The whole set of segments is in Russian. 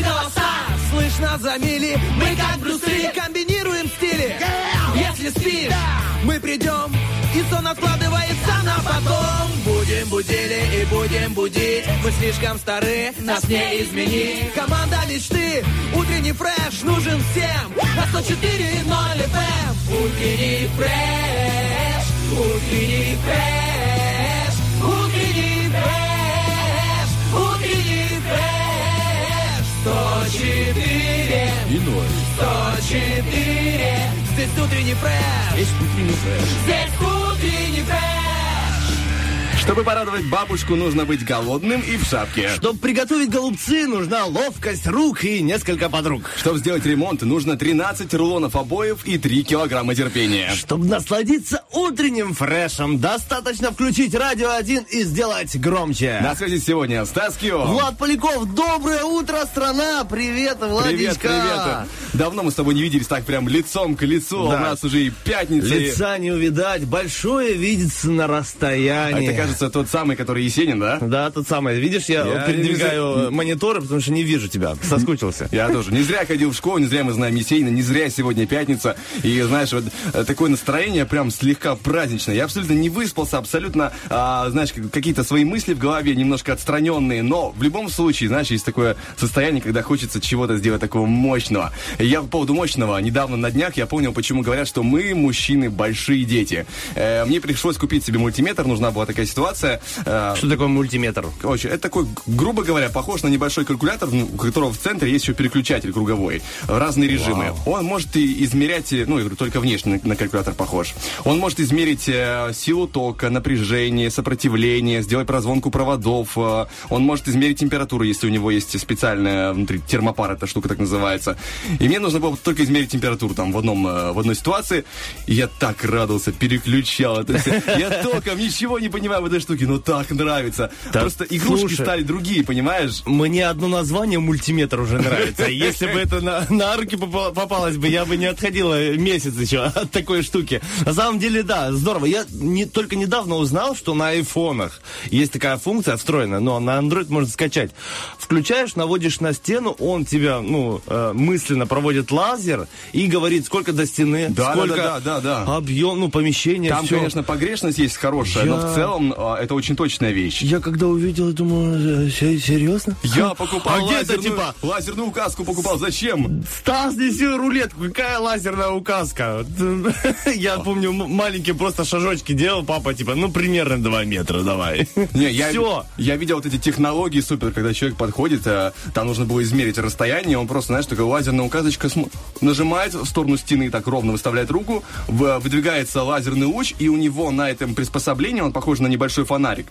голоса слышно за мили. Мы как Брюс Ли комбинируем стили. Если спишь, мы придем, и сон откладывается на потом. Будем будили и будем будить. Мы слишком стары, нас не изменить. Команда мечты, утренний фреш нужен всем. На 104.0 FM. Утренний фреш, утренний фреш, утренний фреш, утренний фреш. 104 и 0. 104. Здесь утренний фреш. Здесь утренний фреш. Здесь утренний фреш. Чтобы порадовать бабушку, нужно быть голодным и в шапке. Чтобы приготовить голубцы, нужна ловкость рук и несколько подруг. Чтобы сделать ремонт, нужно 13 рулонов обоев и 3 килограмма терпения. Чтобы насладиться утренним фрешем, достаточно включить радио 1 и сделать громче. На связи сегодня Стас Кио. Влад Поляков, доброе утро, страна! Привет, Владичка! Привет. Давно мы с тобой не виделись так прям лицом к лицу. Да. У нас уже и пятница. Лица не увидать, большое видится на расстоянии. Это, кажется, тот самый, который Есенин, да? Да, тот самый. Видишь, я передвигаю мониторы, потому что не вижу тебя. Соскучился. Я тоже. Не зря ходил в школу, не зря мы знаем Есенина, не зря сегодня пятница. И, знаешь, вот такое настроение прям слегка праздничное. Я абсолютно не выспался, абсолютно, знаешь, какие-то свои мысли в голове немножко отстраненные. Но в любом случае, знаешь, есть такое состояние, когда хочется чего-то сделать такого мощного. Я по поводу мощного. Недавно на днях я понял, почему говорят, что мы, мужчины, большие дети. Мне пришлось купить себе мультиметр, нужна была такая ситуация. Что такое мультиметр? Очень. Это такой, грубо говоря, похож на небольшой калькулятор, у которого в центре есть еще переключатель круговой. Разные режимы. Он может и измерять, ну, я говорю, только внешне на калькулятор похож. Он может измерить силу тока, напряжение, сопротивление, сделать прозвонку проводов. Он может измерить температуру, если у него есть специальная внутри термопар, эта штука так называется. И мне нужно было только измерить температуру там в одной ситуации. И я так радовался, переключал это все. Я толком ничего не понимаю в этой штуке, но так нравится. Так, просто игрушки стали другие, понимаешь? Мне одно название мультиметр уже нравится. Если бы это на руки попалось бы, я бы не отходила месяц еще от такой штуки. На самом деле, да, здорово. Я только недавно узнал, что на айфонах есть такая функция встроенная, но на Android можно скачать. Включаешь, наводишь на стену, он тебя, мысленно проводит лазер и говорит, сколько до стены, сколько объем, помещение. Там, все. Конечно, погрешность есть хорошая, но в целом это очень точная вещь. Я когда увидел, я думаю, серьезно? Я покупал лазерную указку покупал. Зачем? Стас, неси рулетку. Какая лазерная указка? Я помню, маленькие просто шажочки делал. Папа, примерно 2 метра давай. Я видел вот эти технологии супер, когда человек подходит, там нужно было измерить расстояние, он просто, знаешь, такая лазерная указочка нажимает в сторону стены, так ровно выставляет руку, выдвигается лазерный луч, и у него на этом приспособлении, он похож на небольшой фонарик.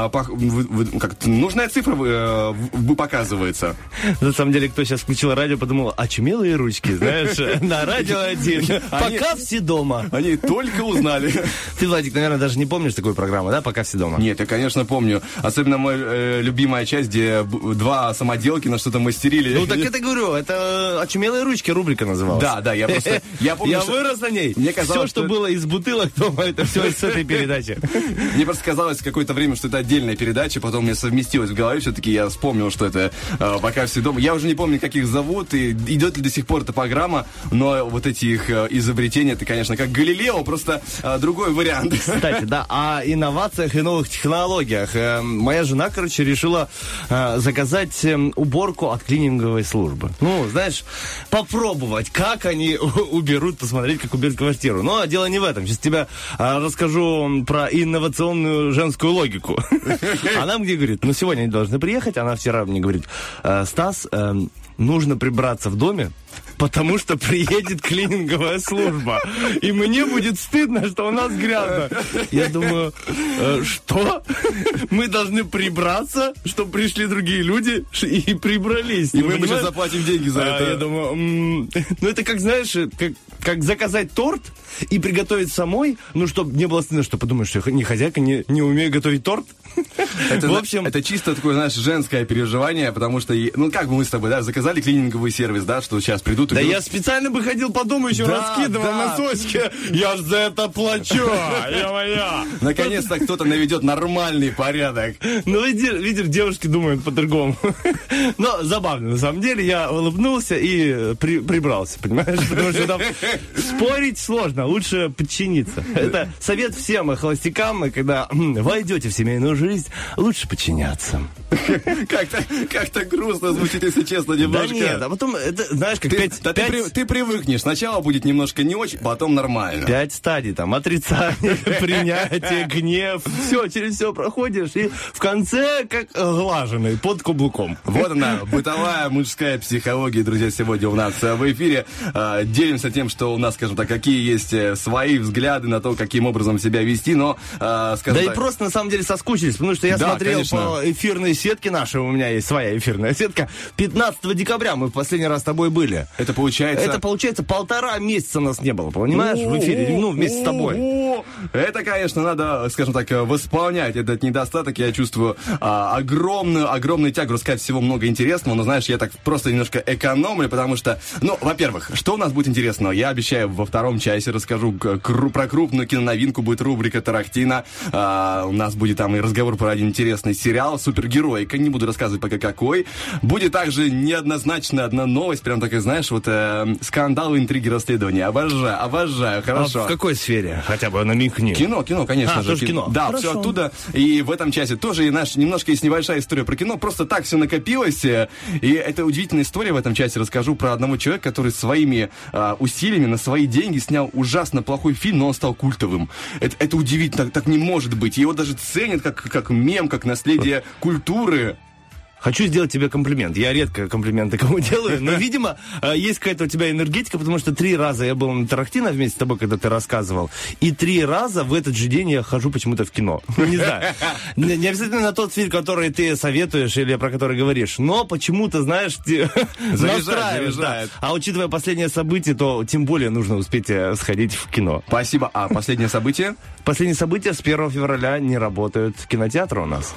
Нужная цифра показывается. На самом деле, кто сейчас включил радио, подумал, очумелые ручки, знаешь, на радио 1. Пока все дома. Они только узнали. Ты, Владик, наверное, даже не помнишь такую программу, да, «Пока все дома»? Нет, я, конечно, помню. Особенно моя любимая часть, где 2 самоделки на что-то мастерили. Ну, так это говорю, это «Очумелые ручки» рубрика называлась. Да, я просто... Я вырос на ней. Мне казалось, все, что было из бутылок дома, это все с этой передачи. Мне просто казалось какое-то время, что это отдельная передача, потом мне совместилось в голове, все-таки я вспомнил, что это «Пока все дома». Я уже не помню, как их зовут, и идет ли до сих пор эта программа, но вот эти их изобретения, это, конечно, как Галилео, просто другой вариант. Кстати, да, о инновациях и новых технологиях. Моя жена, решила заказать уборку от клининговой службы. Ну, знаешь, попробовать, как они уберут, посмотреть, как уберут квартиру. Но дело не в этом. Сейчас тебе расскажу про инновационную женскую логику. Она мне говорит, сегодня они должны приехать. Она вчера мне говорит, Стас, нужно прибраться в доме, потому что приедет клининговая служба. И мне будет стыдно, что у нас грязно. Я думаю, что? Мы должны прибраться, чтобы пришли другие люди и прибрались. И мы сейчас заплатим деньги за это. Я думаю, это как, знаешь, как заказать торт и приготовить самой, чтобы не было стыдно, что подумаешь, что я не хозяйка, не умею готовить торт. В общем... Это чисто такое, знаешь, женское переживание, потому что, ну, как бы мы с тобой, да, заказали клининговый сервис, да, что сейчас придут и... Да я специально бы ходил по дому, еще раскидывал носочки. Я ж за это плачу, ё-моё. Наконец-то кто-то наведет нормальный порядок. Ну, видишь, девушки думают по-другому. Но забавно, на самом деле, я улыбнулся и прибрался, понимаешь? Потому что там спорить сложно, лучше подчиниться. Это совет всем холостякам, когда войдете в семейную жизнь, лучше подчиняться. Как-то грустно звучит, если честно, немножко. Да нет, а потом, это, знаешь, как ты привыкнешь. Сначала будет немножко не очень, потом нормально. 5 стадий, там, отрицание, принятие, гнев. Все, через все проходишь, и в конце, как глаженный, под каблуком. Вот она, бытовая мужская психология, друзья, сегодня у нас в эфире. Делимся тем, что у нас, скажем так, какие есть свои взгляды на то, каким образом себя вести, но, скажем так... Да и просто, на самом деле, соскучились, потому что я смотрел по эфирной сетке нашей, у меня есть своя эфирная сетка, 15 декабря мы в последний раз с тобой были. Это получается... Это получается 1,5 месяца нас не было, понимаешь, в эфире, ну, вместе с тобой. Это, конечно, надо, скажем так, восполнять этот недостаток. Я чувствую огромную тягу рассказать всего много интересного, но, знаешь, я так просто немножко экономлю, потому что, ну, во-первых, что у нас будет интересного? Я обещаю, во втором часе расскажу про крупную киноновинку, будет рубрика «Тарахтина». У нас будет там и разговор про один интересный сериал «Супергеройка», не буду рассказывать пока какой. Будет также неоднозначно одна новость, прям такая, знаешь, вот скандалы, интриги, расследования. Обожаю, хорошо. А в какой сфере? Хотя бы намекни. Кино, конечно же. Тоже кино. Да, хорошо. Все оттуда. И в этом часе тоже, знаешь, немножко есть небольшая история про кино. Просто так все накопилось. И это удивительная история в этом часе. Расскажу про одного человека, который своими усилиями на свои деньги снял ужасно плохой фильм, но он стал культовым. Это удивительно, так не может быть. Его даже ценят как мем, как наследие культуры. Хочу сделать тебе комплимент. Я редко комплименты кому делаю, но, видимо, есть какая-то у тебя энергетика, потому что 3 раза я был на Тарахтино вместе с тобой, когда ты рассказывал, и 3 раза в этот же день я хожу почему-то в кино. Не знаю. Не обязательно на тот фильм, который ты советуешь или про который говоришь, но почему-то, знаешь, заряжает. А учитывая последнее событие, то тем более нужно успеть сходить в кино. Спасибо. А последнее событие? Последнее событие с 1 февраля не работают кинотеатры у нас.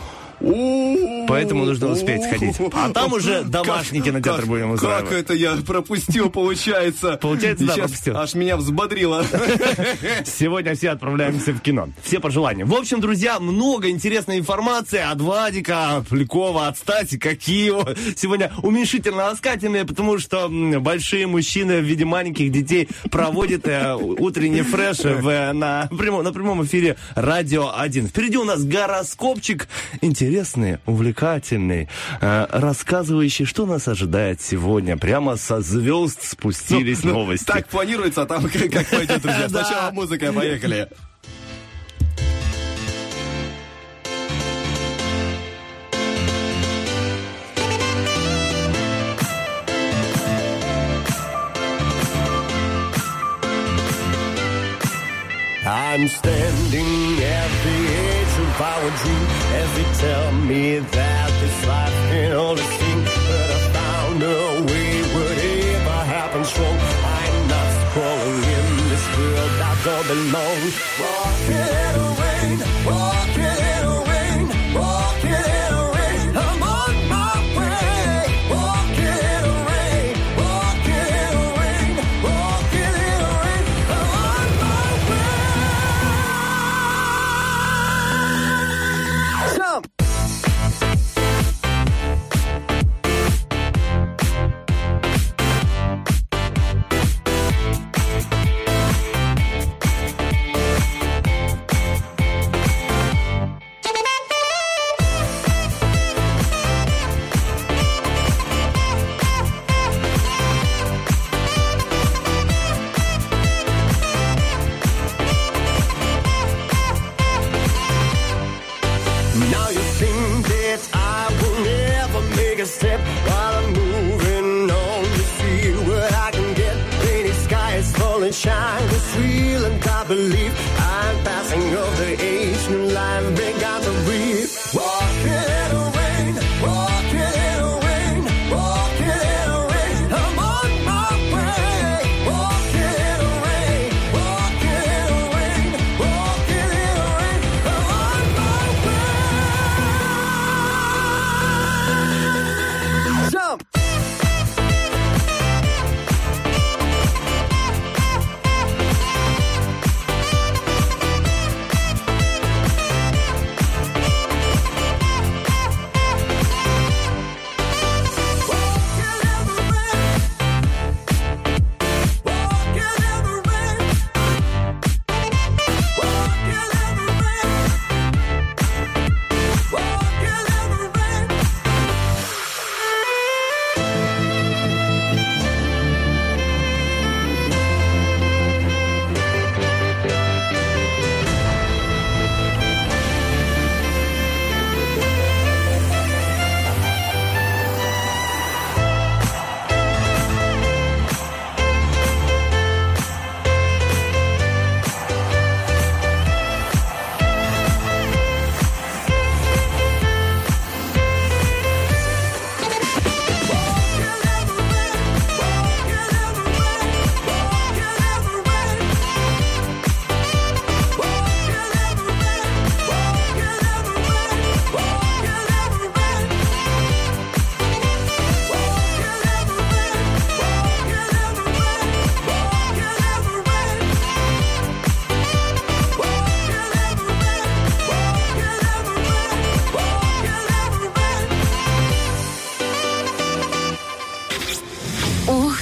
Поэтому нужно успеть сходить. А там уже домашний кинотеатр будем устраивать. Как это я пропустил, получается? Получается, да, пропустил. Аж меня взбодрило. Сегодня все отправляемся в кино. Все по желанию. В общем, друзья, много интересной информации от Владика, Полякова, от Стаси, какие сегодня уменьшительно-ласкательные, потому что большие мужчины в виде маленьких детей проводят утренний фреш на прямом эфире Радио 1. Впереди у нас гороскопчик интересный, увлекательный, рассказывающий, что нас ожидает сегодня. Прямо со звезд спустились новости. Так планируется, а там как пойдет, друзья. Сначала музыка, поехали. I'm standing at the edge of our dream as they tell me that this life can only sing. But I found a way, whatever happens wrong. I'm not crawling in this world, I don't belong. Walking in the rain, walking in the rain, walking in the rain. I'm on my way. Walking in the rain, walking in the rain, walking in the rain. I'm on my way. Jump! Now you think that I will never make a step while I'm moving on to see what I can get. Rainy skies falling, shine, it's real and I believe I'm passing of the age, new life began to breathe. Walking in the rain, walking in the rain, walking in the rain. I'm on my way. Walking in the rain, walking in the rain, walking in the rain. I'm on my way.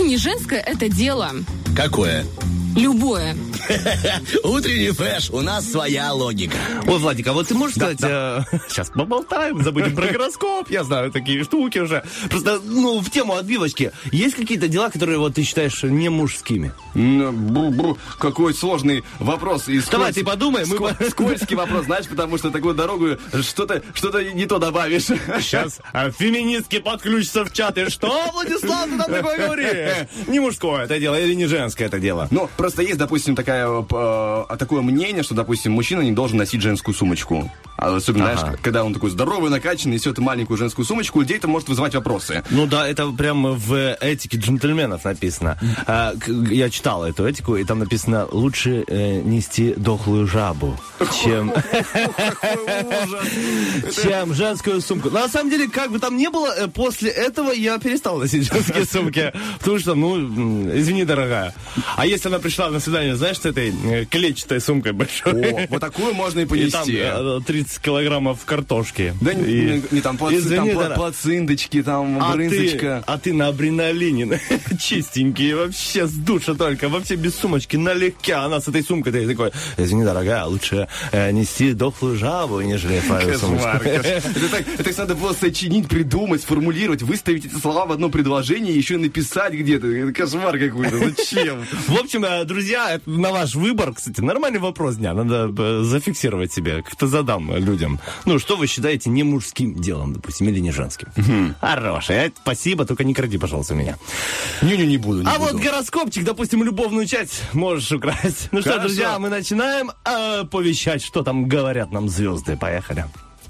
не женское это дело. Какое? Любое. Утренний фреш, у нас своя логика. Ой, Владик, а вот ты можешь сказать... Сейчас поболтаем, забудем про гороскоп. Я знаю такие штуки уже. Просто, в тему отбивочки. Есть какие-то дела, которые вот ты считаешь не мужскими? Какой сложный вопрос. Давай, ты подумай. Скользкий вопрос, знаешь, потому что такую дорогу что-то не то добавишь. Сейчас феминистки подключатся в чат. И что, Владислав, ты там такое говоришь? Не мужское это дело или не женское это дело? Просто есть, допустим, такое мнение, что, допустим, мужчина не должен носить женскую сумочку. Особенно, знаешь, когда он такой здоровый, накачанный, несет маленькую женскую сумочку, у людей это может вызывать вопросы. Ну да, это прямо в этике джентльменов написано. Я читал эту этику, и там написано: лучше нести дохлую жабу, чем женскую сумку. Но на самом деле, как бы там ни было, после этого я перестал носить женские сумки. Потому что, извини, дорогая. А если она пришла на свидание, знаешь, с этой клетчатой сумкой большой? Вот такую можно и понести. И там 30 килограммов картошки. Да не там плациночки, там брынзочка. А ты на адреналине, чистенький, вообще с душа только, вообще без сумочки, налегке. Она с этой сумкой, ты такой: извини, дорогая, лучше нести дохлую жабу, нежели твою сумочку. Это надо было сочинить, придумать, сформулировать, выставить эти слова в одно предложение, еще и написать где-то. Это кошмар какой-то. Зачем? В общем, друзья, это на ваш выбор, кстати, нормальный вопрос дня. Надо зафиксировать себе. Как-то задам людям. Что вы считаете не мужским делом, допустим, или не женским? Хорошее. Спасибо, только не кради, пожалуйста, меня. Не буду. Вот гороскопчик, допустим, любовную часть можешь украсть. Что, друзья, мы начинаем оповещать, что там говорят нам звезды. Поехали.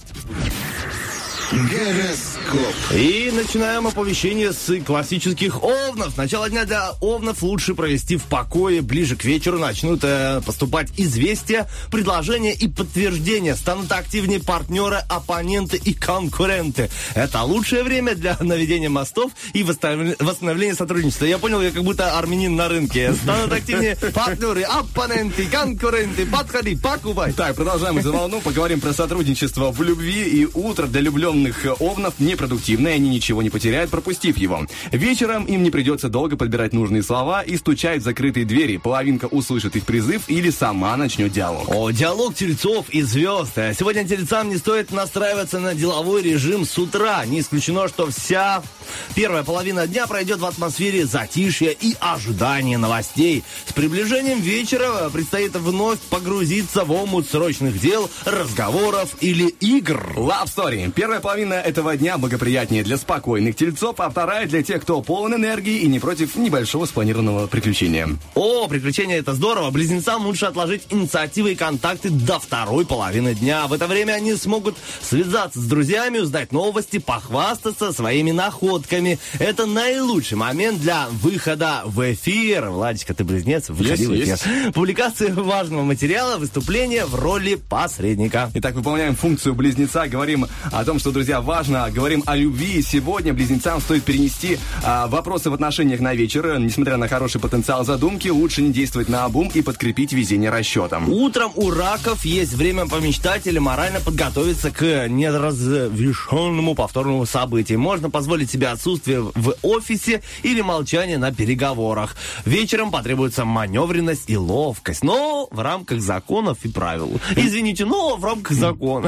Гороскоп. И начинаем оповещение с классических овнов. Начало дня для овнов лучше провести в покое. Ближе к вечеру начнут поступать известия, предложения и подтверждения. Станут активнее партнеры, оппоненты и конкуренты. Это лучшее время для наведения мостов и восстановления сотрудничества. Я понял, я как будто армянин на рынке. Станут активнее партнеры, оппоненты, конкуренты. Подходи, покупай. Так, продолжаем эту волну. Поговорим про сотрудничество в любви. И утро для влюбленных овнов непродуктивное, они ничего не потеряют, пропустив его. Вечером им не придется долго подбирать нужные слова и стучать в закрытые двери. Половинка услышит их призыв или сама начнет диалог. Диалог тельцов и звезд. Сегодня тельцам не стоит настраиваться на деловой режим с утра. Не исключено, что вся первая половина дня пройдет в атмосфере затишья и ожидания новостей. С приближением вечера предстоит вновь погрузиться в омут срочных дел, разговоров или игр. Love Story. Первая половина этого дня благоприятнее для спокойных тельцов, а вторая для тех, кто полон энергии и не против небольшого спланированного приключения. Приключения — это здорово. Близнецам лучше отложить инициативы и контакты до второй половины дня. В это время они смогут связаться с друзьями, узнать новости, похвастаться своими находками. Это наилучший момент для выхода в эфир. Владечка, ты близнец? Выходи в эфир. Публикация важного материала, выступление в роли посредника. Итак, выполняем функцию близнеца. Говорим о том, что, друзья, важно. Говорим о любви. Сегодня близнецам стоит перенести вопросы в отношениях на вечер. Несмотря на хороший потенциал задумки, лучше не действовать наобум и подкрепить везение расчетом. Утром у раков есть время помечтать или морально подготовиться к неразрешенному повторному событию. Можно позволить себе отсутствие в офисе или молчание на переговорах. Вечером потребуется маневренность и ловкость, но в рамках законов и правил. Извините, но в рамках закона.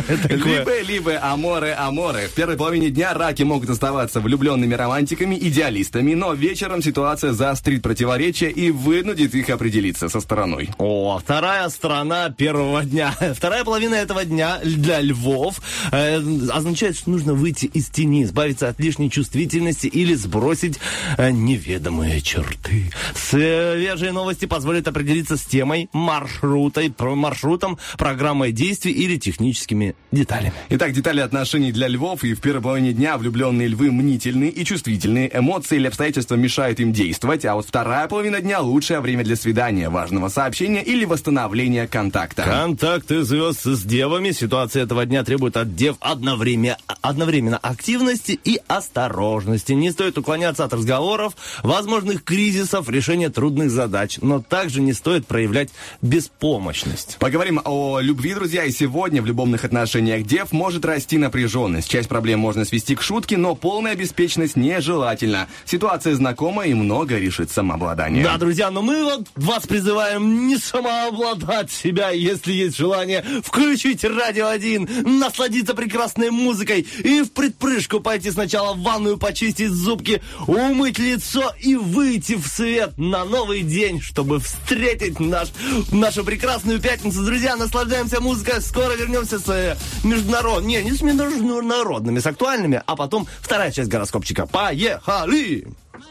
Либо аморы. В первой половине дня раки могут оставаться влюбленными романтиками, идеалистами, но вечером ситуация заострит противоречия и вынудит их определиться со стороной. Вторая сторона первого дня. Вторая половина этого дня для львов означает, что нужно выйти из тени, избавиться от лишней чувствительности или сбросить неведомые черты. Свежие новости позволят определиться с темой, маршрутом, программой действий или техническими деталями. Итак, детали отношений для львов. И в первой половине дня влюбленные львы мнительны и чувствительны. Эмоции или обстоятельства мешают им действовать. А вот вторая половина дня — лучшее время для свидания, важного сообщения или восстановления контакта. Контакты звезд с девами. Ситуация этого дня требует от дев одновременно активности и осторожности. осторожности. Не стоит уклоняться от разговоров, возможных кризисов, решения трудных задач. Но также не стоит проявлять беспомощность. Поговорим о любви, друзья. И сегодня в любовных отношениях дев может расти напряженность. Часть проблем можно свести к шутке, но полная беспечность нежелательна. Ситуация знакома и много решит самообладание. Да, друзья, но мы вас призываем не самообладать себя, если есть желание включить Радио 1, насладиться прекрасной музыкой и в предпрыжку пойти сначала в ванную, почистить зубки, умыть лицо и выйти в свет на новый день, чтобы встретить нашу прекрасную пятницу. Друзья, наслаждаемся музыкой. Скоро вернемся с международными, с актуальными, а потом вторая часть гороскопчика. Поехали!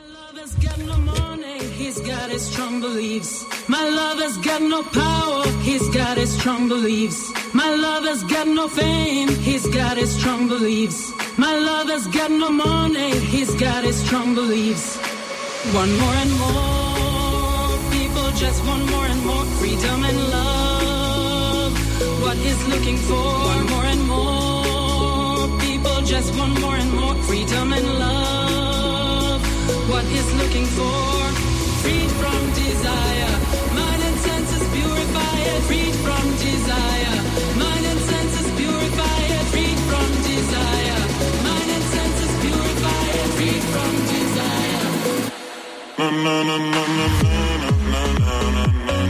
He's got his strong beliefs. My lover's got no power. He's got his strong beliefs. My lover's got no fame. He's got his strong beliefs. My lover's got no money. He's got his strong beliefs. One more and more people just want more and more freedom and love. What he's looking for. One more and more people just want more and more freedom and love. What he's looking for. Freed from desire, mind and senses purify it. Freed from desire, mind and senses purify it. Freed from desire, mind and senses purify it. Freed from desire. Na na na na na na na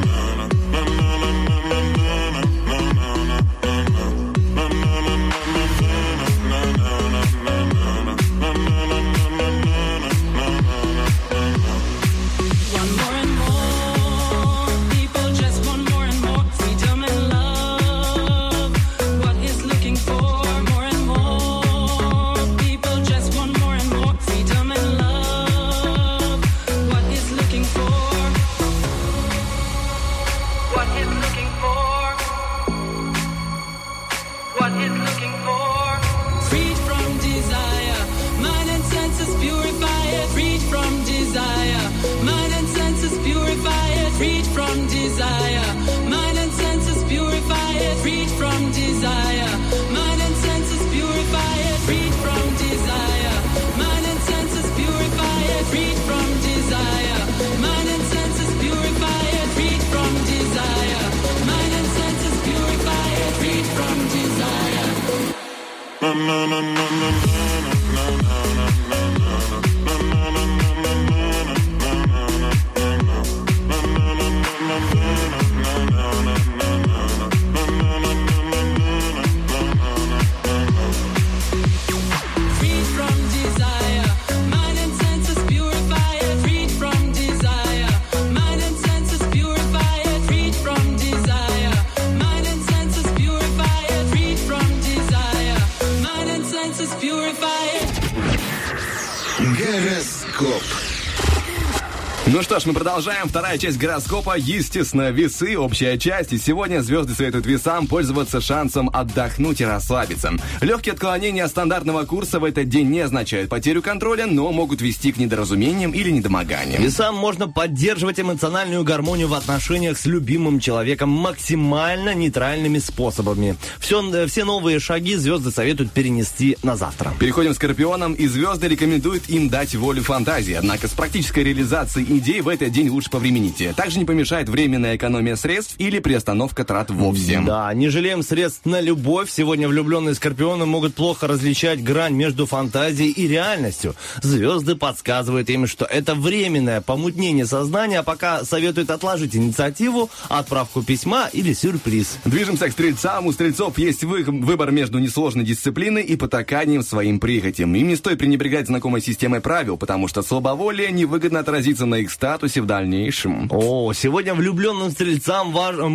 Ну что ж, мы продолжаем. Вторая часть гороскопа. Естественно, весы, общая часть. И сегодня звезды советуют весам пользоваться шансом отдохнуть и расслабиться. Легкие отклонения от стандартного курса в этот день не означают потерю контроля, но могут вести к недоразумениям или недомоганиям. Весам можно поддерживать эмоциональную гармонию в отношениях с любимым человеком максимально нейтральными способами. Все новые шаги звезды советуют перенести на завтра. Переходим к скорпионам, и звезды рекомендуют им дать волю фантазии. Однако с практической реализацией идей в этот день лучше повремените. Также не помешает временная экономия средств или приостановка трат вовсе. Да, не жалеем средств на любовь. Сегодня влюбленные скорпионы могут плохо различать грань между фантазией и реальностью. Звезды подсказывают им, что это временное помутнение сознания, а пока советуют отложить инициативу, отправку письма или сюрприз. Движемся к стрельцам. У стрельцов есть выбор между несложной дисциплиной и потаканием своим прихотям. Им не стоит пренебрегать знакомой системой правил, потому что слабоволие невыгодно отразится на их статусе в дальнейшем. Сегодня влюбленным стрельцам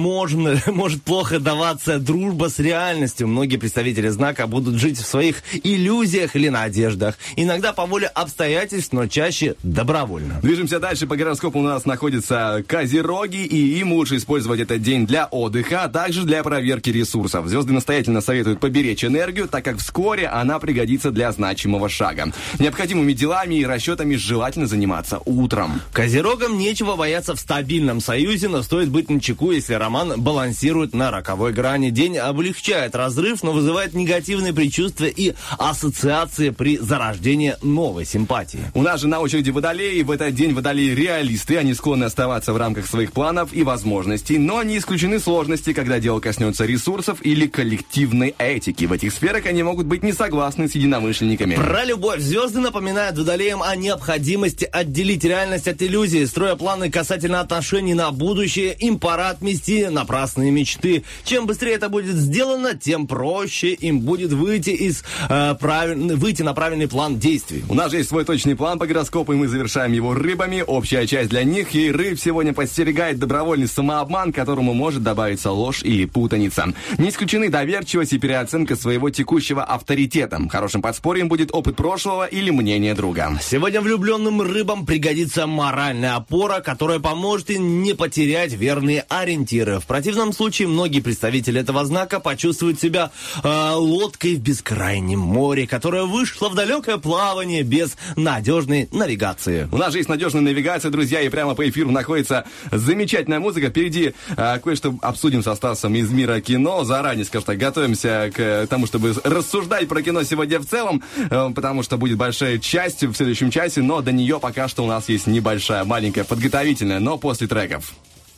может плохо даваться дружба с реальностью. Многие представители знака будут жить в своих иллюзиях или надеждах. Иногда по воле обстоятельств, но чаще добровольно. Движемся дальше. По гороскопу у нас находятся козероги, и им лучше использовать этот день для отдыха, а также для проверки ресурсов. Звезды настоятельно советуют поберечь энергию, так как вскоре она пригодится для значимого шага. Необходимыми делами и расчетами желательно заниматься утром. Козерогам нечего бояться в стабильном союзе, но стоит быть начеку, если роман балансирует на роковой грани. День облегчает разрыв, но вызывает негативные предчувствия и ассоциации при зарождении новой симпатии. У нас же на очереди водолеи. В этот день водолеи реалисты. Они склонны оставаться в рамках своих планов и возможностей, но не исключены сложности, когда дело коснется ресурсов или коллективной этики. В этих сферах они могут быть не согласны с единомышленниками. Про любовь. Звезды напоминают водолеям о необходимости отделить реальность от иллюзии. Строя планы касательно отношений на будущее, им пора отмести напрасные мечты. Чем быстрее это будет сделано, тем проще им будет выйти на правильный план действий. У нас же есть свой точный план по гороскопу, и мы завершаем его рыбами. Общая часть для них, и рыб сегодня подстерегает добровольный самообман, к которому может добавиться ложь или путаница. Не исключены доверчивость и переоценка своего текущего авторитета. Хорошим подспорьем будет опыт прошлого или мнение друга. Сегодня влюбленным рыбам пригодится моральная опора, которая поможет им не потерять верные ориентиры. В противном случае многие представители этого знака почувствуют себя лодкой в бескрайнем море, которая вышла в далекое плавание без надежной навигации. У нас же есть надежная навигация, друзья, и прямо по эфиру находится замечательная музыка. Впереди кое-что обсудим со Стасом из мира кино. Заранее, скажем так, готовимся к тому, чтобы рассуждать про кино сегодня в целом, потому что будет большая часть в следующем часе, но до нее пока что у нас есть небольшая, маленькая, подготовительная, но после треков.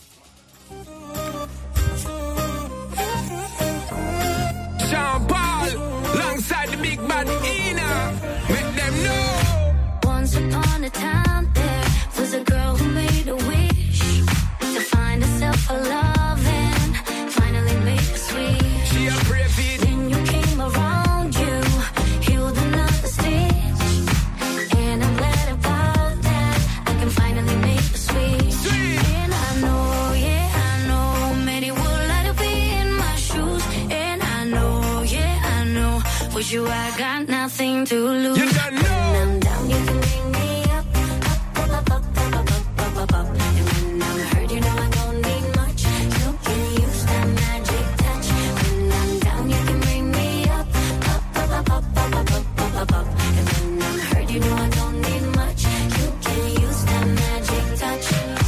Once upon a time there was a girl who made a wish to find herself a love and finally make a switch. She a brave it. Then you came around, you healed another stitch, and I'm glad about that. I can finally make a switch. And I know, yeah, I know, many would like to be in my shoes. And I know, yeah, I know, with you I got nothing to lose. You don't know. When I'm down, you can bring me up, up, up, up, up, up, up, up, up. And when I'm hurt, you know I don't need much. You can use that magic touch. When I'm down, you can bring me up, up, up, up, up, up, up, up, up, up. And when I'm hurt, you know I don't need much. You can use that magic touch.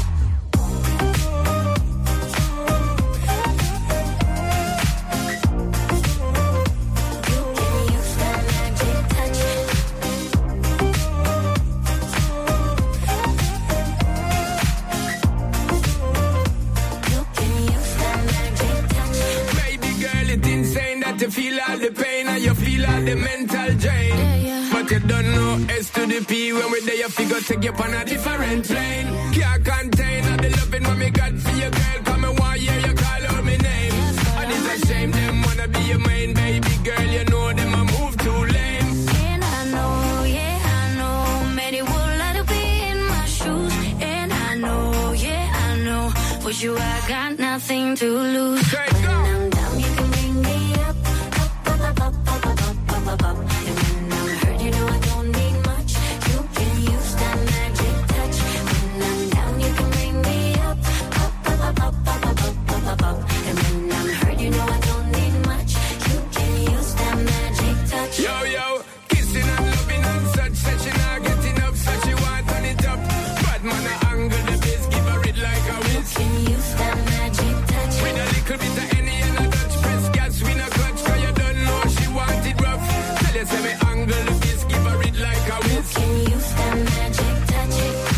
You feel all the pain and you feel all the mental drain. But you don't know S to the P. When we're there, you figure take you on a different plane. Can't contain all the loving what me got for your girl. Come and one year you call out my name. And it's a shame them wanna be your main baby girl. You know them a move too lame. And I know, yeah, I know, many would like to be in my shoes. And I know, yeah, I know, with you I got nothing to lose. Straight When go. I'm down, you can bring me up, up, up, up, up, up, up, up, up, up. And when I'm hurt, you know I don't need much. You can use that magic touch. When I'm down, you can bring me up, up, up, up, up, up, up, up, up, up. And when I'm hurt, you know I don't need much. You can use that magic touch. Yo, yo, kissing and loving and such. Said she not getting up, so she want turn it up. Bad man a angle the bass, give her it like a whiz. Can use that magic touch. With a little bit of any and a Dutch press gas, we no clutch, cause you don't know she want it rough. Tell you say me angle the bass, give her it like a whiz. Can use that magic touch.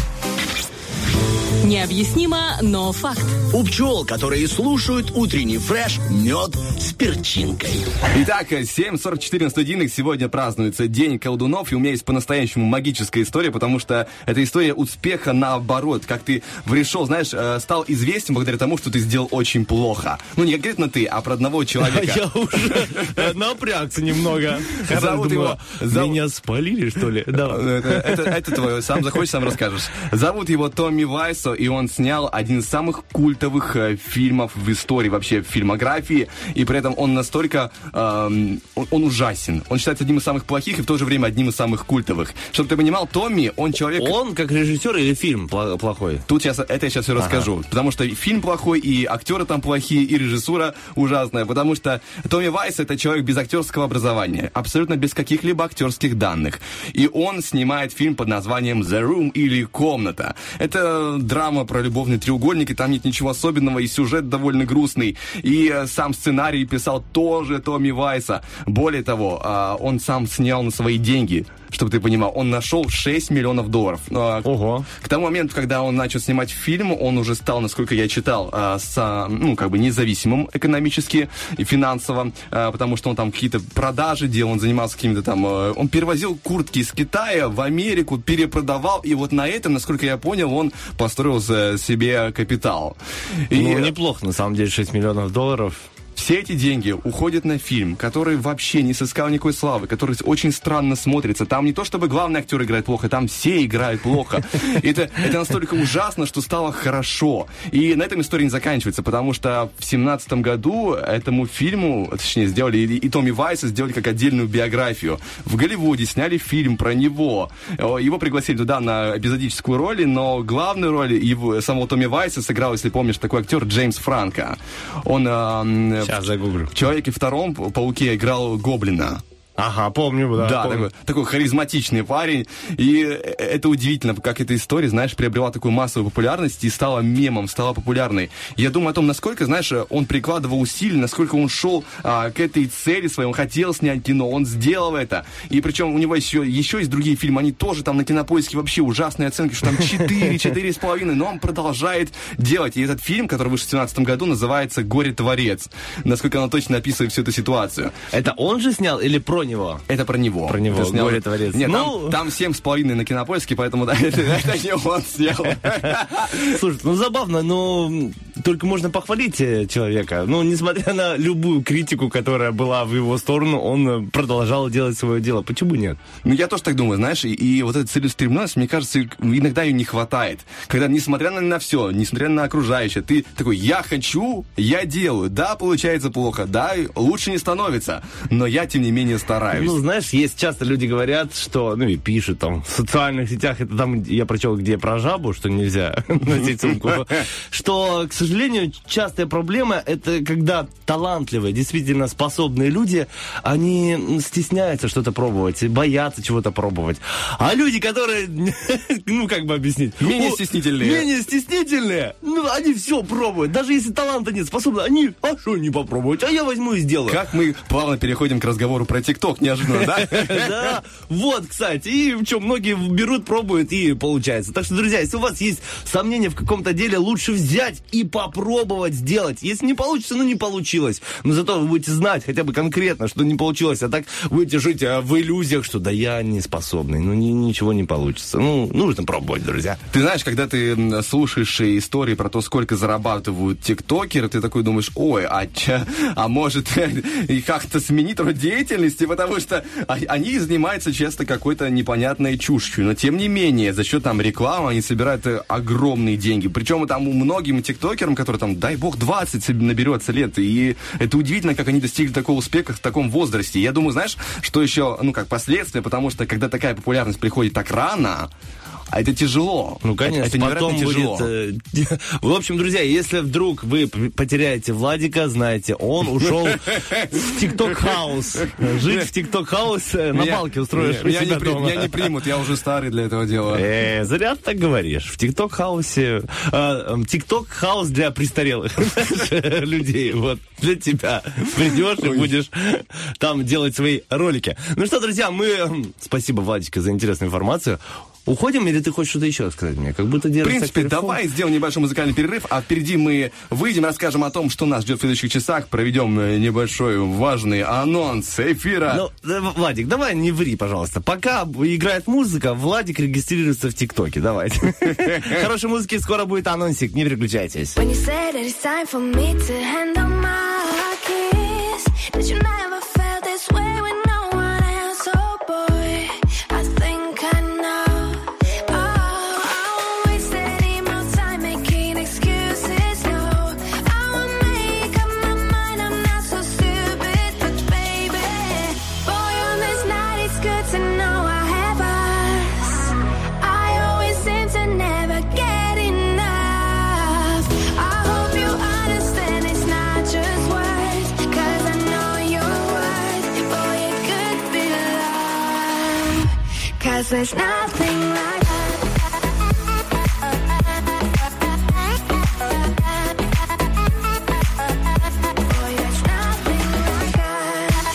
Необъяснимо, но факт. У пчел, которые слушают утренний фреш, мед с перчинкой. Итак, 7:44 на студийных. Сегодня празднуется День колдунов, и у меня есть по-настоящему магическая история, потому что это история успеха наоборот. Как ты пришел, знаешь, стал известен благодаря тому, что ты сделал очень плохо. Ну, не конкретно ты, а про одного человека. Я уже напрягся немного. Зовут его... Меня спалили, что ли? Это твое. Сам захочешь, сам расскажешь. Зовут его Томми Вайсо, и и он снял один из самых культовых фильмов в истории, вообще в фильмографии, и при этом он настолько, он ужасен. Он считается одним из самых плохих и в то же время одним из самых культовых. Чтобы ты понимал, Томми, он человек... Он как режиссер или фильм плохой? Тут я сейчас все расскажу, потому что фильм плохой, и актеры там плохие, и режиссура ужасная, потому что Томми Вайс — это человек без актерского образования, абсолютно без каких-либо актерских данных. И он снимает фильм под названием «The Room» или «Комната». Это драма про любовный треугольник, и там нет ничего особенного, и сюжет довольно грустный. И сам сценарий писал тоже Томми Вайса. Более того, он сам снял на свои деньги, чтобы ты понимал, он нашел $6 миллионов. Ого. К тому моменту, когда он начал снимать фильм, он уже стал, насколько я читал, независимым экономически и финансово, потому что он там какие-то продажи делал, он занимался какими-то там... Он перевозил куртки из Китая в Америку, перепродавал, и вот на этом, насколько я понял, он построил себе капитал. Неплохо, на самом деле, $6 миллионов. Все эти деньги уходят на фильм, который вообще не сыскал никакой славы, который очень странно смотрится. Там не то, чтобы главный актер играет плохо, там все играют плохо. Это настолько ужасно, что стало хорошо. И на этом история не заканчивается, потому что в 2017 году этому фильму, точнее, сделали, и Томми Вайса сделали как отдельную биографию. В Голливуде сняли фильм про него. Его пригласили туда на эпизодическую роль, но главную роль самого Томми Вайса сыграл, если помнишь, такой актер Джеймс Франко. Он... Сейчас загуглю. В «Человеке втором» Пауке играл Гоблина. Ага, помню, да. Да, помню. такой харизматичный парень. И это удивительно, как эта история, знаешь, приобрела такую массовую популярность и стала мемом, стала популярной. Я думаю о том, насколько, знаешь, он прикладывал усилия, насколько он шел к этой цели своей, он хотел снять кино, он сделал это. И причем у него еще есть другие фильмы, они тоже там на Кинопоиске вообще ужасные оценки, что там 4,5, но он продолжает делать. И этот фильм, который вышел в 2017 году, называется «Горе-творец». Насколько он точно описывает всю эту ситуацию. Это он же снял или про него? Это про него. Про него, снял... «Горе-творец». Нет, там 7,5 на Кинопоиске, поэтому да, это не он снял. Слушай, забавно, но только можно похвалить человека. Несмотря на любую критику, которая была в его сторону, он продолжал делать свое дело. Почему нет? Я тоже так думаю, знаешь, и вот эта целеустремленность, мне кажется, иногда ее не хватает. Когда, несмотря на все, несмотря на окружающее, ты такой: я хочу, я делаю. Да, получается плохо, да, лучше не становится, но я, тем не менее, стараюсь. Знаешь, есть часто люди говорят, что, и пишут там в социальных сетях, это там я прочел, где про жабу, что нельзя носить сумку, что, к сожалению, частая проблема, это когда талантливые, действительно способные люди, они стесняются что-то пробовать, боятся чего-то пробовать. А люди, которые, как бы объяснить? Менее стеснительные, они все пробуют. Даже если таланта нет, способны, они, а что не попробовать? А я возьму и сделаю. Как мы плавно переходим к разговору про ТикТок неожиданно, да? Да, вот, кстати, и многие берут, пробуют, и получается. Так что, друзья, если у вас есть сомнения в каком-то деле, лучше взять и попробовать сделать. Если не получится, не получилось. Но зато вы будете знать хотя бы конкретно, что не получилось, а так будете жить в иллюзиях, что да я не способный, ничего не получится. Нужно пробовать, друзья. Ты знаешь, когда ты слушаешь истории про то, сколько зарабатывают тиктокеры, ты такой думаешь: ой, а может и как-то сменить род деятельности, потому что они занимаются часто какой-то непонятной чушью, но тем не менее, за счет там рекламы они собирают огромные деньги. Причем там у многим тиктокерам, которые там, дай бог, 20 наберется лет, и это удивительно, как они достигли такого успеха в таком возрасте. Я думаю, знаешь, что еще, как последствия, потому что когда такая популярность приходит так рано, а это тяжело. Конечно, это потом тяжело. Будет... В общем, друзья, если вдруг вы потеряете Владика, знаете, он ушел в ТикТок-хаус. Жить в ТикТок-хаусе на палке устроишь у себя дома. Меня не примут, я уже старый для этого дела. Зря ты так говоришь. В ТикТок-хаусе... ТикТок-хаус для престарелых людей. Вот, для тебя. Придешь и будешь там делать свои ролики. Ну что, друзья, Спасибо, Владика, за интересную информацию. Уходим, или ты хочешь что-то еще сказать мне? Как будто держишься. В принципе, давай сделаем небольшой музыкальный перерыв, а впереди мы выйдем, расскажем о том, что нас ждет в следующих часах, проведем небольшой важный анонс эфира. Владик, давай не ври, пожалуйста. Пока играет музыка, Владик регистрируется в ТикТоке. Давайте. Хорошей музыки, скоро будет анонсик, не переключайтесь. Make there's nothing like that. Boy, there's nothing like that.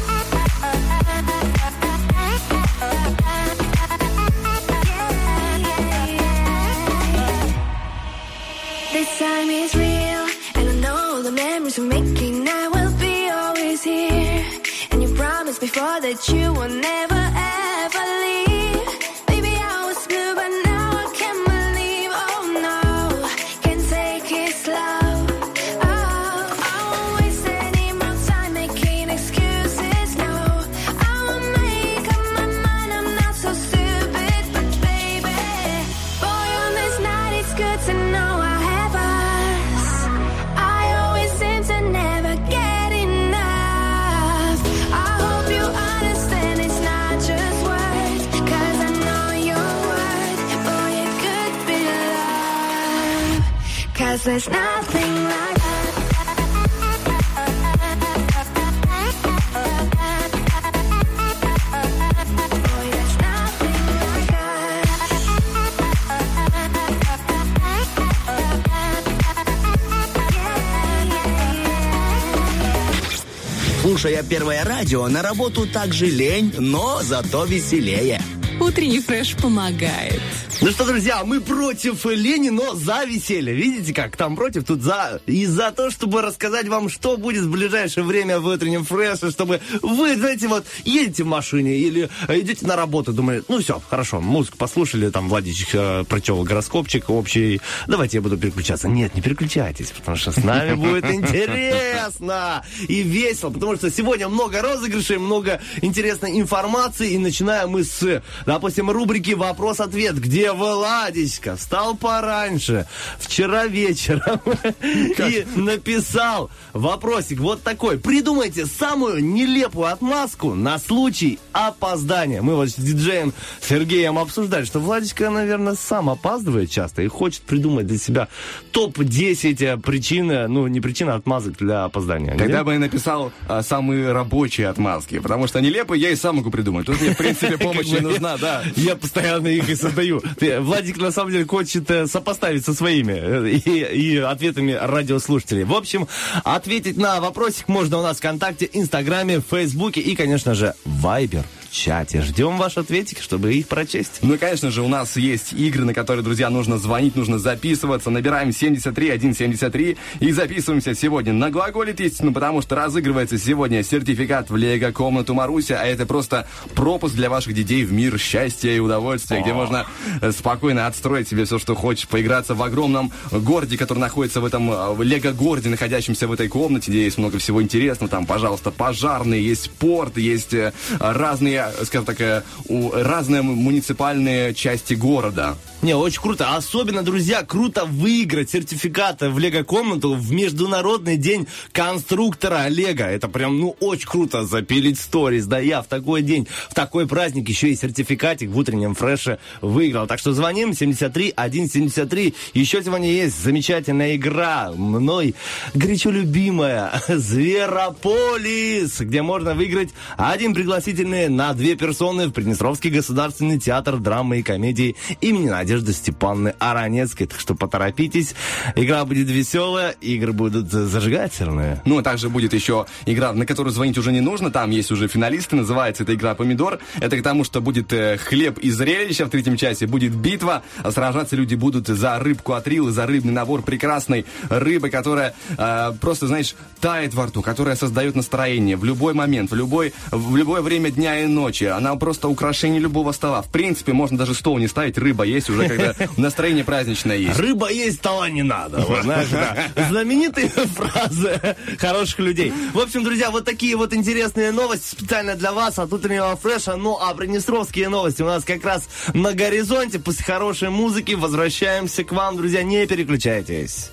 This time is real, and I know the memories we're making now will be always here. And you promised before that you will never ever leave. Baby, I was blue, but now I can't believe. Oh no, can't take it slow. Oh, I won't waste any more time making excuses. No, I will make up my mind. I'm not so stupid, but baby, boy, on this night it's good to know I have us. I always seem to never get enough. I hope you understand it's not just words, 'cause I know your worth. Boy, it could be love, 'cause there's nothing like that. Boy, there's nothing like Слушая Первое радио, на работу также лень, но зато веселее. Утренний фреш помогает. Ну что, друзья, мы против лени, но за веселье. Видите как? Там против, тут за. И за то, чтобы рассказать вам, что будет в ближайшее время в утреннем фреше, чтобы вы, знаете, вот едете в машине или идете на работу, думаете, ну все, хорошо, музыку послушали, там Владичек прочел гороскопчик общий, давайте я буду переключаться. Нет, не переключайтесь, потому что с нами будет интересно и весело, потому что сегодня много розыгрышей, много интересной информации, и начинаем мы с, допустим, рубрики «Вопрос-ответ», где Владичка встал пораньше, вчера вечером, и написал вопросик вот такой. Придумайте самую нелепую отмазку на случай опоздания. Мы вот с диджеем Сергеем обсуждали, что Владичка, наверное, сам опаздывает часто и хочет придумать для себя топ-10 причин, ну, не причин, а отмазок для опоздания. Тогда бы я написал самые рабочие отмазки, потому что нелепые я и сам могу придумать. Тут мне, в принципе, помощь не нужна, да. Я постоянно их и создаю. Владик, на самом деле, хочет сопоставить со своими и ответами радиослушателей. В общем, ответить на вопросик можно у нас в ВКонтакте, Инстаграме, Фейсбуке и, конечно же, Вайбер. Чате. Ждем ваш ответик, чтобы их прочесть. Ну и, конечно же, у нас есть игры, на которые, друзья, нужно звонить, нужно записываться. Набираем 73-173 и записываемся сегодня на «Глаголит истину», потому что разыгрывается сегодня сертификат в Лего-комнату Маруся, а это просто пропуск для ваших детей в мир счастья и удовольствия, где можно спокойно отстроить себе все, что хочешь, поиграться в огромном городе, который находится в этом Лего-городе, находящемся в этой комнате, где есть много всего интересного. Там, пожалуйста, пожарные, есть спорт, есть разные, скажем так, разные муниципальные части города. Не, очень круто. Особенно, друзья, круто выиграть сертификат в Лего-комнату в Международный день конструктора Лего. Это прям, ну, очень круто запилить сторис. Да, я в такой день, в такой праздник еще и сертификатик в утреннем фреше выиграл. Так что звоним 73-173. Еще сегодня есть замечательная игра, мной горячо любимая, Зверополис, где можно выиграть один пригласительный на 2 персоны в Приднестровский государственный театр драмы и комедии имени Надежды Степановны Аронецкой. Так что поторопитесь. Игра будет веселая, игры будут зажигательные. Ну, а также будет еще игра, на которую звонить уже не нужно. Там есть уже финалисты. Называется эта игра «Помидор». Это к тому, что будет хлеб и зрелище в 3-м часе. Будет битва. Сражаться люди будут за рыбку от Рилы, за рыбный набор прекрасной рыбы, которая просто, знаешь, тает во рту, которая создает настроение в любой момент, в любое время дня и ночи. Она просто украшение любого стола. В принципе, можно даже стол не ставить. Рыба есть уже, когда настроение праздничное есть. Рыба есть, стола не надо. Вот, знаешь, да. Знаменитые фразы хороших людей. В общем, друзья, вот такие вот интересные новости специально для вас от утреннего фреша. Ну, а приднестровские новости у нас как раз на горизонте. После хорошей музыки возвращаемся к вам, друзья. Не переключайтесь.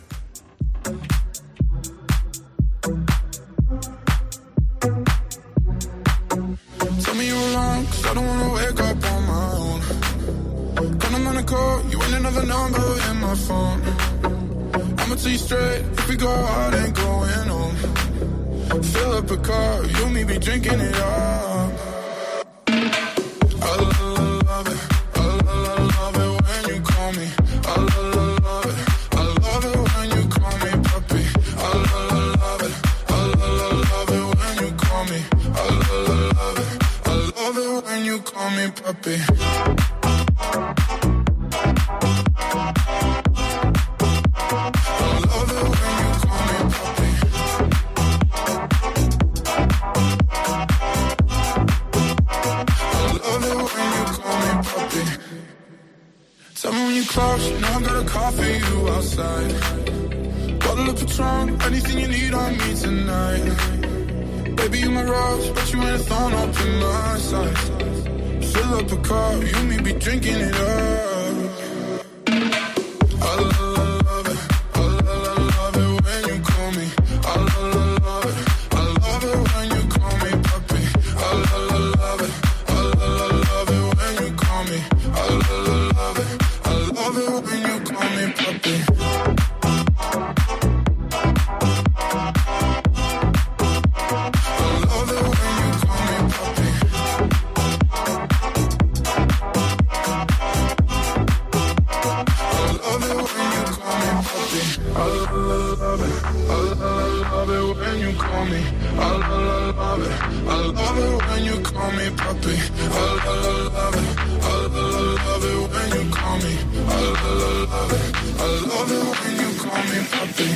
I don't wanna wake up on my own. When I'm on a call, you ain't another number in my phone. I'ma tell you straight, if we go out, ain't going home. Fill up a car, you and me be drinking it up. I love me puppy. Tell me when you close, you know I got a call for you outside. Bottle of Patron, anything you need on me tonight. Baby, you my rose, but you ain't a thorn up in my side. Fill up a car, you and me be drinking it up. I love it, I love it when you call me. I love it, I love it when you call me puppy. I love it, I love it when you call me. I love it. I love it when you call me puppy. I love it when you call me puppy. I love it when you call me puppy. I love it. I love it when you call me. I love it. I love it when you call me puppy. I love it. I love it when you call me. I love it. I love it when you call me puppy.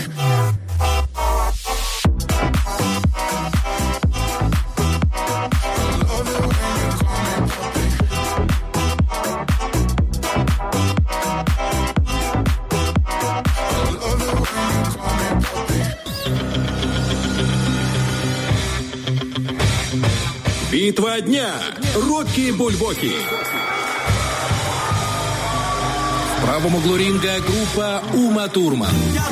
Битва дня. Рокки Бульбоки. В правом углу ринга группа Ума Турман.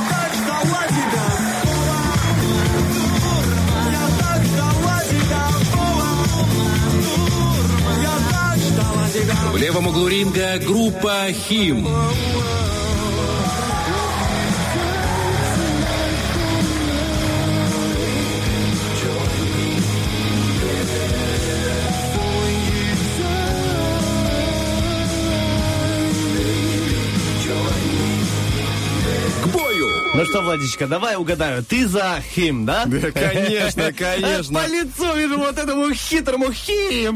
В левом углу ринга группа Хим. Ну что, Владичка, давай угадаю, ты за Хим, да? Да, конечно, конечно. По лицу вижу вот этому хитрому Хим.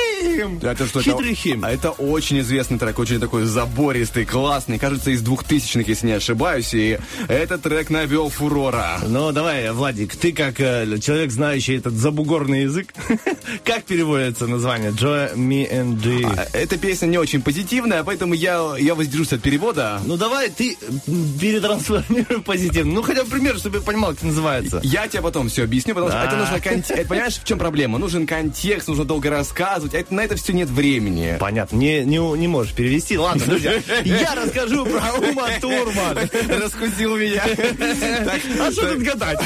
Это что, Хитрый Хим. А это очень известный трек, очень такой забористый, классный, кажется, из 2000-х, если не ошибаюсь, и этот трек навел фурора. Ну, давай, Владик, ты как человек, знающий этот забугорный язык, как переводится название? Joy, Me and G. Эта песня не очень позитивная, поэтому я воздержусь от перевода. Ну, давай ты перетрансформируй позитивно. Ну, хотя бы пример, чтобы я понимал, как это называется. Я тебе потом все объясню, потому что это нужно контекст. Понимаешь, в чем проблема? Нужен контекст, нужно долго рассказывать. На это все нет времени. Понятно, не можешь перевести. Ладно, друзья, я расскажу про Ума Турман. Раскусил меня. А что тут гадать?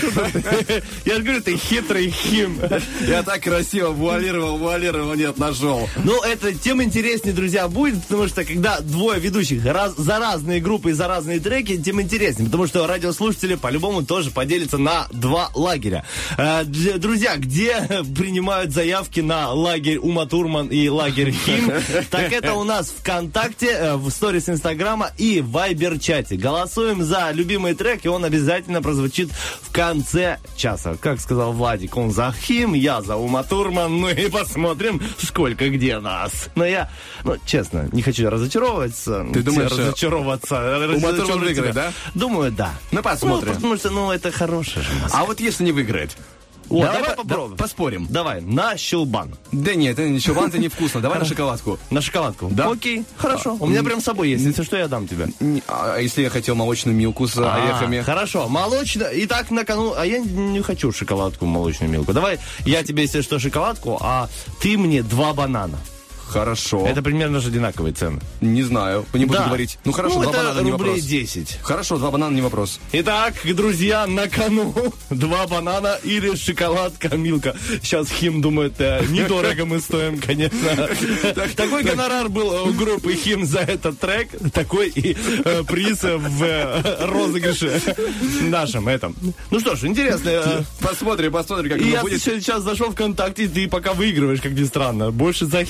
Я же говорю, ты хитрый Хим. Я так красиво вуалировал, нет, нашел. Ну, это тем интереснее, друзья, будет, потому что когда двое ведущих за разные группы и за разные треки, тем интереснее, потому что радиослушатели по-любому тоже поделятся на два лагеря. Друзья, где принимают заявки на лагерь Ума Турман и лагерь Хим? Так это у нас ВКонтакте, в сторис Инстаграма и в Вайбер-чате. Голосуем за любимый трек, и он обязательно прозвучит в конце часа. Как сказал Владик, он за Хим, я за Ума Турман, ну и посмотрим, сколько где нас. Но я, честно, не хочу разочаровываться. Ты думаешь, разочаровываться? Ума Турман выиграет, да? Думаю, да. Ну, посмотрим. Потому что, это хорошая же музыка. А вот если не выиграет? Давай попробуем. Поспорим. Давай, на щелбан. Да нет, щелбан это невкусно. Давай на шоколадку. На шоколадку? Да. Окей, хорошо. У меня прям с собой есть. Если что, я дам тебе. А если я хотел молочную милку с орехами? Хорошо, молочную. Итак, на кону... А я не хочу шоколадку, молочную милку. Давай я тебе, если что, шоколадку, а ты мне 2 банана. Хорошо. Это примерно же одинаковые цены. Не знаю, не буду говорить. Ну хорошо, 2 банана не вопрос. Рублей 10. Хорошо, 2 банана не вопрос. Итак, друзья, на кону 2 банана или шоколадка Милка. Сейчас Хим думает, недорого мы стоим, конечно. Такой гонорар был у группы Хим за этот трек. Такой и приз в розыгрыше нашем этом. Ну что ж, интересно. Посмотрим, как это будет. Я сейчас зашел ВКонтакте, и ты пока выигрываешь, как ни странно. Больше за Хим, чем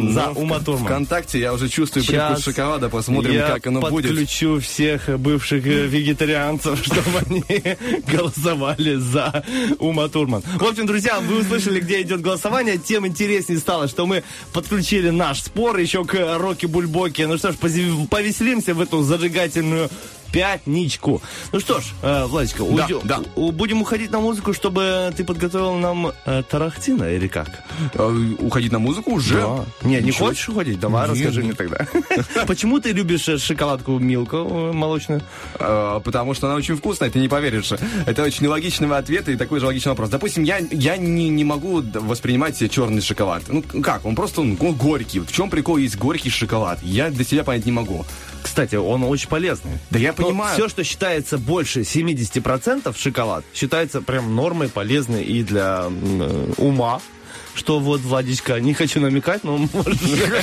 за Ума Турман. ВКонтакте я уже чувствую привкус Сейчас шоколада. Посмотрим, как оно будет. Я подключу всех бывших вегетарианцев, чтобы они голосовали за Ума Турман. В общем, друзья, вы услышали, где идет голосование. Тем интереснее стало, что мы подключили наш спор еще к Роки-Бульбоке. Ну что ж, повеселимся в эту зажигательную пятничку. Ну что ж, Владечка, будем уходить на музыку, чтобы ты подготовил нам Тарахтина или как? Уходить на музыку уже? Да. Не хочешь уходить? Давай, расскажи мне тогда. Почему ты любишь шоколадку Милку молочную? Потому что она очень вкусная, ты не поверишь. Это очень логичный ответ и такой же логичный вопрос. Допустим, я не могу воспринимать черный шоколад. Ну как, он просто горький. В чем прикол есть горький шоколад? Я для себя понять не могу. Кстати, он очень полезный. Да я понимаю. Все, что считается больше 70% шоколад, считается прям нормой, полезной и для ума. Что вот, Владичка, не хочу намекать, но может...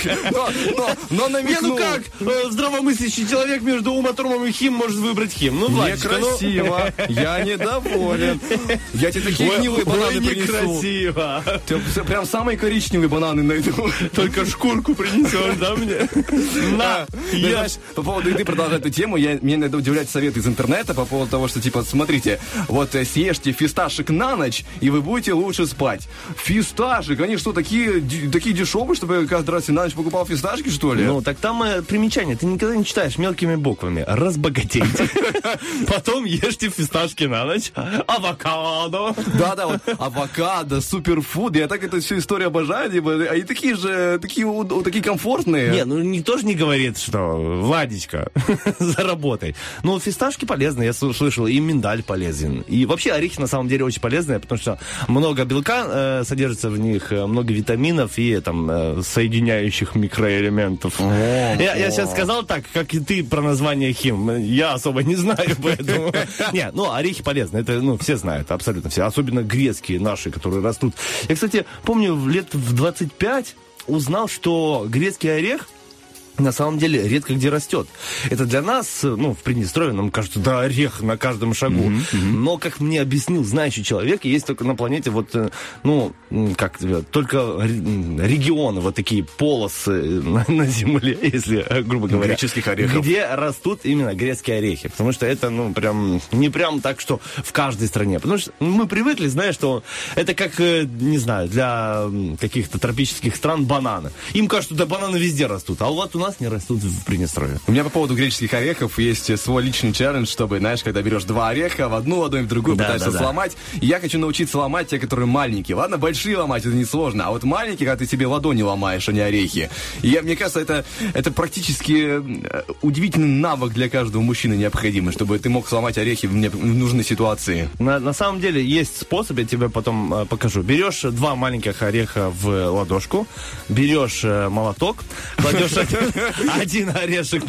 Но намекну. Ну как, здравомыслящий человек между Ума Турманом и Хим может выбрать Хим. Ну, Владичка, некрасиво. Я недоволен. Я тебе такие гнилые бананы принесу. Некрасиво. Прям самые коричневые бананы найду. Только шкурку принесешь, да, мне? На, знаешь, по поводу еды продолжать эту тему, меня иногда удивляют советы из интернета по поводу того, что, типа, смотрите, вот съешьте фисташек на ночь, и вы будете лучше спать. Фисташек, они что, такие дешевые, чтобы я каждый раз на ночь покупал фисташки, что ли? Ну, так там примечание, ты никогда не читаешь мелкими буквами. Разбогатейте. Потом ешьте фисташки на ночь. Авокадо. Да, вот авокадо, суперфуд. Я так эту всю историю обожаю. Они такие комфортные. Не, ну никто же не говорит, что Владичка, заработай. Ну, фисташки полезны, я слышал, и миндаль полезен. И вообще орехи на самом деле очень полезные, потому что много белка содержится в них, много витаминов и там соединяющих микроэлементов. Я сейчас сказал так, как и ты про название Хим. Я особо не знаю, поэтому... Не, ну, орехи полезны, это, все знают, абсолютно все. Особенно грецкие наши, которые растут. Я, кстати, помню, лет в 25 узнал, что грецкий орех на самом деле редко где растет. Это для нас, в Приднестровье, нам кажется, да, орех на каждом шагу. Но, как мне объяснил знающий человек, есть только на планете только регионы, вот такие полосы на Земле, если, грубо говоря, греческих орехов, где растут именно грецкие орехи. Потому что это, прям, не прям так, что в каждой стране. Потому что мы привыкли, знаешь, что это как, не знаю, для каких-то тропических стран бананы. Им кажется, да, бананы везде растут. А вот у нас не растут в Приднестровье. У меня по поводу греческих орехов есть свой личный челлендж, чтобы, знаешь, когда берешь два ореха, в одну ладонь, в другую пытаешься сломать. И я хочу научиться ломать те, которые маленькие. Ладно, большие ломать, это несложно. А вот маленькие, когда ты себе ладони ломаешь, а не орехи. И мне кажется, это практически удивительный навык для каждого мужчины необходимый, чтобы ты мог сломать орехи в нужной ситуации. На самом деле есть способ, я тебе потом покажу. Берешь два маленьких ореха в ладошку, берешь молоток, кладешь один орешек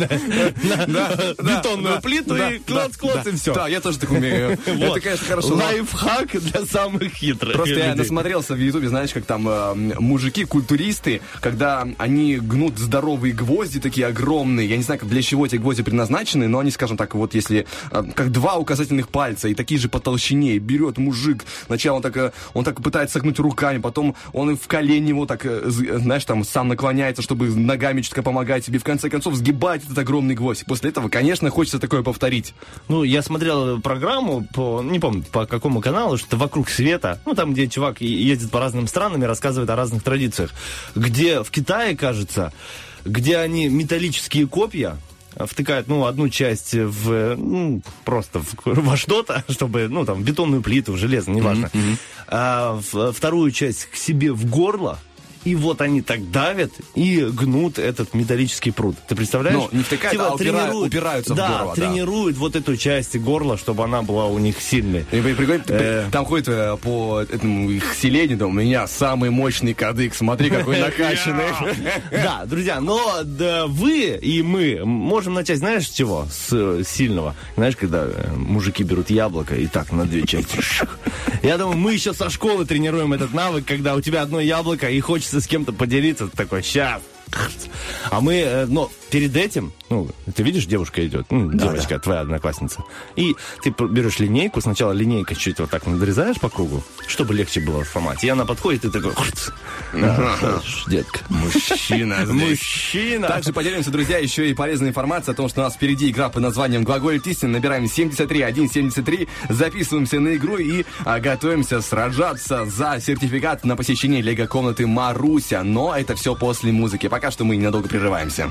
на бетонную плиту и клац, и все. Да, я тоже так умею. Это, конечно, хорошо. Лайфхак для самых хитрых. Просто я насмотрелся в Ютубе, знаешь, как там мужики-культуристы, когда они гнут здоровые гвозди, такие огромные, я не знаю, для чего эти гвозди предназначены, но они, скажем так, вот если как два указательных пальца и такие же по толщине, берет мужик, сначала он так пытается согнуть руками, потом он в колени его так, знаешь, там сам наклоняется, чтобы ногами чутка помогать себе, в конце концов сгибать этот огромный гвоздь. После этого, конечно, хочется такое повторить. Ну, я смотрел программу не помню, по какому каналу, что «Вокруг света», там, где чувак ездит по разным странам и рассказывает о разных традициях, где в Китае, кажется, где они металлические копья втыкают, одну часть просто во что-то, чтобы, в бетонную плиту, в железо, неважно, а вторую часть к себе в горло. И вот они так давят и гнут этот металлический пруд. Ты представляешь? Ну, не втыкают, а упираются в горло. Да, тренируют вот эту часть горла, чтобы она была у них сильной. Там ходит по этому их селению, у меня самый мощный кадык, смотри, какой накачанный. Да, друзья, но вы и мы можем начать, знаешь, с чего? С сильного. Знаешь, когда мужики берут яблоко и так на две части. Я думаю, мы еще со школы тренируем этот навык, когда у тебя одно яблоко и хочется с кем-то поделиться, ты такой, щас. А мы, но перед этим Ну, ты видишь, девушка идет, девочка, твоя одноклассница. И ты берешь линейку, сначала линейкой чуть вот так надрезаешь по кругу, чтобы легче было в формате. И она подходит, и ты такой, детка. Мужчина. Мужчина. Также поделимся, друзья, еще и полезной информацией о том, что у нас впереди игра под названием «Глаголит истина». Набираем 73173, записываемся на игру и готовимся сражаться за сертификат на посещение лего-комнаты Маруся. Но это все после музыки. Пока что мы ненадолго прерываемся.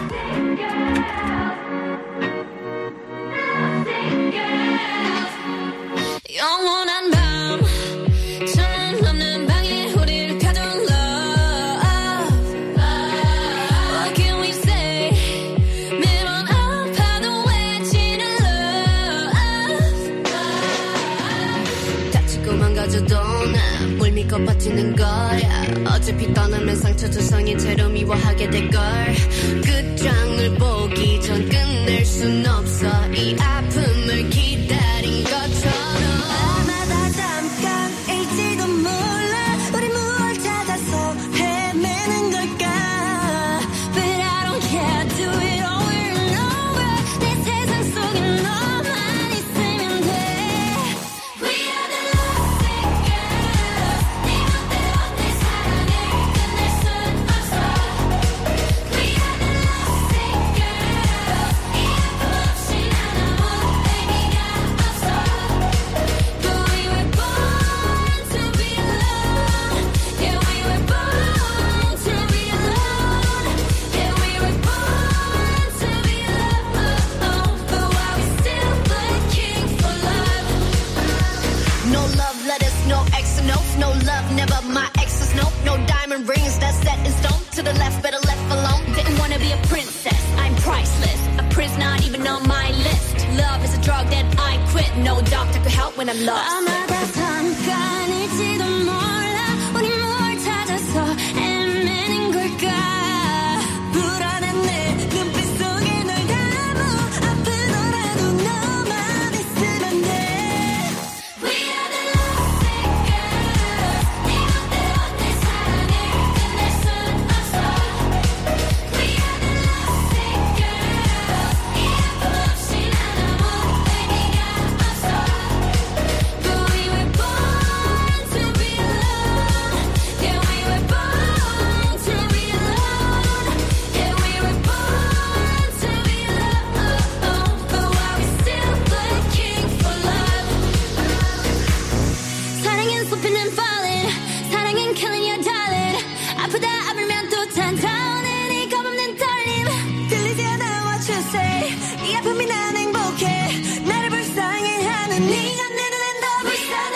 영원한 밤 천년 넘는 방에 우리를 가둔 love What can we say 매번 아파도 외치는 love 다치고 망가져도 난 뭘 믿고 버티는 거야 어차피 떠나면 상처 조성인 채로 미워하게 될걸 끝장을 보기 전 끝낼 순 없어 이 아픔을 기다린 것처럼 To the left, better left alone. Didn't wanna be a princess, I'm priceless. A prince not even on my list. Love is a drug that I quit. No doctor could help when I'm lost. 아마도 잠깐일지도 몰라. 우리 뭘 찾아서 헤매는 걸까? 불안한 내 눈빛 속에 널 담아. 아프더라도 너만 있으면 돼. We are the lovesick girls. 네 맘대로 내 사랑을 끝낼 순 없어. We are the lovesick girls. 이 아픔 없이 난 아무 의미가 없어. But we were born to be alone. Yeah, we were born to be alone. Yeah, we were born to be alone. But while we're still looking for love. 사랑은 쏟히는 falling. 사랑은 killing your darling. 아프다 아물면 또 찾아오는 이 겁없는 떨림. 들리지 않아 what you say. 이 아픔이 난 행복해. 나를 불쌍해하는 네가 내 눈엔 더 불쌍해.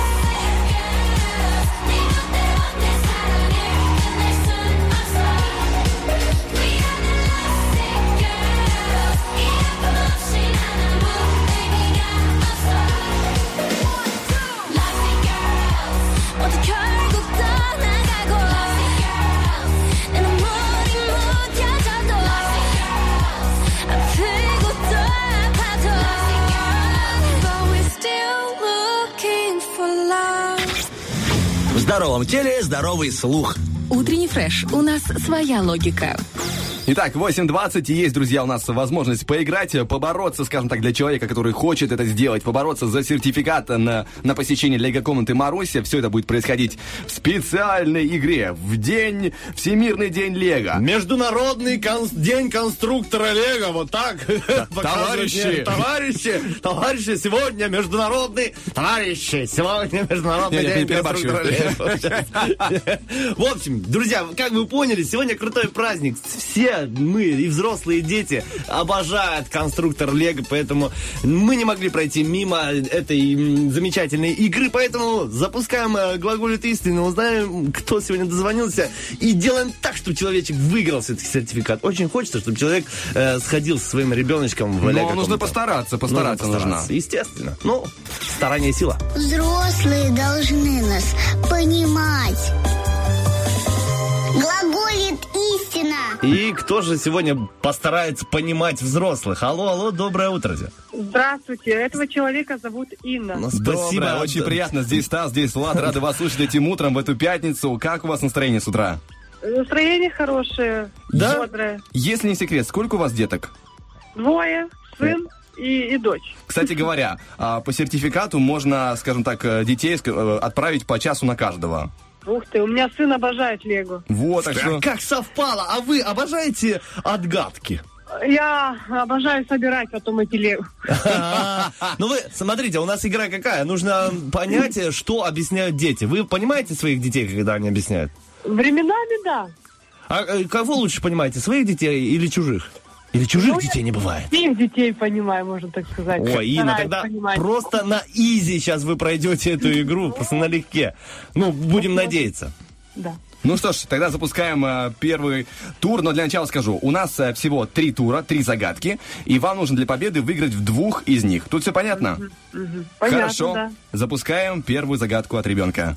네 맘대로 내 사랑을 끝낼 순 없어. We are the lovesick girls. 이 아픔 없이 난 아무 의미가 없어. Lovesick girls. 모두 결국 떠나가고. Lovesick girls. 내 눈물이 묻혀져도. Lovesick girls. 아프고 또 아파도. Lovesick girls. But we're still looking for love. В здоровом теле здоровый слух. Утренний фреш. У нас своя логика. Итак, 8:20, и есть, друзья, у нас возможность поиграть, побороться, скажем так, для человека, который хочет это сделать, побороться за сертификат на посещение лего-комнаты Маруся. Все это будет происходить в специальной игре в день, Всемирный день Лего. Международный день конструктора Лего, вот так. Товарищи, сегодня международный... сегодня международный день конструктора Лего. В общем, друзья, как вы поняли, сегодня крутой праздник. Все мы, и взрослые, и дети, обожают конструктор Лего, поэтому мы не могли пройти мимо этой замечательной игры, поэтому запускаем «Глаголит истины», узнаем, кто сегодня дозвонился, и делаем так, чтобы человечек выиграл все-таки сертификат. Очень хочется, чтобы человек сходил со своим ребеночком в Лего. Но нужно постараться нужно. Естественно. Ну, старание сила. Взрослые должны нас понимать. Глаголит истина. И кто же сегодня постарается понимать взрослых? Алло, доброе утро. Здравствуйте, этого человека зовут Инна. Спасибо. Очень приятно. Здесь Стас, здесь Влад. Рады вас слышать этим утром в эту пятницу. Как у вас настроение с утра? Настроение хорошее, Да? бодрое. Если не секрет, сколько у вас деток? 2, сын и дочь. Кстати говоря, по сертификату можно, скажем так, детей отправить по часу на каждого. Ух ты, у меня сын обожает Лего. Вот, так что... Как совпало! А вы обожаете отгадки? Я обожаю собирать потом эти Лего. Ну вы, смотрите, у нас игра какая? Нужно понять, что объясняют дети. Вы понимаете своих детей, когда они объясняют? Временами, да. А кого лучше понимаете, своих детей или чужих? Или чужих детей не бывает? Всех детей понимаю, можно так сказать. Ой, Инна, Стараюсь тогда понимать. просто на изи сейчас вы пройдете эту игру, просто налегке. Ну, будем надеяться. Да. Ну что ж, тогда запускаем первый тур, но для начала скажу, у нас всего 3 тура, 3 загадки, и вам нужно для победы выиграть в 2 из них. Тут все понятно? Понятно, Хорошо, да. запускаем первую загадку от ребенка.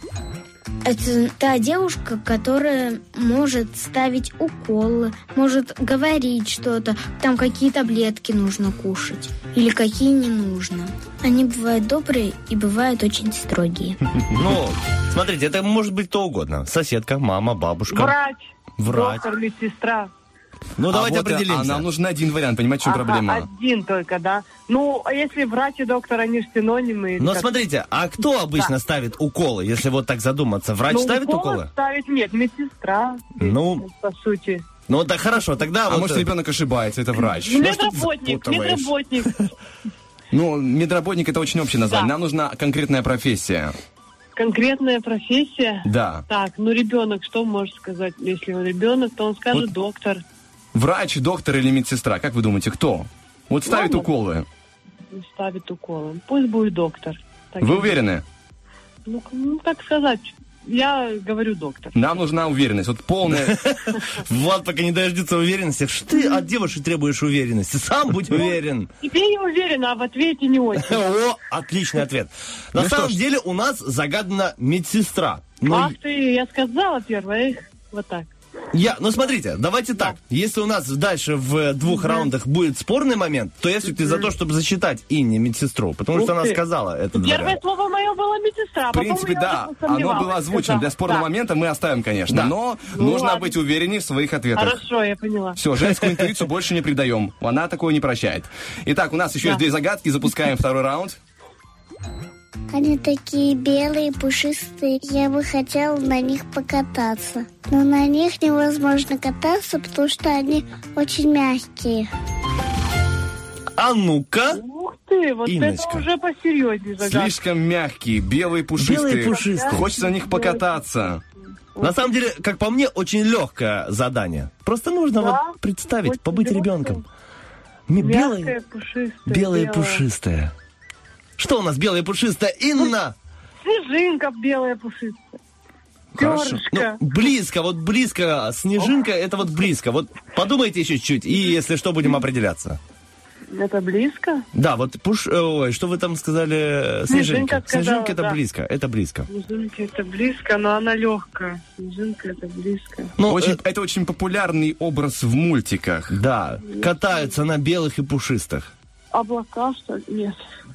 Это та девушка, которая может ставить уколы, может говорить что-то, там какие таблетки нужно кушать или какие не нужно. Они бывают добрые и бывают очень строгие. Ну, смотрите, это может быть кто угодно. Соседка, мама, бабушка. Врач, доктор, медсестра. Ну, давайте вот, определимся. А нам нужен один вариант, понимаете, в чем проблема? Один только, да. Ну, а если врач и доктор, они же синонимы. Но смотрите, а кто обычно ставит уколы, если вот так задуматься? Врач ставит уколы? Ставит, нет, медсестра. Ну, по сути. Ну, да хорошо, тогда А вот... может, ребенок ошибается, это врач. Медработник. Ну, медработник это очень общее название. Да. Нам нужна конкретная профессия. Конкретная профессия? Да. Так, ну ребенок, что может сказать? Если он ребенок, то он скажет доктор. Врач, доктор или медсестра, как вы думаете, кто? Вот ставит Мама. уколы. Ставит уколы. Пусть будет доктор. Так Вы и- уверены? Ну, как сказать? Я говорю доктор. Нам нужна уверенность, вот полная. Влад пока не дождется уверенности. Что ты от девушек требуешь уверенности? Сам будь уверен. Теперь не уверена, а в ответе не очень. О, отличный ответ. На Ну самом что ж. деле у нас загадана медсестра. Ну, Ах ты, я сказала первое, вот так. ну смотрите, давайте так. Если у нас дальше в 2 раундах будет спорный момент, то я все-таки за то, чтобы засчитать Инне медсестру, потому что Ух она ты. сказала это. Первое слово мое было медсестра, а В принципе, потом я да, уже оно посомневалась. было озвучено. Для спорного Да. момента мы оставим, конечно. Да. Но Ну, нужно ладно. быть увереннее в своих ответах. Хорошо, я поняла. Все, женскую интуицию больше не предаем. Она такое не прощает. Итак, у нас еще есть 2 загадки. Запускаем второй раунд. Они такие белые, пушистые. Я бы хотела на них покататься. Но на них невозможно кататься, потому что они очень мягкие. А ну-ка. Ух ты, вот Инночка. это уже посерьезнее загадка. Слишком мягкие, белые, пушистые. Белые, пушистые. Хочется на них покататься. На самом деле, как по мне, очень легкое задание. Просто нужно Да? вот представить, Очень побыть лёгкое. ребенком. Мягкая, Белые, пушистая. белые, белая. пушистые. Что у нас белое пушистое? Инна! Снежинка белая, пушистая. Хорошо. Перышко. Ну, близко, вот близко. Снежинка, это вот близко. Вот подумайте еще чуть-чуть, и если что, будем определяться. Это близко? Да, вот ой, что вы там сказали? Снежинка. Снежинка сказала, Снежинка это да. близко, это близко. Снежинка это близко, но она легкая. Снежинка это близко. Ну, Это очень популярный образ в мультиках. да, катаются на белых и пушистых. Облака, что ли? Нет.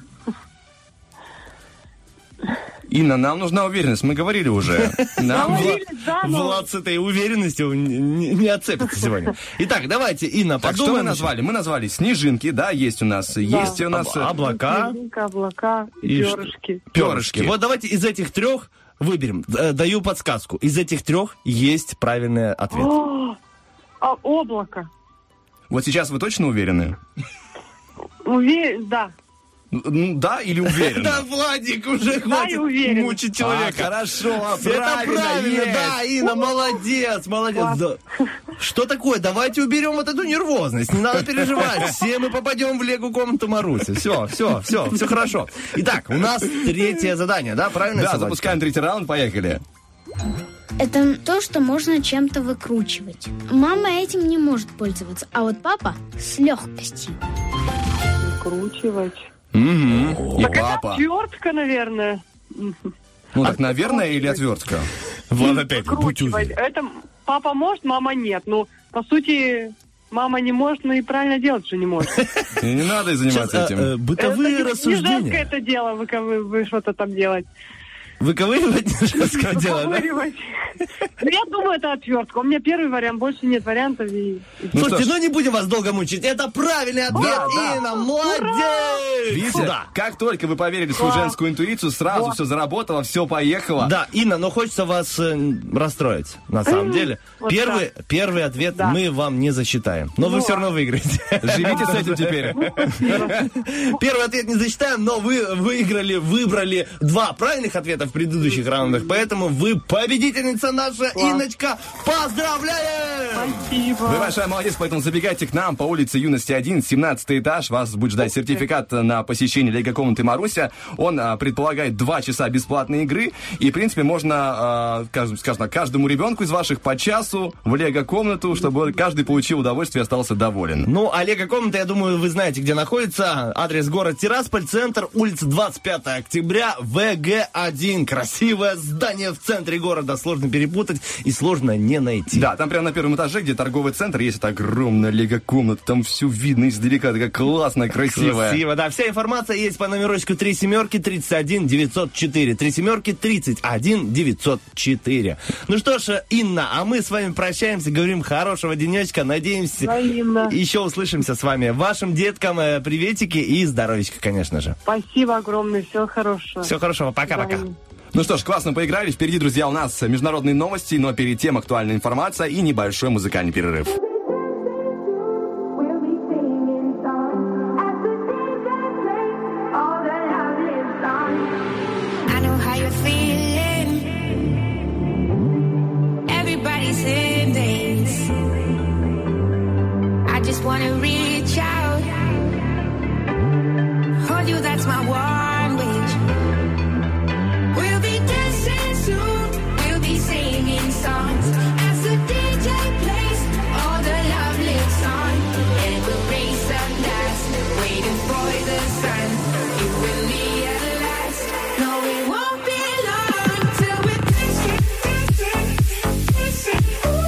Инна, нам нужна уверенность, мы говорили уже. Нам Говорили, да, но- Влад с этой уверенностью не отцепится сегодня. Итак, давайте, Инна, Так, что мы подумаем. назвали? Мы назвали снежинки, да, есть у нас. Есть у нас Облака, Снежинка, облака и И перышки. перышки. Вот давайте из этих 3 выберем. Даю подсказку. Из этих 3 есть правильный ответ. А облако. Вот сейчас вы точно уверены? Да. Да или уверены? Да, Владик, уже Да, хватит и уверен. мучить человека. Хорошо, Это правильно, да, Инна, молодец, молодец. Да. Что такое? Давайте уберем вот эту нервозность. Не надо переживать. Все мы попадем в лего-комнату Маруси. Все хорошо. Итак, у нас 3-е задание, да? Правильно? Да, Собачка? запускаем 3-й раунд, поехали. Это то, что можно чем-то выкручивать. Мама этим не может пользоваться, а вот папа с легкостью. Выкручивать. Угу. И Так папа. это отвертка, наверное. Ну так, наверное, или отвертка? Влад опять, будь Выкручивать. уверен. Это папа может, мама нет. Ну, по сути, мама не может, но и правильно делать, что не может. И не надо заниматься Сейчас, этим. бытовые Это не женское рассуждения. это дело, вы что-то там делать. Выковыривать жесткое дело, да? Выковыривать. Ну, я думаю, это отвертка. У меня первый вариант, больше нет вариантов. Слушайте, ну не будем вас долго мучить. Это правильный ответ, Инна. Молодец! Видите, как только вы поверили в свою женскую интуицию, сразу все заработало, все поехало. Да, Инна, но хочется вас расстроить, на самом деле. Вот Первый ответ мы вам не засчитаем. Но вы все равно выиграете. Живите с этим теперь. Первый ответ не засчитаем, но вы выбрали 2 правильных ответа в предыдущих раундах, поэтому вы победительница наша, Инночка. Поздравляем! Спасибо. Вы большая молодец, поэтому забегайте к нам по улице Юности 1, 17 этаж. Вас будет ждать сертификат на посещение лего-комнаты Маруся. Он предполагает 2 часа бесплатной игры. И, в принципе, можно, скажем так, каждому ребенку из ваших по часу в лего-комнату, чтобы каждый получил удовольствие и остался доволен. Ну, а лего-комната, я думаю, вы знаете, где находится. Адрес город Тирасполь, центр, улица 25 октября, ВГ1. Красивое здание в центре города. Сложно перепутать и сложно не найти. Да, там прямо на первом этаже, где торговый центр, есть эта огромная лего-комната. Там все видно издалека, такая классная, красивая. Красиво, да. Вся информация есть по номерочку 3 семерки 31 904. 3 семерки 31 904. Ну что ж, Инна, а мы с вами прощаемся, говорим хорошего денечка. Надеемся, еще услышимся с вами. Вашим деткам приветики и здоровечка, конечно же. Спасибо огромное, всего хорошего. Всего хорошего, пока-пока. Ну что ж, классно поиграли. Впереди, друзья, у нас международные новости, но перед тем актуальная информация и небольшой музыкальный перерыв. Wanna reach out, hold you, that's my one wish. We'll be dancing soon, we'll be singing songs as the DJ plays all the lovely songs. And we'll race up last, waiting for the sun. You and me at last, no it won't be long till we're dancing, dancing, dancing.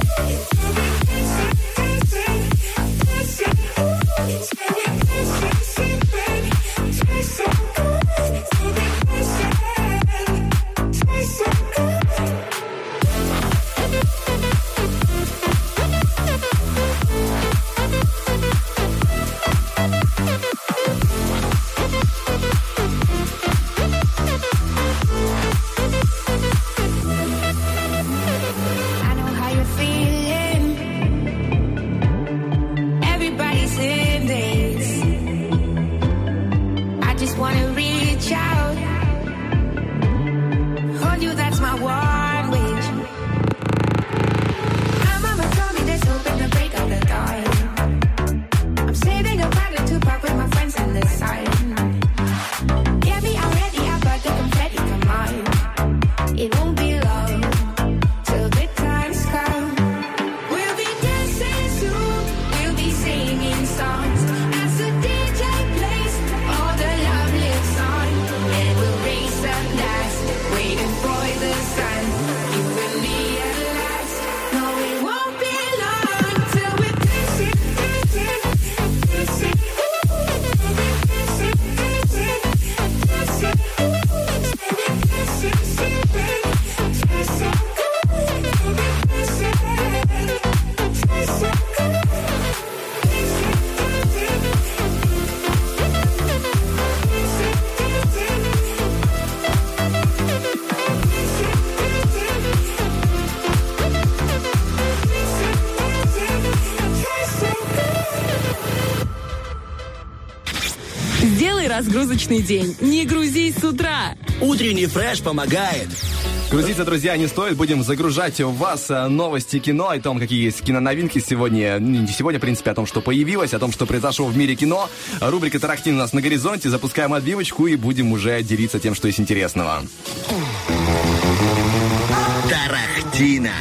Разгрузочный день. Не грузись с утра. Утренний фреш помогает. Грузиться, друзья, не стоит. Будем загружать у вас новости кино, о том, какие есть киноновинки сегодня. Не сегодня, в принципе, о том, что появилось, о том, что произошло в мире кино. Рубрика «Тарахтин» у нас на горизонте. Запускаем отбивочку и будем уже делиться тем, что есть интересного. Тарахтина.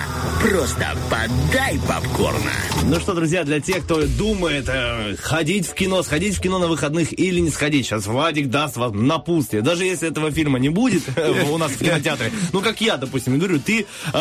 Просто подай попкорна. Ну что, друзья, для тех, кто думает, сходить в кино на выходных или не сходить, сейчас Владик даст вам напутствие. Даже если этого фильма не будет у нас в кинотеатре, ну, как я, допустим, говорю, ты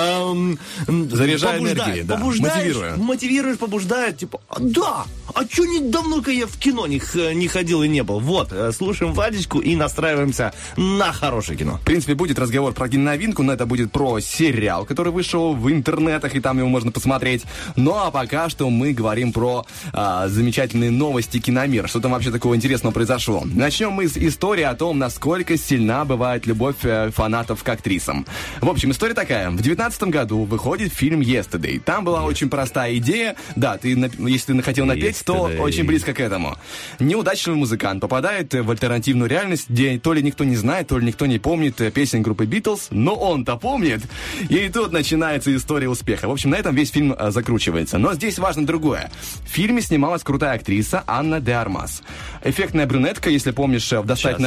заряжай энергией, да, мотивируешь, побуждаешь, типа, да, а чё давно-ка я в кино не ходил и не был. Вот, слушаем Владичку и настраиваемся на хорошее кино. В принципе, будет разговор про киноновинку, но это будет про сериал, который вышел в интернетах, и там его можно посмотреть. Ну, а пока что мы говорим про замечательные новости киномира. Что там вообще такого интересного произошло? Начнем мы с истории о том, насколько сильна бывает любовь фанатов к актрисам. В общем, история такая. В 2019 году выходит фильм «Yesterday». Там была очень простая идея. Да, если ты хотел напеть, то очень близко к этому. Неудачливый музыкант попадает в альтернативную реальность, где то ли никто не знает, то ли никто не помнит песен группы «Битлз», но он-то помнит. И тут начинается история успеха. В общем, на этом весь фильм закручивается. Но здесь важно другое. В фильме снималась крутая актриса Анна де Армас. Эффектная брюнетка, если помнишь, в «Достать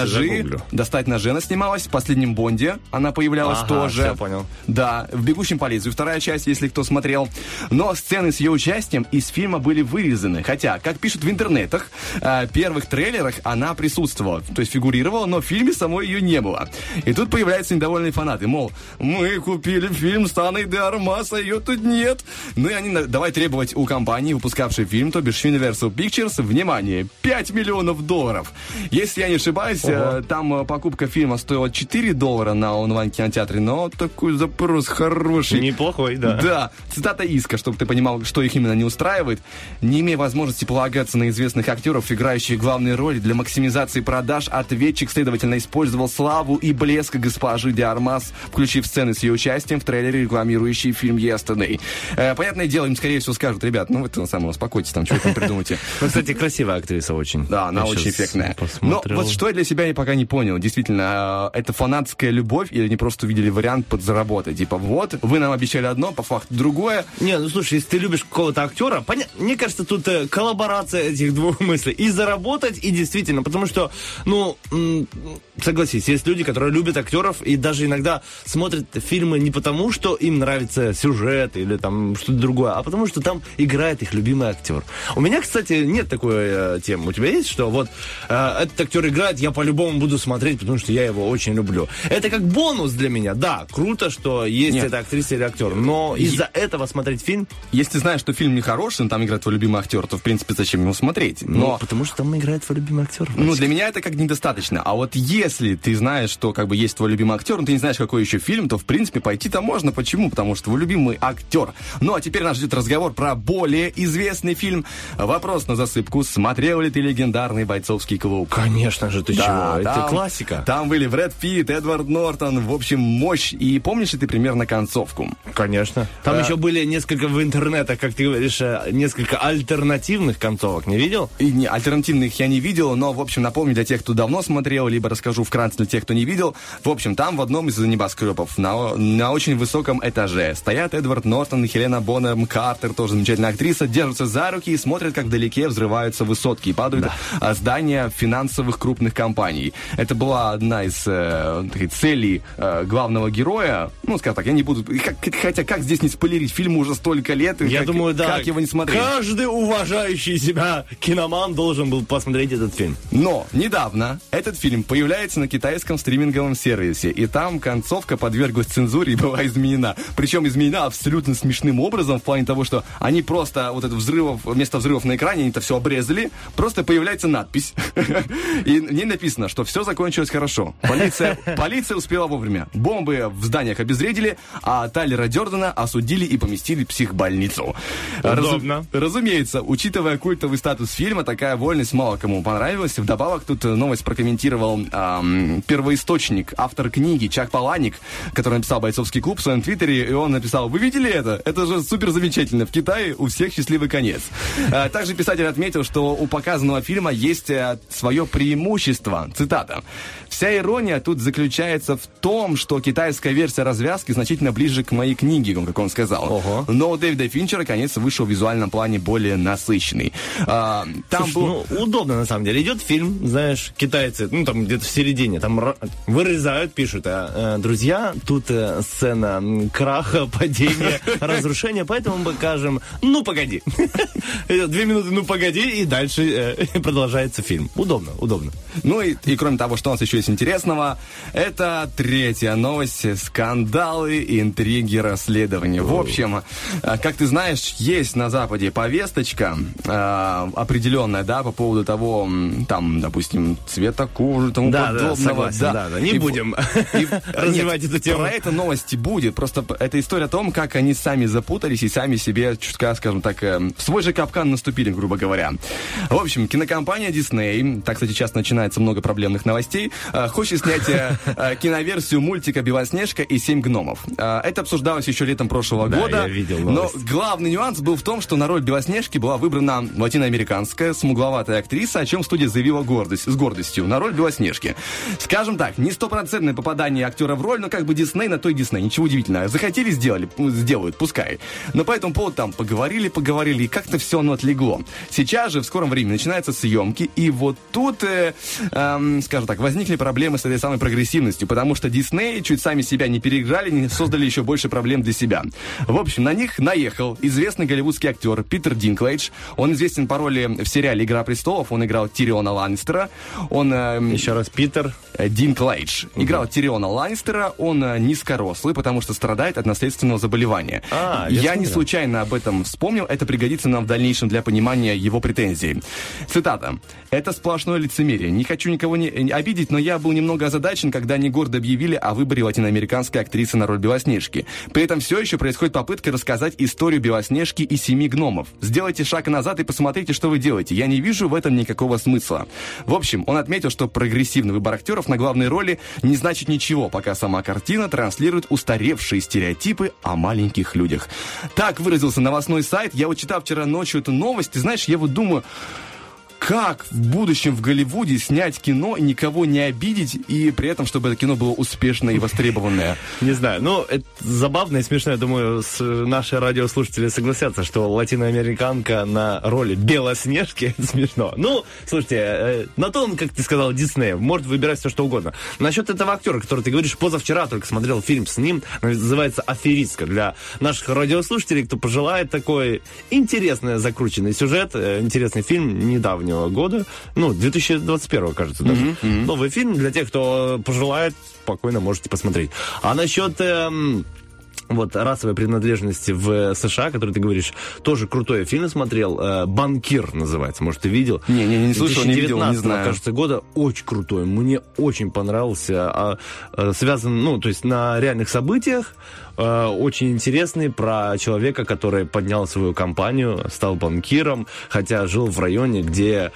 ножи» она снималась. В «Последнем Бонде» она появлялась тоже. Все понял. Да, в «Бегущем по лезвию» вторая часть, если кто смотрел. Но сцены с ее участием из фильма были вырезаны. Хотя, как пишут в интернетах, в первых трейлерах она присутствовала, то есть фигурировала, но в фильме самой ее не было. И тут появляются недовольные фанаты, мол, мы купили фильм с Анной де Армас, а ее тут нет. Ну и они давай требовать у компании, выпускавшей фильм, то бишь Universal Pictures, внимание, $5 миллионов. Если я не ошибаюсь, там покупка фильма стоила $4 на онлайн-кинотеатре, но такой запрос хороший. Неплохой, да. Да. Цитата иска, чтобы ты понимал, что их именно не устраивает. Не имея возможности полагаться на известных актеров, играющих главные роли для максимизации продаж, ответчик, следовательно, использовал славу и блеск госпожи де Армас, включив сцены с ее участием в трейлере, рекламирующий фильм «Yesterday». Понятное дело, им, скорее всего, скажут, ребят, ну вы самое успокойтесь, там, что вы там придумаете. Ну, кстати, красивая актриса очень. Да, она очень эффектная. Но вот что я для себя пока не понял. Действительно, это фанатская любовь или они просто увидели вариант подзаработать? Типа, вот, вы нам обещали одно, по факту другое. Не, ну слушай, если ты любишь какого-то актера, мне кажется, тут коллаборация этих двух мыслей. И заработать, и действительно, потому что, ну, согласись, есть люди, которые любят актеров и даже иногда смотрят фильмы не потому, что им нравится сюжет или там что-то другое, а потому что там играет их любимый актер. У меня, кстати, нет такой темы. У тебя есть, что вот этот актер играет, я по-любому буду смотреть, потому что я его очень люблю. Это как бонус для меня. Да, круто, что есть эта актриса или актер, но из-за этого смотреть фильм... Если знаешь, что фильм нехороший, но там играет твой любимый актер, то, в принципе, зачем его смотреть? Но... потому что там играет твой любимый актер. Ну, для меня это как недостаточно. А вот если ты знаешь, что как бы есть твой любимый актер, но ты не знаешь, какой еще фильм, то, в принципе, пойти-то можно. Почему? Потому что твой любимый актер. Ну, а теперь нас ждет разговор про более известный фильм. Вопрос на засыпку. Смотрел ли ты легендарный «Бойцовский клуб»? Конечно же, ты чего? Это классика. Там были Брэд Питт, Эдвард Нортон. В общем, мощь. И помнишь ли ты примерно концовку? Конечно. Там еще были несколько в интернетах, как ты говоришь, несколько альтернативных концовок. Не видел? И альтернативных я не видел, но, в общем, напомню для тех, кто давно смотрел, либо расскажу вкратце для тех, кто не видел. В общем, там в одном из небоскребов на очень высоком этаже стоят Эдвард Нортон и Хелена Бонем Картер, тоже замечательная актриса, держатся за руки и смотрят, как вдалеке взрываются высотки и падают здания финансовых крупных компаний. Это была одна из целей главного героя. Ну, скажем так, я не буду... Хотя как здесь не спойлерить? Фильму уже столько лет, я думаю, да. Как его не смотреть? Каждый уважающий себя киноман должен был посмотреть этот фильм. Но недавно этот фильм появляется на китайском стриминговом сервисе, и там концовка подверглась цензуре и была изменена. Причем изменена абсолютно смешным образом, в плане того, что они просто вот это вместо взрывов на экране, они это все обрезали, просто появляется надпись. И в ней написано, что все закончилось хорошо. Полиция успела вовремя. Бомбы в зданиях обезвредили, а Тайлера Дёрдена осудили и поместили в психбольницу. Удобно. Разумеется, учитывая культовый статус фильма, такая вольность мало кому понравилась. Вдобавок тут новость прокомментировал первоисточник, автор книги Чак Паланик, который написал «Бойцовский клуб» в своем твиттере, и он написал: вы видели это? Это же супер замечательно. В Китае у всех счастливый конец. Также писатель отметил, что у показанного фильма есть свое преимущество. Цитата. «Вся ирония тут заключается в том, что китайская версия развязки значительно ближе к моей книге», как он сказал. Ого. Но у Дэвида Финчера, конец вышел в визуальном плане более насыщенный. Слушай, удобно на самом деле. Идет фильм, знаешь, китайцы, там где-то в середине, там вырезают, пишут: друзья, тут сцена краха, падения падение, разрушение, поэтому мы покажем «Ну, погоди». 2 минуты «Ну, погоди», и дальше продолжается фильм. Удобно. Ну и кроме того, что у нас еще есть интересного, это 3-я новость: скандалы, интриги, расследования. В общем, как ты знаешь, есть на Западе повесточка определенная, да, по поводу того, там, допустим, цвета кожи, тому подобного. Согласен, да. Не будем развивать эту тему. Про это новости будет. Просто это история о том, как они сами запутались и сами себе, чутка, скажем так, в свой же капкан наступили, грубо говоря. В общем, кинокомпания Disney, так, кстати, часто начинается много проблемных новостей, хочет снять киноверсию мультика «Белоснежка и 7 гномов». Это обсуждалось еще летом прошлого года. Я видел но главный нюанс был в том, что на роль Белоснежки была выбрана латиноамериканская смугловатая актриса, о чем студия заявила с гордостью. На роль Белоснежки. Скажем так, не стопроцентное попадание актера в роль, но как бы Дисней на то и Дисней. Ничего удивительного. Захотели, сделают, пускай. Но по этому поводу там поговорили, и как-то все оно отлегло. Сейчас же в скором времени начинаются съемки, и вот тут, скажем так, возникли проблемы с этой самой прогрессивностью, потому что Дисней чуть сами себя не переиграли, не создали еще больше проблем для себя. В общем, на них наехал известный голливудский актер Питер Динклэйдж. Он известен по роли в сериале «Игра престолов». Он играл Тириона Ланнистера. Еще раз, Питер Динклэйдж. Играл Тириона Ланнистера. Он низкорослый, потому что страдает от наследственного заболевания. Я не случайно об этом вспомнил. Это пригодится нам в дальнейшем для понимания его претензий. Цитата. «Это сплошное лицемерие. Не хочу никого не обидеть, но я был немного озадачен, когда они гордо объявили о выборе латиноамериканской актрисы на роль Белоснежки. При этом все еще происходит попытка рассказать историю Белоснежки и 7 гномов. Сделайте шаг назад и посмотрите, что вы делаете. Я не вижу в этом никакого смысла». В общем, он отметил, что прогрессивный выбор актеров на главные роли не значит ничего, пока сама картина транслирует устаревшие стереотипы о маленьких людях. Так выразился новостной сайт. Я вот читал вчера ночью эту новость, и знаешь, я вот думаю... Как в будущем в Голливуде снять кино и никого не обидеть, и при этом, чтобы это кино было успешное и востребованное? Не знаю, ну, это забавно и смешно. Я думаю, наши радиослушатели согласятся, что латиноамериканка на роли Белоснежки, это смешно. Ну, слушайте, на то он, как ты сказал, Дисней, может выбирать все, что угодно. Насчет этого актера, который ты говоришь, позавчера только смотрел фильм с ним, называется «Аферистка». Для наших радиослушателей, кто пожелает такой интересный, закрученный сюжет, интересный фильм недавнего года, 2021, кажется, даже. Новый фильм для тех, кто пожелает, спокойно можете посмотреть. А насчет расовой принадлежности в США, который ты говоришь, тоже крутой фильм смотрел. «Банкир» называется, может, ты видел? Не слышал, не видел, не знаю. Кажется, года, очень крутой. Мне очень понравился. Связан, то есть на реальных событиях. Очень интересный, про человека, который поднял свою компанию, стал банкиром, хотя жил в районе, где,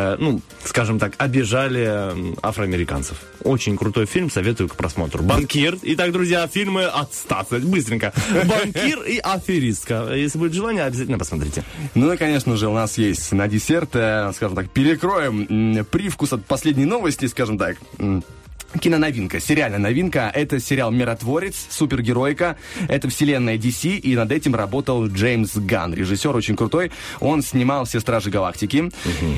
скажем так, обижали афроамериканцев. Очень крутой фильм, советую к просмотру. «Банкир». Итак, друзья, фильмы от Стаса. Быстренько. «Банкир» и «Аферистка». Если будет желание, обязательно посмотрите. Ну и, конечно же, у нас есть на десерт, скажем так, перекроем привкус от последней новости, скажем так. Киноновинка, сериальная новинка. Это сериал «Миротворец», супергеройка. Это вселенная DC, и над этим работал Джеймс Ганн, режиссер очень крутой. Он снимал «Все стражи галактики».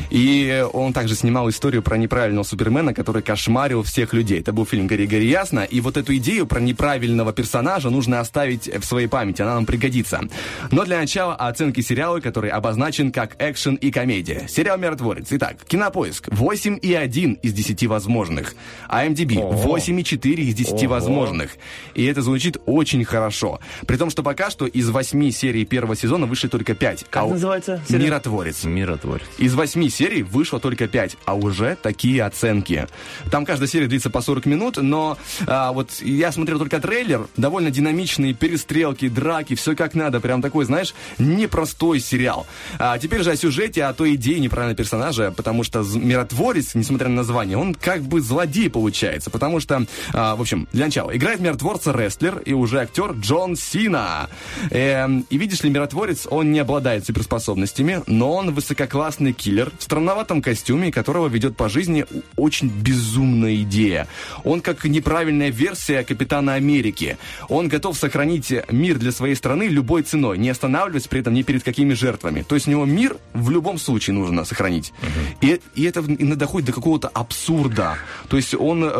И он также снимал историю про неправильного Супермена, который кошмарил всех людей. Это был фильм «Гори-гори ясно». И вот эту идею про неправильного персонажа нужно оставить в своей памяти. Она нам пригодится. Но для начала оценки сериала, который обозначен как экшен и комедия. Сериал «Миротворец». Итак, Кинопоиск 8,1 из 10 возможных. IMDb 8,4 из 10 возможных. И это звучит очень хорошо. При том, что пока что из 8 серий первого сезона вышли только 5. Как называется? «Миротворец». «Миротворец». Из 8 серий вышло только 5, а уже такие оценки. Там каждая серия длится по 40 минут, но вот я смотрел только трейлер, довольно динамичные перестрелки, драки, все как надо, прям такой, знаешь, непростой сериал. Теперь же о сюжете, о той идее неправильного персонажа, потому что «Миротворец», несмотря на название, он как бы злодей получается. Потому что, в общем, для начала, играет миротворца рестлер и уже актер Джон Сина. И видишь ли, миротворец, он не обладает суперспособностями, но он высококлассный киллер в странноватом костюме, которого ведет по жизни очень безумная идея. Он как неправильная версия Капитана Америки. Он готов сохранить мир для своей страны любой ценой, не останавливаясь при этом ни перед какими жертвами. То есть у него мир в любом случае нужно сохранить. И это иногда доходит до какого-то абсурда. То есть он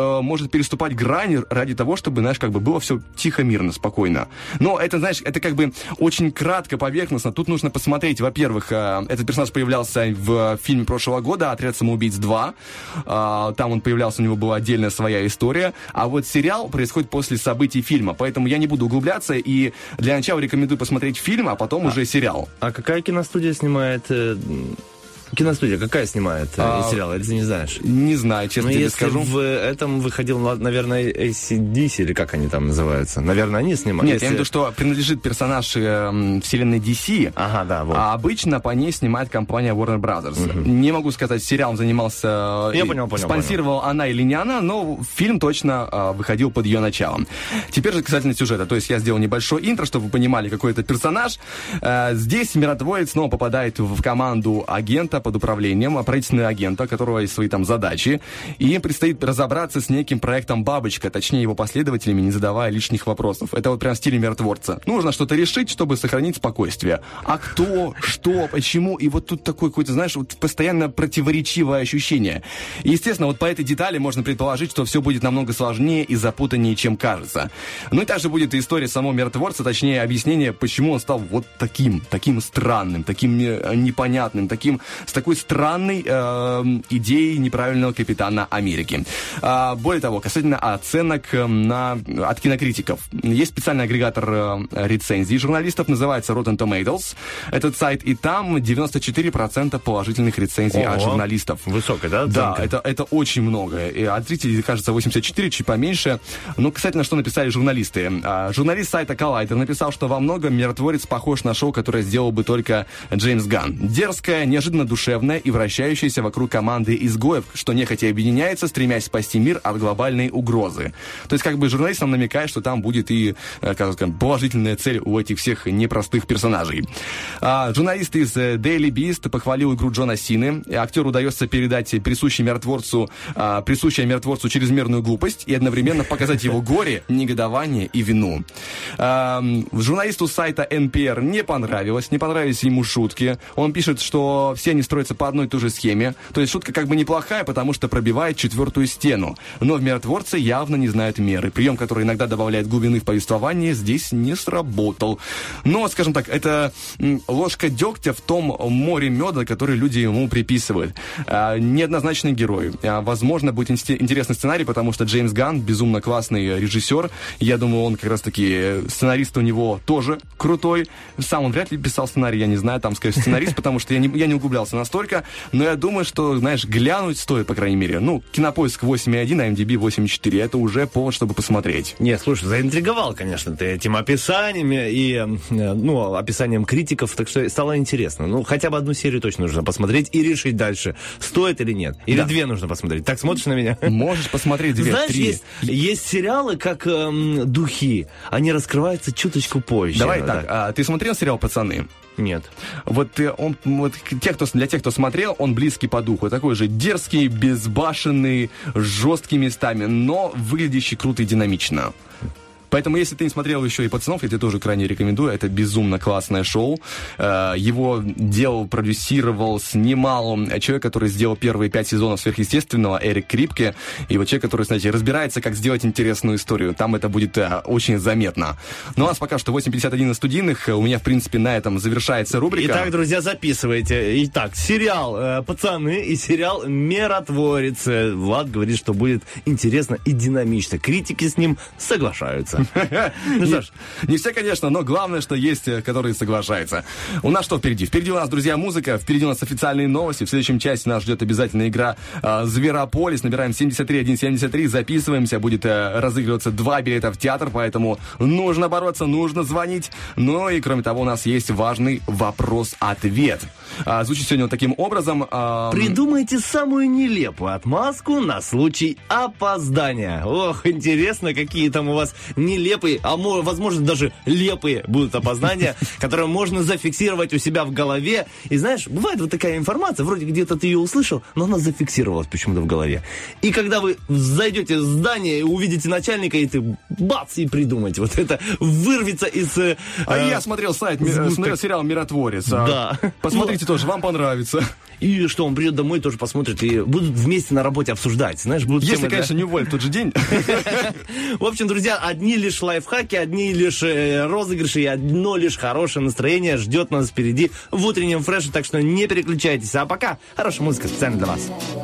может переступать грани ради того, чтобы, знаешь, как бы было все тихо, мирно, спокойно. Но это, знаешь, это как бы очень кратко, поверхностно. Тут нужно посмотреть, во-первых, этот персонаж появлялся в фильме прошлого года «Отряд самоубийц 2». Там он появлялся, у него была отдельная своя история. А вот сериал происходит после событий фильма, поэтому я не буду углубляться, и для начала рекомендую посмотреть фильм, а потом уже сериал. А какая киностудия снимает... Киностудия какая снимает сериал, или ты не знаешь? Не знаю, честно тебе скажу. В этом выходил, наверное, AC/DC, или как они там называются? Наверное, они снимают. Нет, я имею в виду, что принадлежит персонаж вселенной DC, ага, да, вот. А обычно по ней снимает компания Warner Brothers. Не могу сказать, сериалом занимался, спонсировал она или не она, но фильм точно выходил под ее началом. Теперь же касательно сюжета. То есть я сделал небольшой интро, чтобы вы понимали, какой это персонаж. Здесь миротворец снова попадает в команду агента под управлением правительственного агента, у которого есть свои там задачи, и им предстоит разобраться с неким проектом «Бабочка», точнее его последователями, не задавая лишних вопросов. Это вот прям в стиле миротворца. Нужно что-то решить, чтобы сохранить спокойствие. А кто, что, почему? И вот тут такое какое-то, знаешь, вот постоянно противоречивое ощущение. И, естественно, вот по этой детали можно предположить, что все будет намного сложнее и запутаннее, чем кажется. Ну и также будет и история самого миротворца, точнее объяснение, почему он стал вот таким странным, таким непонятным, с такой странной идеей неправильного капитана Америки. Более того, касательно оценок от кинокритиков. Есть специальный агрегатор рецензий журналистов, называется Rotten Tomatoes, этот сайт, и там 94% положительных рецензий от журналистов. Высокая, да? Оценка? Да, это очень много. И от зрителей, кажется, 84, чуть поменьше. Но касательно, что написали журналисты. Журналист сайта Collider написал, что во многом миротворец похож на шоу, которое сделал бы только Джеймс Ганн. Дерзкая, неожиданно душевная и вращающаяся вокруг команды изгоев, что нехотя объединяется, стремясь спасти мир от глобальной угрозы. То есть, как бы журналист нам намекает, что там будет и, как сказать, положительная цель у этих всех непростых персонажей. Журналист из Daily Beast похвалил игру Джона Сины. Актеру удается передать присущую миротворцу чрезмерную глупость и одновременно показать его горе, негодование и вину. Журналисту сайта NPR не понравились ему шутки. Он пишет, что все они строятся по одной и той же схеме. То есть шутка как бы неплохая, потому что пробивает четвертую стену. Но в «Миротворце» явно не знают меры. Прием, который иногда добавляет глубины в повествование, здесь не сработал. Но, скажем так, это ложка дегтя в том море меда, который люди ему приписывают. Неоднозначный герой. Возможно, будет интересный сценарий, потому что Джеймс Ганн безумно классный режиссер. Я думаю, он как раз-таки сценарист у него тоже крутой. Сам он вряд ли писал сценарий, я не знаю, там, скорее сценарист, потому что я не углублялся настолько, но я думаю, что, знаешь, глянуть стоит, по крайней мере. Ну, Кинопоиск 8.1, а IMDb 8.4. Это уже повод, чтобы посмотреть. Нет, слушай, заинтриговал, конечно, ты этим описаниями и, описанием критиков, так что стало интересно. Ну, хотя бы одну серию точно нужно посмотреть и решить дальше, стоит или нет. Или две нужно посмотреть. Так смотришь на меня? Можешь посмотреть две, знаешь, три. Есть сериалы, как «Духи». Они раскрываются чуточку позже. Давай так, ты смотрел сериал «Пацаны»? Нет. Для тех, кто смотрел, он близкий по духу. Такой же дерзкий, безбашенный, жесткий местами, но выглядящий круто и динамично. Поэтому, если ты не смотрел еще и «Пацанов», я тебе тоже крайне рекомендую. Это безумно классное шоу. Его делал, продюсировал, снимал человек, который сделал первые 5 сезонов «Сверхъестественного», Эрик Крипке. И вот человек, который, знаете, разбирается, как сделать интересную историю. Там это будет очень заметно. Но у нас пока что 8.51 на студийных. У меня, в принципе, на этом завершается рубрика. Итак, друзья, записывайте. Итак, сериал «Пацаны» и сериал «Миротворец». Влад говорит, что будет интересно и динамично. Критики с ним соглашаются. Не все, конечно, но главное, что есть, которые соглашаются. У нас что впереди? Впереди у нас, друзья, музыка, впереди у нас официальные новости. В следующем части нас ждет обязательно игра «Зверополис». Набираем 73173, записываемся. Будет разыгрываться 2 билета в театр, поэтому нужно бороться, нужно звонить. Ну и, кроме того, у нас есть важный вопрос-ответ. Звучит сегодня вот таким образом. Придумайте самую нелепую отмазку на случай опоздания. Ох, интересно, какие там у вас нелепые, а возможно даже лепые будут опоздания, которые можно зафиксировать у себя в голове. И знаешь, бывает вот такая информация, вроде где-то ты ее услышал, но она зафиксировалась почему-то в голове. И когда вы зайдете в здание и увидите начальника, и ты бац, и придумаете. Вот это вырвется из... я смотрел сериал «Миротворец». Да. Посмотрите тоже, вам понравится. И что, он придет домой, тоже посмотрит, и будут вместе на работе обсуждать. Знаешь, будут Если, темы, да? конечно, не уволят в тот же день. В общем, друзья, одни лишь лайфхаки, одни лишь розыгрыши и одно лишь хорошее настроение ждет нас впереди в утреннем фреше, так что не переключайтесь. А пока хорошая музыка специально для вас.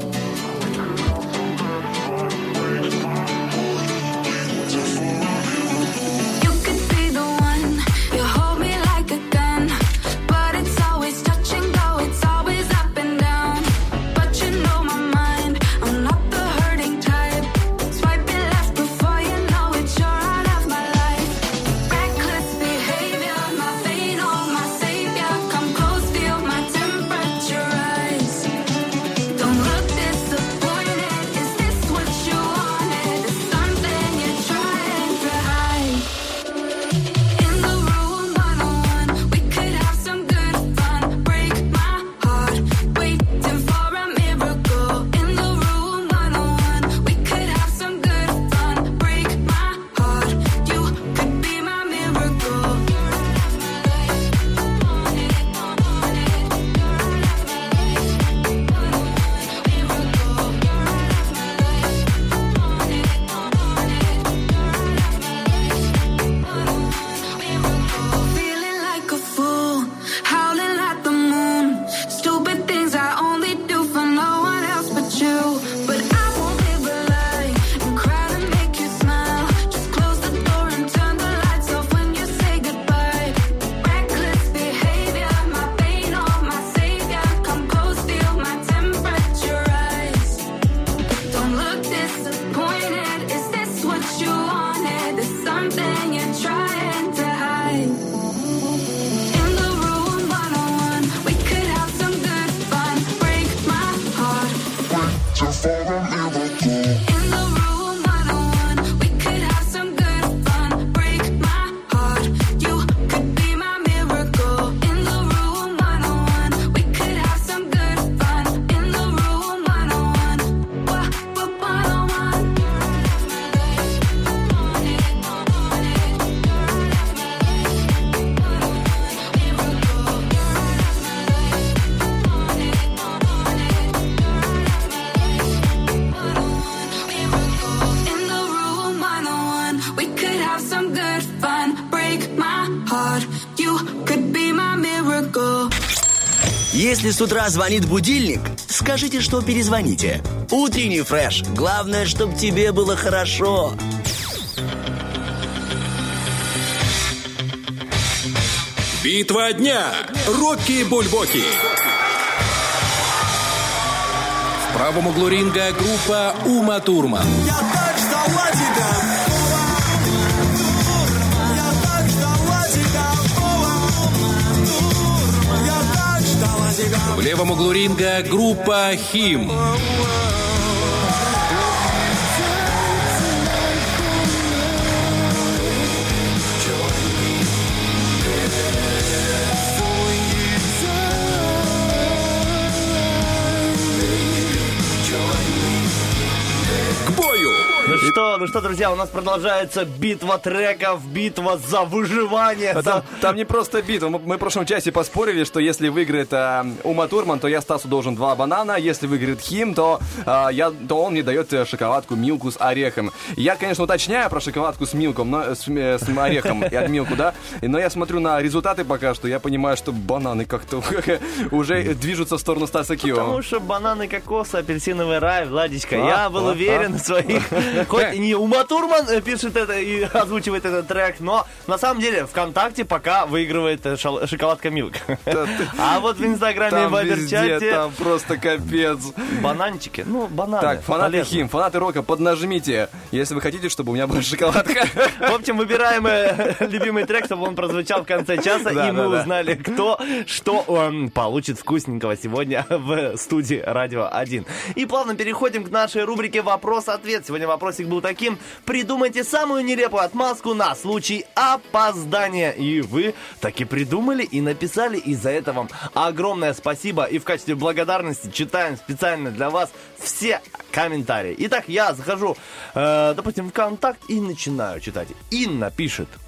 Если с утра звонит будильник, скажите, что перезвоните. Утренний фреш. Главное, чтобы тебе было хорошо. Битва дня. Рокки Бульбоки. В правом углу ринга группа Ума Турман. Я так ждала тебя. Я так ждала тебя. Я так ждала тебя. В левом углу ринга группа Хим. Ну что, друзья, у нас продолжается битва треков, битва за выживание. Там не просто битва. Мы в прошлом часе поспорили, что если выиграет Ума Турман, то я Стасу должен 2 банана. Если выиграет Хим, то он мне дает шоколадку Милку с орехом. Я, конечно, уточняю про шоколадку с Милком, с орехом и от Милку, да. Но я смотрю на результаты пока что, я понимаю, что бананы как-то уже движутся в сторону Стаса Кио. Потому что бананы, кокосы, апельсиновый рай, Владичка. Я был уверен в своих... Хоть не Ума Турман пишет это и озвучивает этот трек, но на самом деле ВКонтакте пока выигрывает шоколадка Милк. А вот в Инстаграме и Вайбер-чате... Там просто капец. Бананчики, бананы. Так, фанаты Хим, фанаты рока, поднажмите, если вы хотите, чтобы у меня была шоколадка. В общем, выбираем любимый трек, чтобы он прозвучал в конце часа, и мы узнали, кто что получит вкусненького сегодня в студии Радио 1. И плавно переходим к нашей рубрике «Вопрос-ответ». Сегодня вопросик был таким: придумайте самую нелепую отмазку на случай опоздания. И вы таки придумали и написали, и за это вам огромное спасибо. И в качестве благодарности читаем специально для вас все комментарии. Итак, я захожу, допустим, в ВКонтакт и начинаю читать. Инна пишет: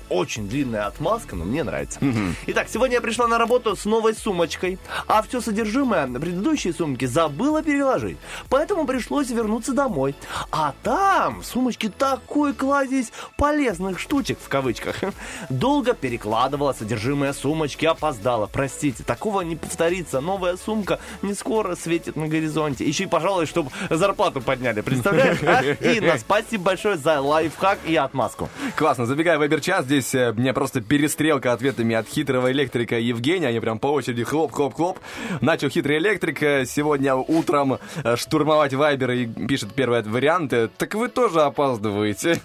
очень длинная отмазка, но мне нравится. Итак, сегодня я пришла на работу с новой сумочкой, а все содержимое предыдущей сумки забыла переложить. Поэтому пришлось вернуться домой. А там в сумочке такой кладезь полезных штучек, в кавычках. Долго перекладывала содержимое сумочки, опоздала. Простите, такого не повторится. Новая сумка не скоро светит на горизонте. Еще и, пожалуй, чтобы зарплату подняли. Представляешь? А? Инна, спасибо большое за лайфхак и отмазку. Классно. Забегая в Вайбер-чат, здесь мне просто перестрелка ответами от хитрого электрика Евгения. Они прям по очереди хлоп-хлоп-хлоп. Начал хитрый электрик сегодня утром штурмовать Вайбер и пишет первый вариант. Так вы тоже опаздываете.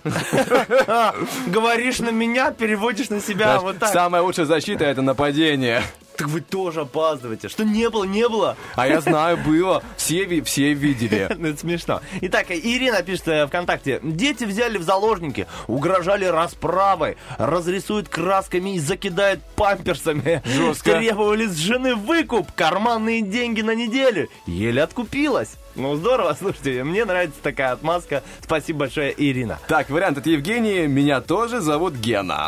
Говоришь на меня, переводишь на себя. Вот так. Самая лучшая защита — это нападение. Так вы тоже опаздываете. Что не было, не было. А я знаю, было. Все видели. Это смешно. Итак, Ирина пишет ВКонтакте. Дети взяли в заложники, угрожали расправой, разрисуют красками и закидают памперсами. Жестко. Требовали с жены выкуп, карманные деньги на неделю. Еле откупилась. Ну, здорово, слушайте, мне нравится такая отмазка. Спасибо большое, Ирина. Так, вариант от Евгении. Меня тоже зовут Гена.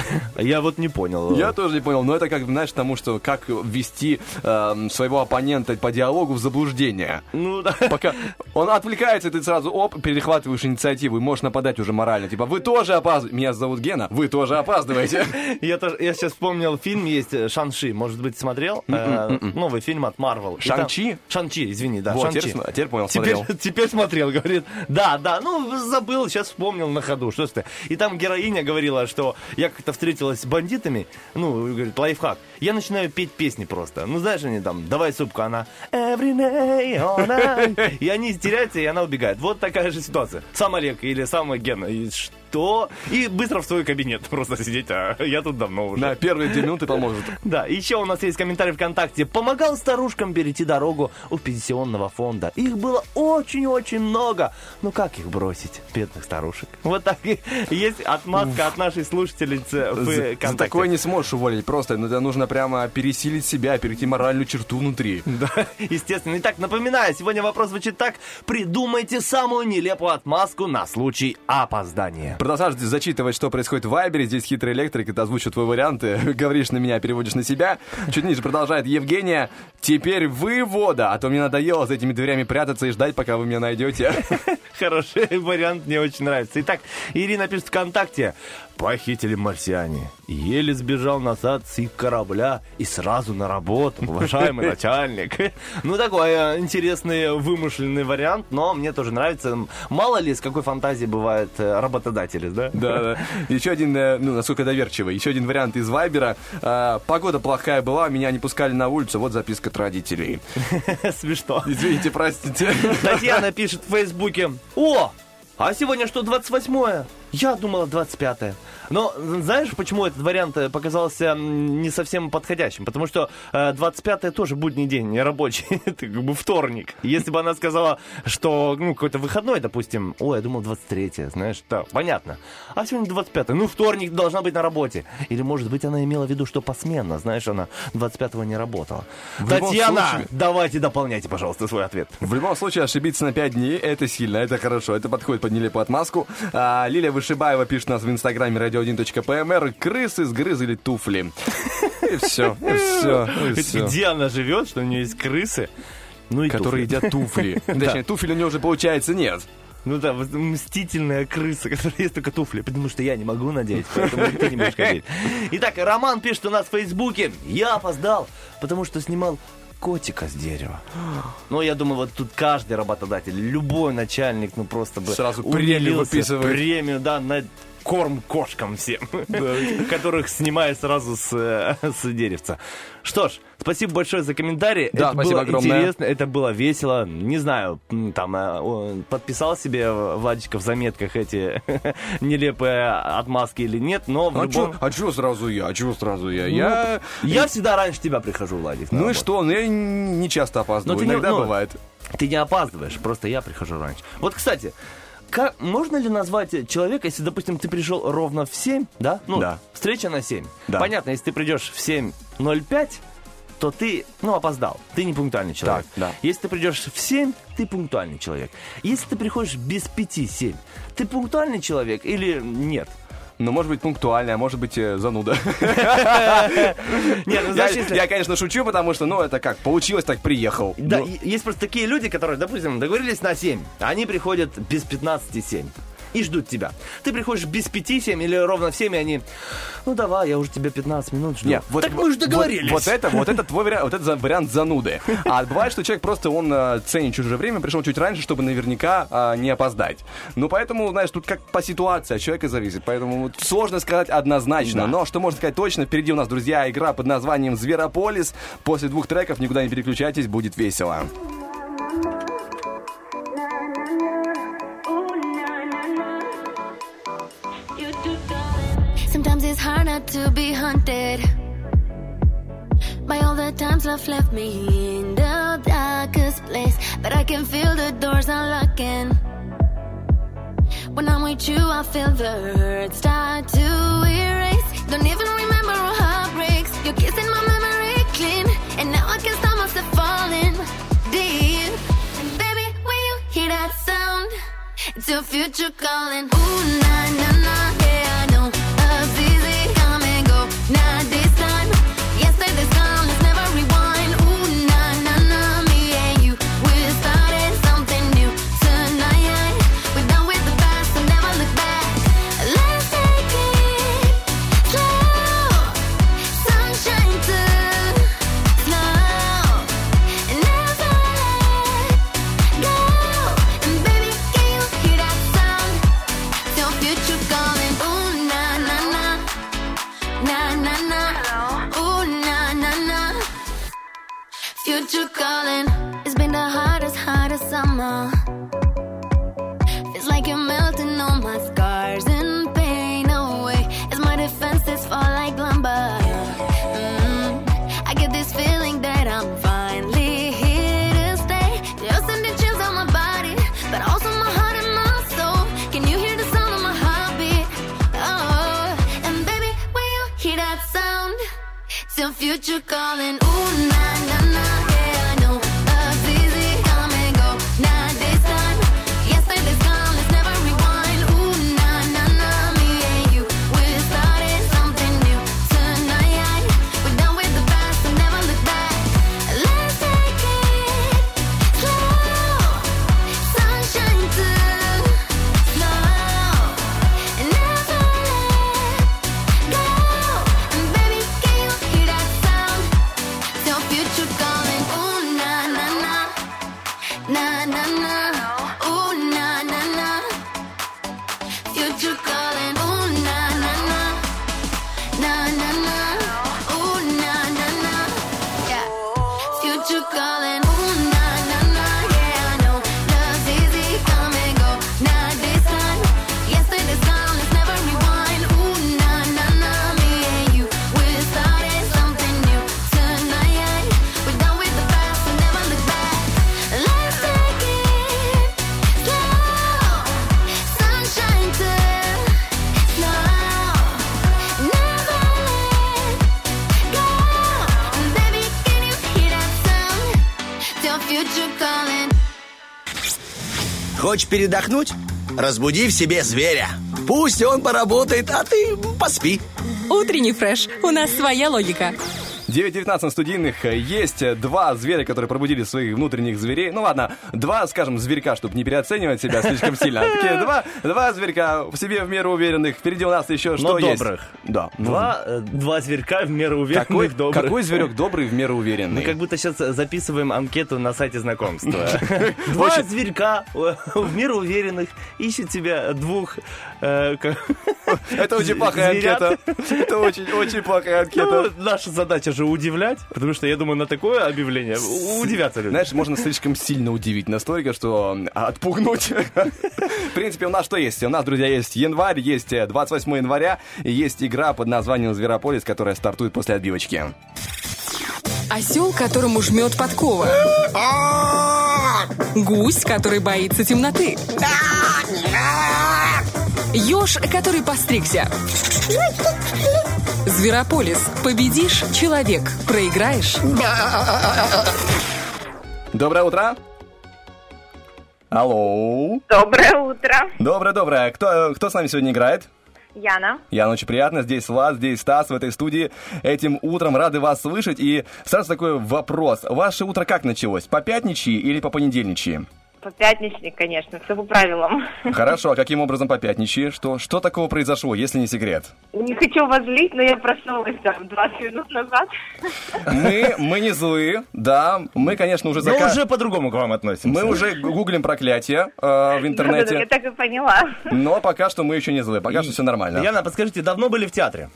Я вот не понял. Я тоже не понял, но это как, знаешь, тому, что как ввести своего оппонента по диалогу в заблуждение. Ну, да. Пока он отвлекается, ты сразу, перехватываешь инициативу и можешь нападать уже морально. Типа, вы тоже опаздываете. Меня зовут Гена, вы тоже опаздываете. Я сейчас вспомнил фильм, есть «Шан-Чи». Может быть, смотрел? Новый фильм от Marvel. «Шан-Чи»? «Шан-Чи», извини, да. Вот, «Шан-Чи». А теперь понял, смотрел. Теперь смотрел, говорит. Да, ну, забыл, сейчас вспомнил на ходу. Что ж ты? И там героиня говорила, что я как-то встретилась с бандитами, ну, говорит, лайфхак. Я начинаю петь песни просто. Ну, знаешь, они там, давай супку, она every day, all night. И они теряются, и она убегает. Вот такая же ситуация. Сам Олег или сам Гена. И что? И быстро в свой кабинет просто сидеть, а я тут давно уже. На первые 2 минуты поможет. Да, еще у нас есть комментарий ВКонтакте. Помогал старушкам перейти дорогу у пенсионного фонда. Их было очень-очень много. Ну как их бросить, бедных старушек? Вот так и есть отмазка от нашей слушательницы ВКонтакте. За такое не сможешь уволить просто. Это нужно прямо пересилить себя, перейти моральную черту внутри. Да, естественно. Итак, напоминаю, сегодня вопрос звучит так. Придумайте самую нелепую отмазку на случай опоздания. Продолжаешь зачитывать, что происходит в Вайбере. Здесь хитрый электрик, это озвучивает твой вариант. Говоришь на меня, переводишь на себя. Чуть ниже продолжает Евгения. Теперь вывода, а то мне надоело за этими дверями прятаться и ждать, пока вы меня найдете. Хороший вариант, мне очень нравится. Итак, Ирина пишет ВКонтакте. Похитили марсиане. Еле сбежал назад с их корабля и сразу на работу, уважаемый начальник. Ну, такой интересный вымышленный вариант, но мне тоже нравится. Мало ли, с какой фантазией бывают работодатели, да? Да. Еще один, насколько доверчивый, еще один вариант из Вайбера. Погода плохая была, меня не пускали на улицу, вот записка от родителей. Смешно. Извините, простите. Татьяна пишет в Фейсбуке. О, а сегодня что, 28-е? Я думала 25-е. Но знаешь, почему этот вариант показался не совсем подходящим? Потому что 25-е тоже будний день, не рабочий. Это как бы вторник. Если бы она сказала, что какой-то выходной, допустим, ой, я думал 23-е, знаешь, да, понятно. А сегодня 25-е, вторник должна быть на работе. Или, может быть, она имела в виду, что посменно, знаешь, она 25-го не работала. Татьяна, давайте дополняйте, пожалуйста, свой ответ. В любом случае, ошибиться на 5 дней, это сильно, это хорошо, это подходит под нелепую отмазку. Лилия Вышибаева пишет у нас в инстаграме radio1.pmr. Крысы сгрызли туфли. И все. Где она живет, что у нее есть крысы? Которые едят туфли. Точнее, туфель у нее уже, получается, нет. Ну да, мстительная крыса, которая есть только туфли. Потому что я не могу надеть, поэтому ты не можешь надеть. Итак, Роман пишет у нас в Фейсбуке. Я опоздал, потому что снимал котика с дерева. Ну, я думаю, вот тут каждый работодатель, любой начальник, просто бы сразу премию выписывает. Премию, да, на корм кошкам всем, которых снимает сразу с деревца. Что ж, спасибо большое за комментарий. Да, это было огромное. интересно, это было весело. Не знаю, там подписал себе Владичка в заметках эти нелепые отмазки или нет, но в любом... А чего сразу я? Я всегда раньше тебя прихожу, Владик. Ну и что? Я не часто опаздываю, иногда бывает. Ты не опаздываешь, просто я прихожу раньше. Вот, кстати... Можно ли назвать человека, если, допустим, ты пришел ровно в 7, да? Да. Встреча на 7. Да. Понятно, если ты придешь в 7:05, то ты, опоздал. Ты не пунктуальный человек. Так, да. Если ты придешь в 7, ты пунктуальный человек. Если ты приходишь без 5-7, ты пунктуальный человек или нет? но может быть пунктуальный, а может быть зануда. Нет, ну, знаешь, если... Я, конечно, шучу, потому что, ну, это как, получилось, так приехал. Да, есть просто такие люди, которые, допустим, договорились на 7, а они приходят без 15:07 и ждут тебя. Ты приходишь без 5:07 или ровно в 7, и они, ну давай, я уже тебе 15 минут жду. Нет, так мы же договорились. Вот это твой вариант, вот это вариант зануды. А бывает, что человек просто, он ценит чужое время, пришел чуть раньше, чтобы наверняка не опоздать. Ну, поэтому, знаешь, тут как по ситуации от человека зависит, поэтому сложно сказать однозначно. Да. Но что можно сказать точно, впереди у нас, друзья, игра под названием «Зверополис». После 2 треков никуда не переключайтесь, будет весело. Sometimes it's hard not to be haunted by all the times love left me in the darkest place. But I can feel the doors unlocking. When I'm with you, I feel the hurt start to erase. Don't even remember our heartbreaks. You're kissing my memory clean, and now I can't stop myself falling deep. And baby, when you hear that sound, it's your future calling. Ooh, na na na, yeah, I know. Love's easy, come and go. Not this time. Yesterday's gone, let's never rewind. Ooh, na na na, me and you, we're starting something new tonight. We're done with the past, so never look back. Let's take it slow. Sunshine too slow. And never let go. And baby, can you hear that sound? It's your future calling. Ooh, na na na, na na na. Ooh, na na na. Future calling. It's been the hardest summer. Feels like you're melting all my scars and pain away. As my defenses fall like lumber. I get this feeling that I'm finally here to stay. You're sending chills on my body, but also my heart and my soul. Can you hear the sound of my heartbeat? Oh, and baby, when you hear that sound, it's your future calling. Ooh, na na na, yeah, I know. Love's easy, come and go. Not this time. Yesterday's gone, let's never rewind. Ooh, na na na, me and you, we're starting something new tonight. We're done with the past, so never look back. Let's take it slow. Sunshine too slow. And never let go. And baby, can you hear that sound? It's your future calling. Ooh, na na na, na na na. Ooh, na na na. Future calling. Ooh, na na na, na na na. Ooh, na na na. Yeah. Future calling. Ooh, na na na. Yeah, I know. Love's easy, come and go. Not this time. Yesterday's gone, let's never rewind. Ooh, na na na. Me and you, we're starting something new tonight. We're done with the past, so never look back. Let's take it slow. Sunshine too slow. Never let go. And baby, can you hear that sound? It's your future calling. Хочешь передохнуть? Разбуди в себе зверя. Пусть он поработает, а ты поспи. Утренний фреш. У нас своя логика. 9:19 студийных. Есть 2 зверя, которые пробудили своих внутренних зверей. Ну ладно, 2, скажем, зверька, чтобы не переоценивать себя слишком сильно. Такие 2 зверька в себе в меру уверенных. Впереди у нас еще что есть? добрых. Да. Два зверька в меру уверенных, добрых. Какой зверек добрый в меру уверенный? Мы как будто сейчас записываем анкету на сайте знакомства. 2 зверька в меру уверенных ищут тебя 2... Это очень плохая анкета. Это очень плохая анкета. Наша задача же удивлять, потому что, я думаю, на такое объявление удивятся люди. Знаешь, можно слишком сильно удивить настолько, что отпугнуть. В принципе, у нас что есть? У нас, друзья, есть январь, есть 28 января, и есть игра под названием «Зверополис», которая стартует после отбивочки. Осел, которому жмет подкова. Гусь, который боится темноты. Ёж, который постригся. Зверополис. Победишь — человек. Проиграешь. Доброе утро. Алло. Доброе утро. Доброе. Кто с нами сегодня играет? Яна. Яна, очень приятно. Здесь Влад, здесь Стас в этой студии. Этим утром рады вас слышать. И сразу такой вопрос. Ваше утро как началось? По пятничьи или по понедельничьи? По пятничник, конечно, все по правилам. Хорошо, а каким образом по пятничьи? Что такого произошло, если не секрет? Не хочу вас злить, но я проснулась там 20 минут назад. Мы не злые, да. Мы, конечно, уже Но уже по-другому к вам относимся. Мы уже гуглим проклятие в интернете. Да, я так и поняла. Но пока что мы еще не злые, пока что все нормально. Яна, подскажите, давно были в театре?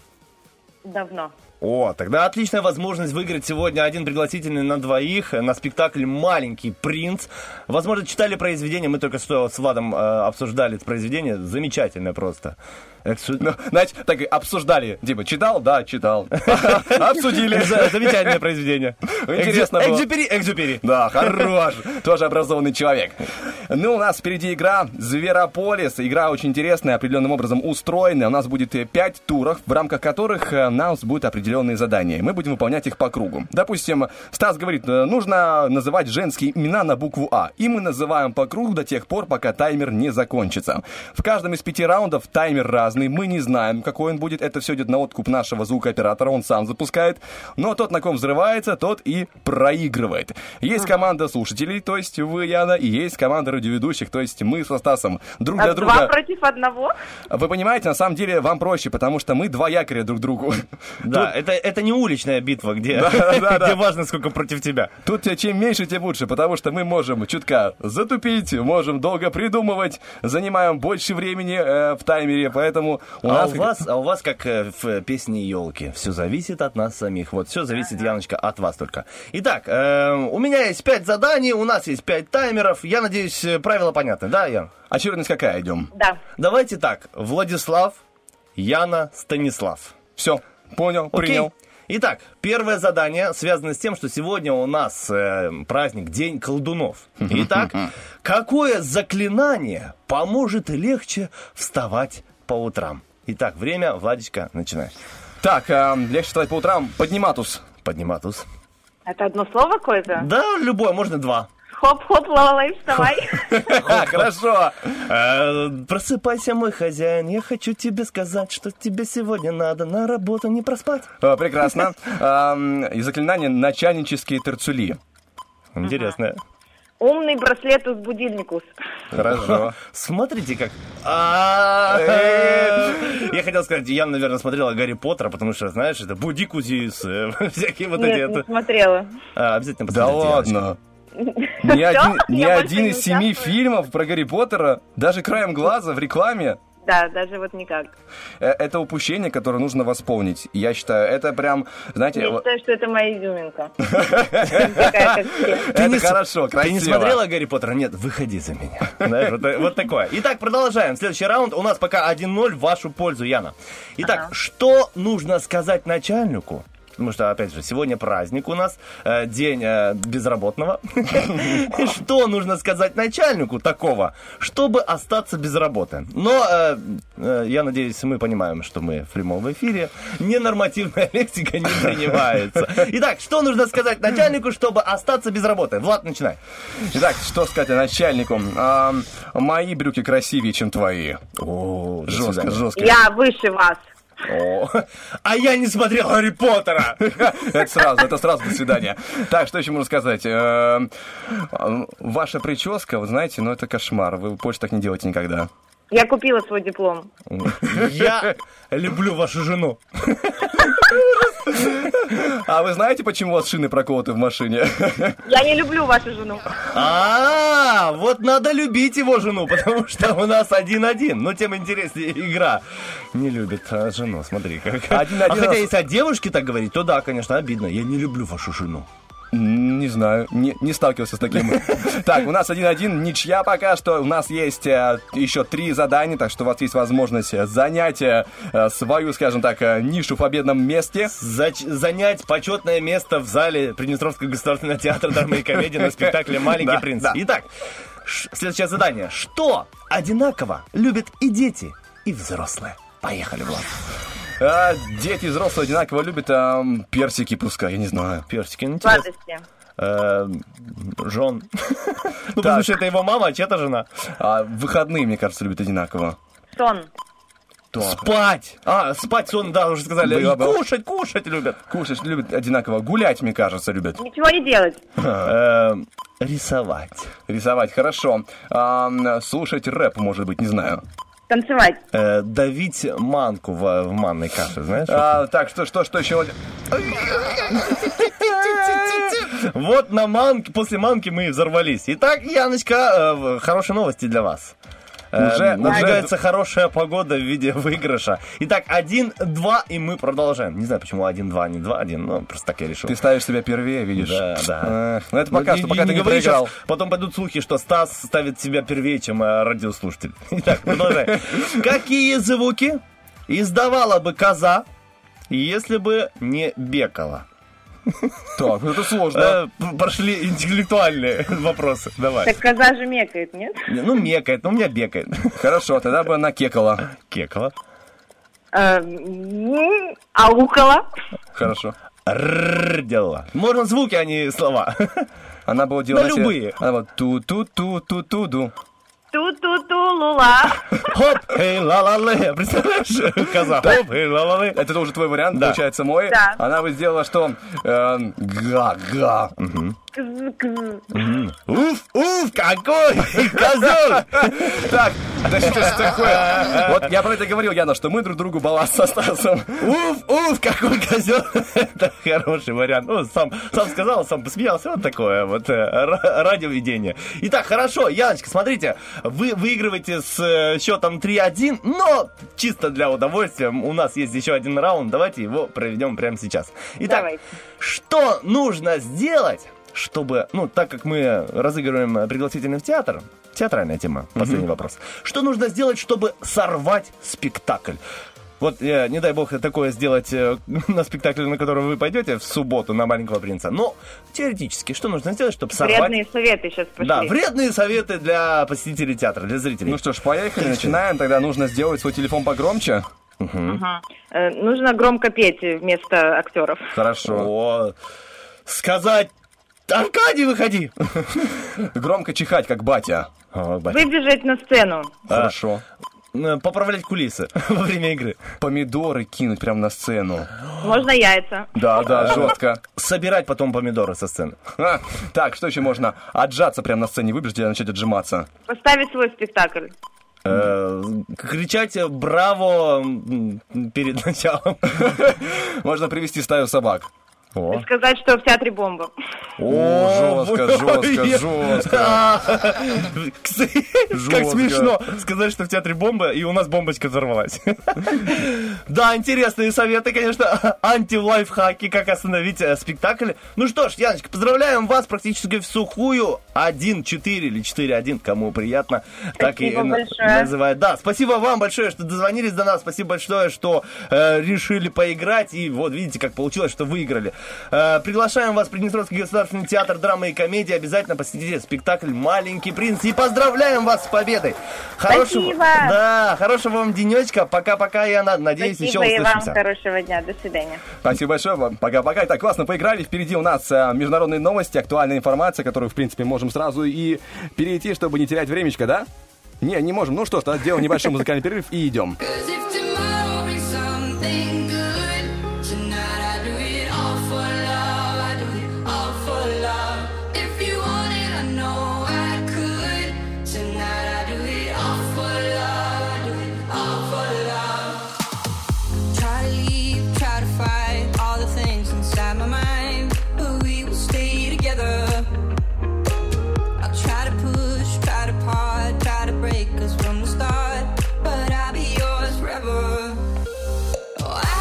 Давно. О, тогда отличная возможность выиграть сегодня один пригласительный на двоих на спектакль «Маленький принц». Возможно, читали произведение, мы только что с Владом обсуждали это произведение. Замечательное просто. Ну, знаете, так и обсуждали. Типа, читал? Да, читал. Обсудили. Замечательное произведение. Интересно было. Экзюпери. Да, хорош. Тоже образованный человек. Ну, у нас впереди игра «Зверополис». Игра очень интересная, определенным образом устроенная. У нас будет 5 туров, в рамках которых у нас будут определенные задания. Мы будем выполнять их по кругу. Допустим, Стас говорит, нужно называть женские имена на букву А. И мы называем по кругу до тех пор, пока таймер не закончится. В каждом из 5 раундов таймер разный. Мы не знаем, какой он будет. Это все идет на откуп нашего звукооператора. Он сам запускает. Но тот, на ком взрывается, тот и проигрывает. Есть команда слушателей, то есть вы, Яна, и есть команда радиоведущих, то есть мы со Стасом друг для друга. 2 против 1? Вы понимаете, на самом деле вам проще, потому что мы 2 якоря друг другу. Да, это не уличная битва, где важно, сколько против тебя. Тут чем меньше, тем лучше, потому что мы можем чутка затупить, можем долго придумывать, занимаем больше времени в таймере, поэтому у вас как в песне «Елки». Все зависит от нас самих. Вот, все зависит, Яночка, от вас только. Итак, у меня есть 5 заданий, у нас есть 5 таймеров. Я надеюсь, правила понятны, да, Ян? Очередность какая, идем? Да. Давайте так, Владислав, Яна, Станислав. Все, понял, принял. Итак, первое задание связано с тем, что сегодня у нас праздник День колдунов. Итак, какое заклинание поможет легче вставать по утрам? Итак, время, Владечка, начинай. Так, легче вставать по утрам. Подниматус. Подниматус. Это одно слово какое-то? Да, любое, можно 2. Хоп-хоп, ла-ла-лай, вставай. Хорошо. Просыпайся, мой хозяин, я хочу тебе сказать, что тебе сегодня надо на работу не проспать. Прекрасно. И заклинание «Начальнические терцули». Интересно. Умный браслет из будильникус. Хорошо. Смотрите, как... Я хотел сказать, я, наверное, смотрела Гарри Поттера, потому что, знаешь, это будикузис, всякие вот эти... Нет, не смотрела. Обязательно посмотрите. Да ладно. Ни один из 7 фильмов про Гарри Поттера, даже краем глаза в рекламе. Да, даже вот никак. Это упущение, которое нужно восполнить. Я считаю, это прям, знаете... Я считаю, что это моя изюминка. Это хорошо, красиво. Ты не смотрела Гарри Поттера? Нет, выходи за меня. Вот такое. Итак, продолжаем. Следующий раунд. У нас пока 1-0 в вашу пользу, Яна. Итак, что нужно сказать начальнику? Потому что, опять же, сегодня праздник у нас, день безработного. Что нужно сказать начальнику такого, чтобы остаться без работы? Но, я надеюсь, мы понимаем, что мы в прямом эфире. Ненормативная лексика не принимается. Итак, что нужно сказать начальнику, чтобы остаться без работы? Влад, начинай. Итак, что сказать начальнику? Мои брюки красивее, чем твои. О, жестко. Я выше вас. А я не смотрел Гарри Поттера. Это сразу до свидания. Так, что еще можно сказать? Ваша прическа, вы знаете, это кошмар. Вы больше так не делаете никогда. Я купила свой диплом. Я люблю вашу жену. А вы знаете, почему у вас шины проколоты в машине? Я не люблю вашу жену. Вот надо любить его жену, потому что у нас 1-1. Но тем интереснее игра. Не любит жену, смотри как. 1-1. А хотя если о девушке так говорить, то да, конечно, обидно. Я не люблю вашу жену. Не знаю, не сталкивался с таким. Так, у нас 1-1, ничья пока что. У нас есть еще 3 задания, так что у вас есть возможность занять свою, скажем так, нишу в победном месте. Занять почетное место в зале Приднестровского государственного театра драмы и комедии на спектакле «Маленький принц». Итак, следующее задание. Что одинаково любят и дети, и взрослые? Поехали, Влад. Дети и взрослые одинаково любят персики, пускай, я не знаю. Персики, интересно. Сладости. Жен. Потому что это его мама, а чья-то жена. Выходные, мне кажется, любят одинаково. Сон. Спать. Спать, сон, да, уже сказали. И кушать любят. Кушать любят одинаково. Гулять, мне кажется, любят. Ничего не делать. Рисовать. Рисовать, хорошо. Слушать рэп, может быть, не знаю. Танцевать. Давить манку в манной каше, знаешь? Так, что еще? Вот на манке, после манки мы и взорвались. Итак, Яночка, хорошие новости для вас. Уже надвигается хорошая погода в виде выигрыша. Итак, 1-2, и мы продолжаем. Не знаю, почему 1-2, а не 2-1, но просто так я решил. Ты ставишь себя первее, видишь? Да. Ну, это пока что, пока ты не проиграл. Потом пойдут слухи, что Стас ставит себя первее, чем радиослушатель. Итак, продолжаем. Какие звуки издавала бы коза, если бы не бекала? Так, это сложно. Прошли интеллектуальные вопросы. Давай. Так коза же мекает, нет? Ну, мекает, но у меня бекает. Хорошо, тогда бы она кекала. Кекала. Аукала. Хорошо. Делала. Можно звуки, а не слова. Она бы делала... Да, любые. Она бы ту-ту-ту-ту-ту-ду. Ту-ту-ту-лула. Хоп, эй, ла-ла-ле. Представляешь, коза? Хоп, эй, ла-ла-ле. Это уже твой вариант, да. Получается мой. Да. Она бы сделала что? Га-га. Уф, какой козел! Так, да что ж такое? Вот я про это говорил, Яна, что мы друг другу баланс со Стасом. Уф, какой козел! Это хороший вариант. Ну, сам сказал, сам посмеялся. Вот такое вот радиоведение. Итак, хорошо, Яночка, смотрите, вы выигрываете с счетом 3-1, но чисто для удовольствия у нас есть еще один раунд. Давайте его проведем прямо сейчас. Итак, давайте. Что нужно сделать, чтобы, так как мы разыгрываем пригласительный в театр, театральная тема, последний вопрос. Что нужно сделать, чтобы сорвать спектакль? Вот, не дай бог, такое сделать на спектакле, на который вы пойдете в субботу на «Маленького принца». Но теоретически, что нужно сделать, чтобы сорвать... Вредные советы сейчас пошли. Да, вредные советы для посетителей театра, для зрителей. Ну что ж, поехали, начинаем. Тогда нужно сделать свой телефон погромче. Нужно громко петь вместо актеров. Хорошо. Сказать: Аркадий, выходи! Громко чихать, как батя. Выбежать на сцену. Хорошо. Поправлять кулисы во время игры. Помидоры кинуть прямо на сцену. Можно яйца. Да, жестко. Собирать потом помидоры со сцены. Так, что еще можно? Отжаться прямо на сцене, выбежать и начать отжиматься. Поставить свой спектакль. Кричать «Браво!» перед началом. Можно привести стаю собак. И сказать, что в театре бомба. Жестко. Как смешно сказать, что в театре бомба, и у нас бомбочка взорвалась. Да, интересные советы, конечно, анти-лайфхаки, как остановить спектакль. Ну что ж, Яночка, поздравляем вас практически в сухую. 1-4 или 4-1, кому приятно. Так и называют. Да, спасибо вам большое, что дозвонились до нас. Спасибо большое, что решили поиграть. И вот видите, как получилось, что выиграли. Приглашаем вас в Приднестровский государственный театр драмы и комедии. Обязательно посетите спектакль «Маленький принц». И поздравляем вас с победой. Спасибо. Да, хорошего вам денечка. Пока-пока, я надеюсь, еще услышимся. Спасибо и вам хорошего дня. До свидания. Спасибо большое вам. Пока-пока. Так, классно поиграли. Впереди у нас международные новости, актуальная информация, которую, в принципе, можем сразу и перейти, чтобы не терять времечко, да? Не можем. Ну что ж, тогда делаем небольшой музыкальный перерыв и идем. Break us from the start, but I'll be yours forever. Oh,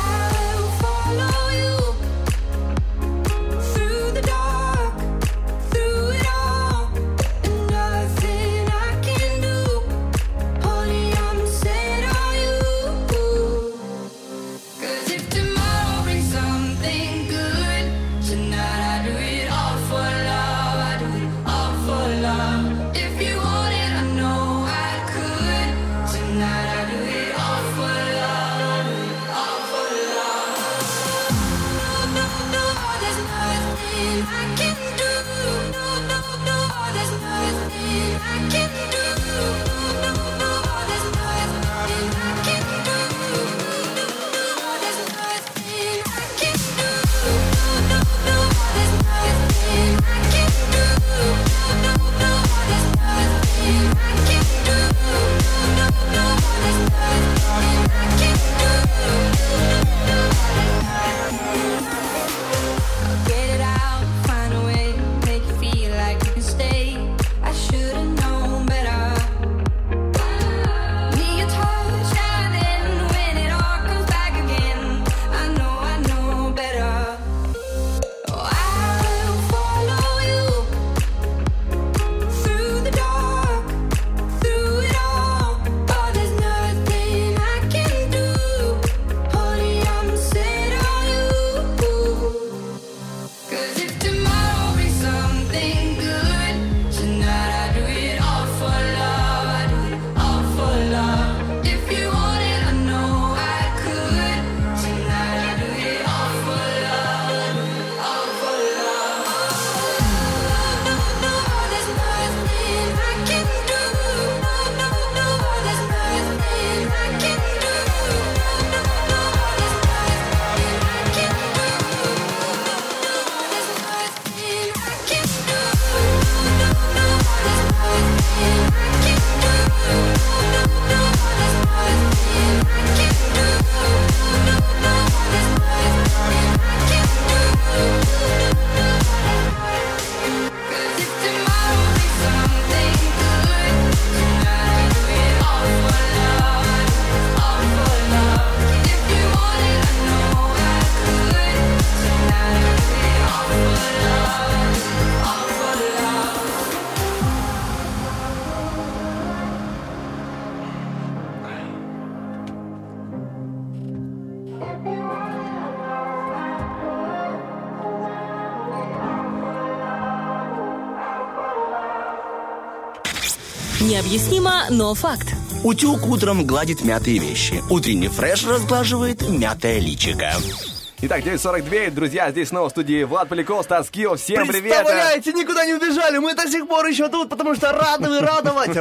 Необъяснимо, но факт. Утюг утром гладит мятые вещи. Утренний фреш разглаживает мятое личико. Итак, 9:42, друзья, здесь снова в студии Влад Поляков, Стас Кио. Всем привет! Представляете, никуда не убежали, мы до сих пор еще тут, потому что рады радовать,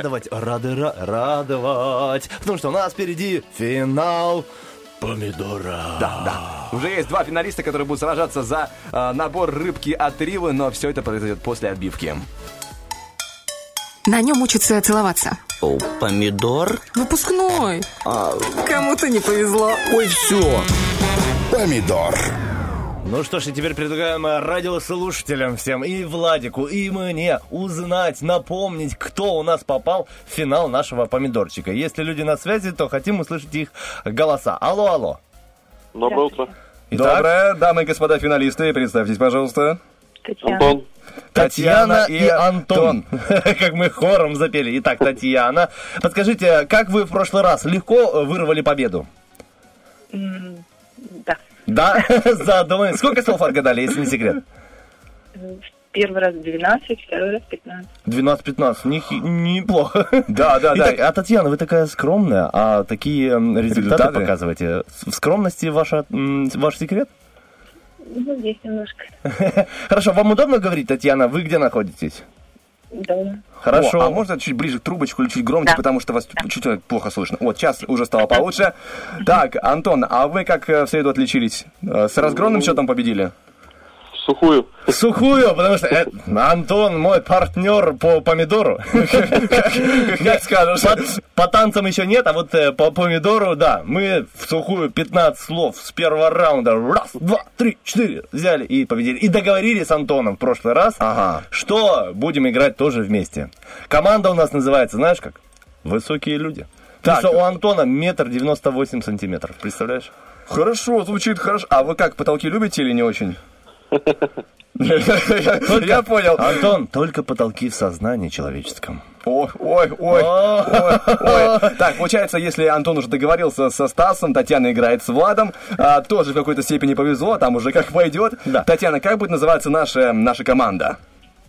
потому что у нас впереди финал помидора. Да. Уже есть 2 финалиста, которые будут сражаться за набор рыбки от Ривы, но все это произойдет после отбивки. На нем учатся целоваться. О, помидор? Выпускной. Кому-то не повезло. Ой, все. Помидор. Ну что ж, и теперь предлагаем радиослушателям всем, и Владику, и мне узнать, напомнить, кто у нас попал в финал нашего помидорчика. Если люди на связи, то хотим услышать их голоса. Алло. Доброе утро. Доброе, дамы и господа финалисты, представьтесь, пожалуйста. Антон. Татьяна и Антон. Как мы хором запели. Итак, Татьяна, подскажите, как вы в прошлый раз легко вырвали победу? Да. Да? Заодно. Сколько слов отгадали, если не секрет? Первый раз 12, второй раз 15. 12-15, неплохо. Да. Итак, а Татьяна, вы такая скромная, а такие результаты показываете. В скромности ваш секрет? Ну, есть немножко. Хорошо, вам удобно говорить, Татьяна? Вы где находитесь? Дома. Хорошо. А можно чуть ближе к трубочку или чуть громче, потому что вас чуть плохо слышно. Вот, сейчас уже стало получше. Так, Антон, а вы как в среду отличились? С разгромным счетом победили? Сухую, потому что Антон мой партнер по помидору. Как скажешь. По танцам еще нет, а вот по помидору, да. Мы в сухую 15 слов с первого раунда. Раз, два, три, 4 взяли и победили. И договорились с Антоном в прошлый раз, что будем играть тоже вместе. Команда у нас называется, знаешь как? Высокие люди. Так, что у Антона 1,98 сантиметров, представляешь? Хорошо, звучит хорошо. А вы как, потолки любите или не очень? Я понял. Антон, только потолки в сознании человеческом. Ой. Так, получается, если Антон уже договорился со Стасом, Татьяна играет с Владом, тоже в какой-то степени повезло, там уже как пойдет. Да. Татьяна, как будет называться наша команда?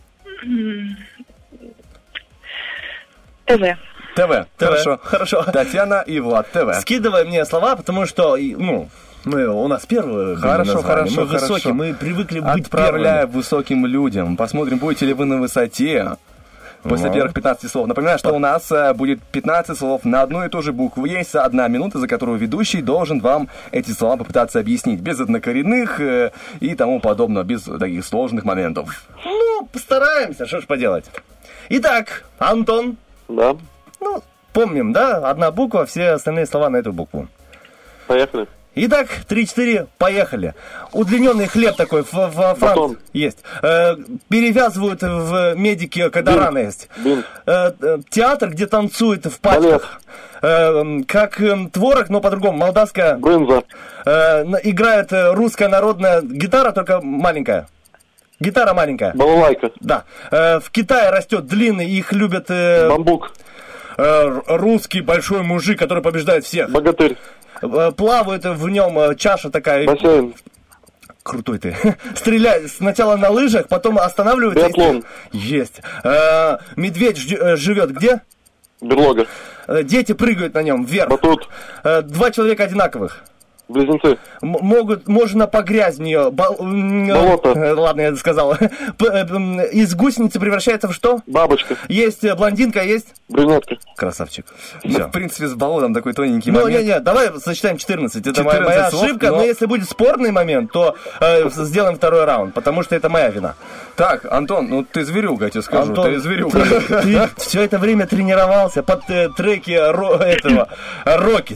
ТВ. Хорошо. Татьяна и Влад, ТВ. Скидывай мне слова, потому что, у нас первые хорошо, мы высокие, мы привыкли быть Отправляю высоким людям. Посмотрим, будете ли вы на высоте после первых 15 слов. Напоминаю, что у нас будет 15 слов на одну и ту же букву. Есть 1 минута, за которую ведущий должен вам эти слова попытаться объяснить. Без однокоренных и тому подобного, без таких сложных моментов. Постараемся, что ж поделать. Итак, Антон. Да. Помним, да? 1 буква, все остальные слова на эту букву. Поехали. Итак, 3-4, поехали. Удлиненный хлеб такой в Франции есть. Перевязывают в медике, когда рана есть. Театр, где танцуют в пачках. Как творог, но по-другому. Молдавская. Брынза. Играет русская народная гитара, только маленькая. Гитара маленькая. Балалайка. Да. В Китае растет длинный, их любят... Бамбук. Русский большой мужик, который побеждает всех. Богатырь. Плавает в нем чаша такая. Бассейн. Крутой ты. Стреляет сначала на лыжах, потом останавливается. Биатлон. Есть. Медведь живет где? Берлога. Дети прыгают на нем вверх. Батут. 2 человека одинаковых. Близнецы. Можно погрязь в нее. Болото. Ладно, я сказал. Из гусеницы превращается в что? Бабочка. Есть блондинка, есть? Брюнетка. Красавчик. Все. В принципе, с болотом такой тоненький момент. Не, давай сочетаем 14. Это 14 моя слов, ошибка, но если будет спорный момент, то сделаем 2 раунд, потому что это моя вина. Так, Антон, ты зверюга, я тебе скажу. Антон, ты зверюга. Ты все это время тренировался под треки этого Рокки.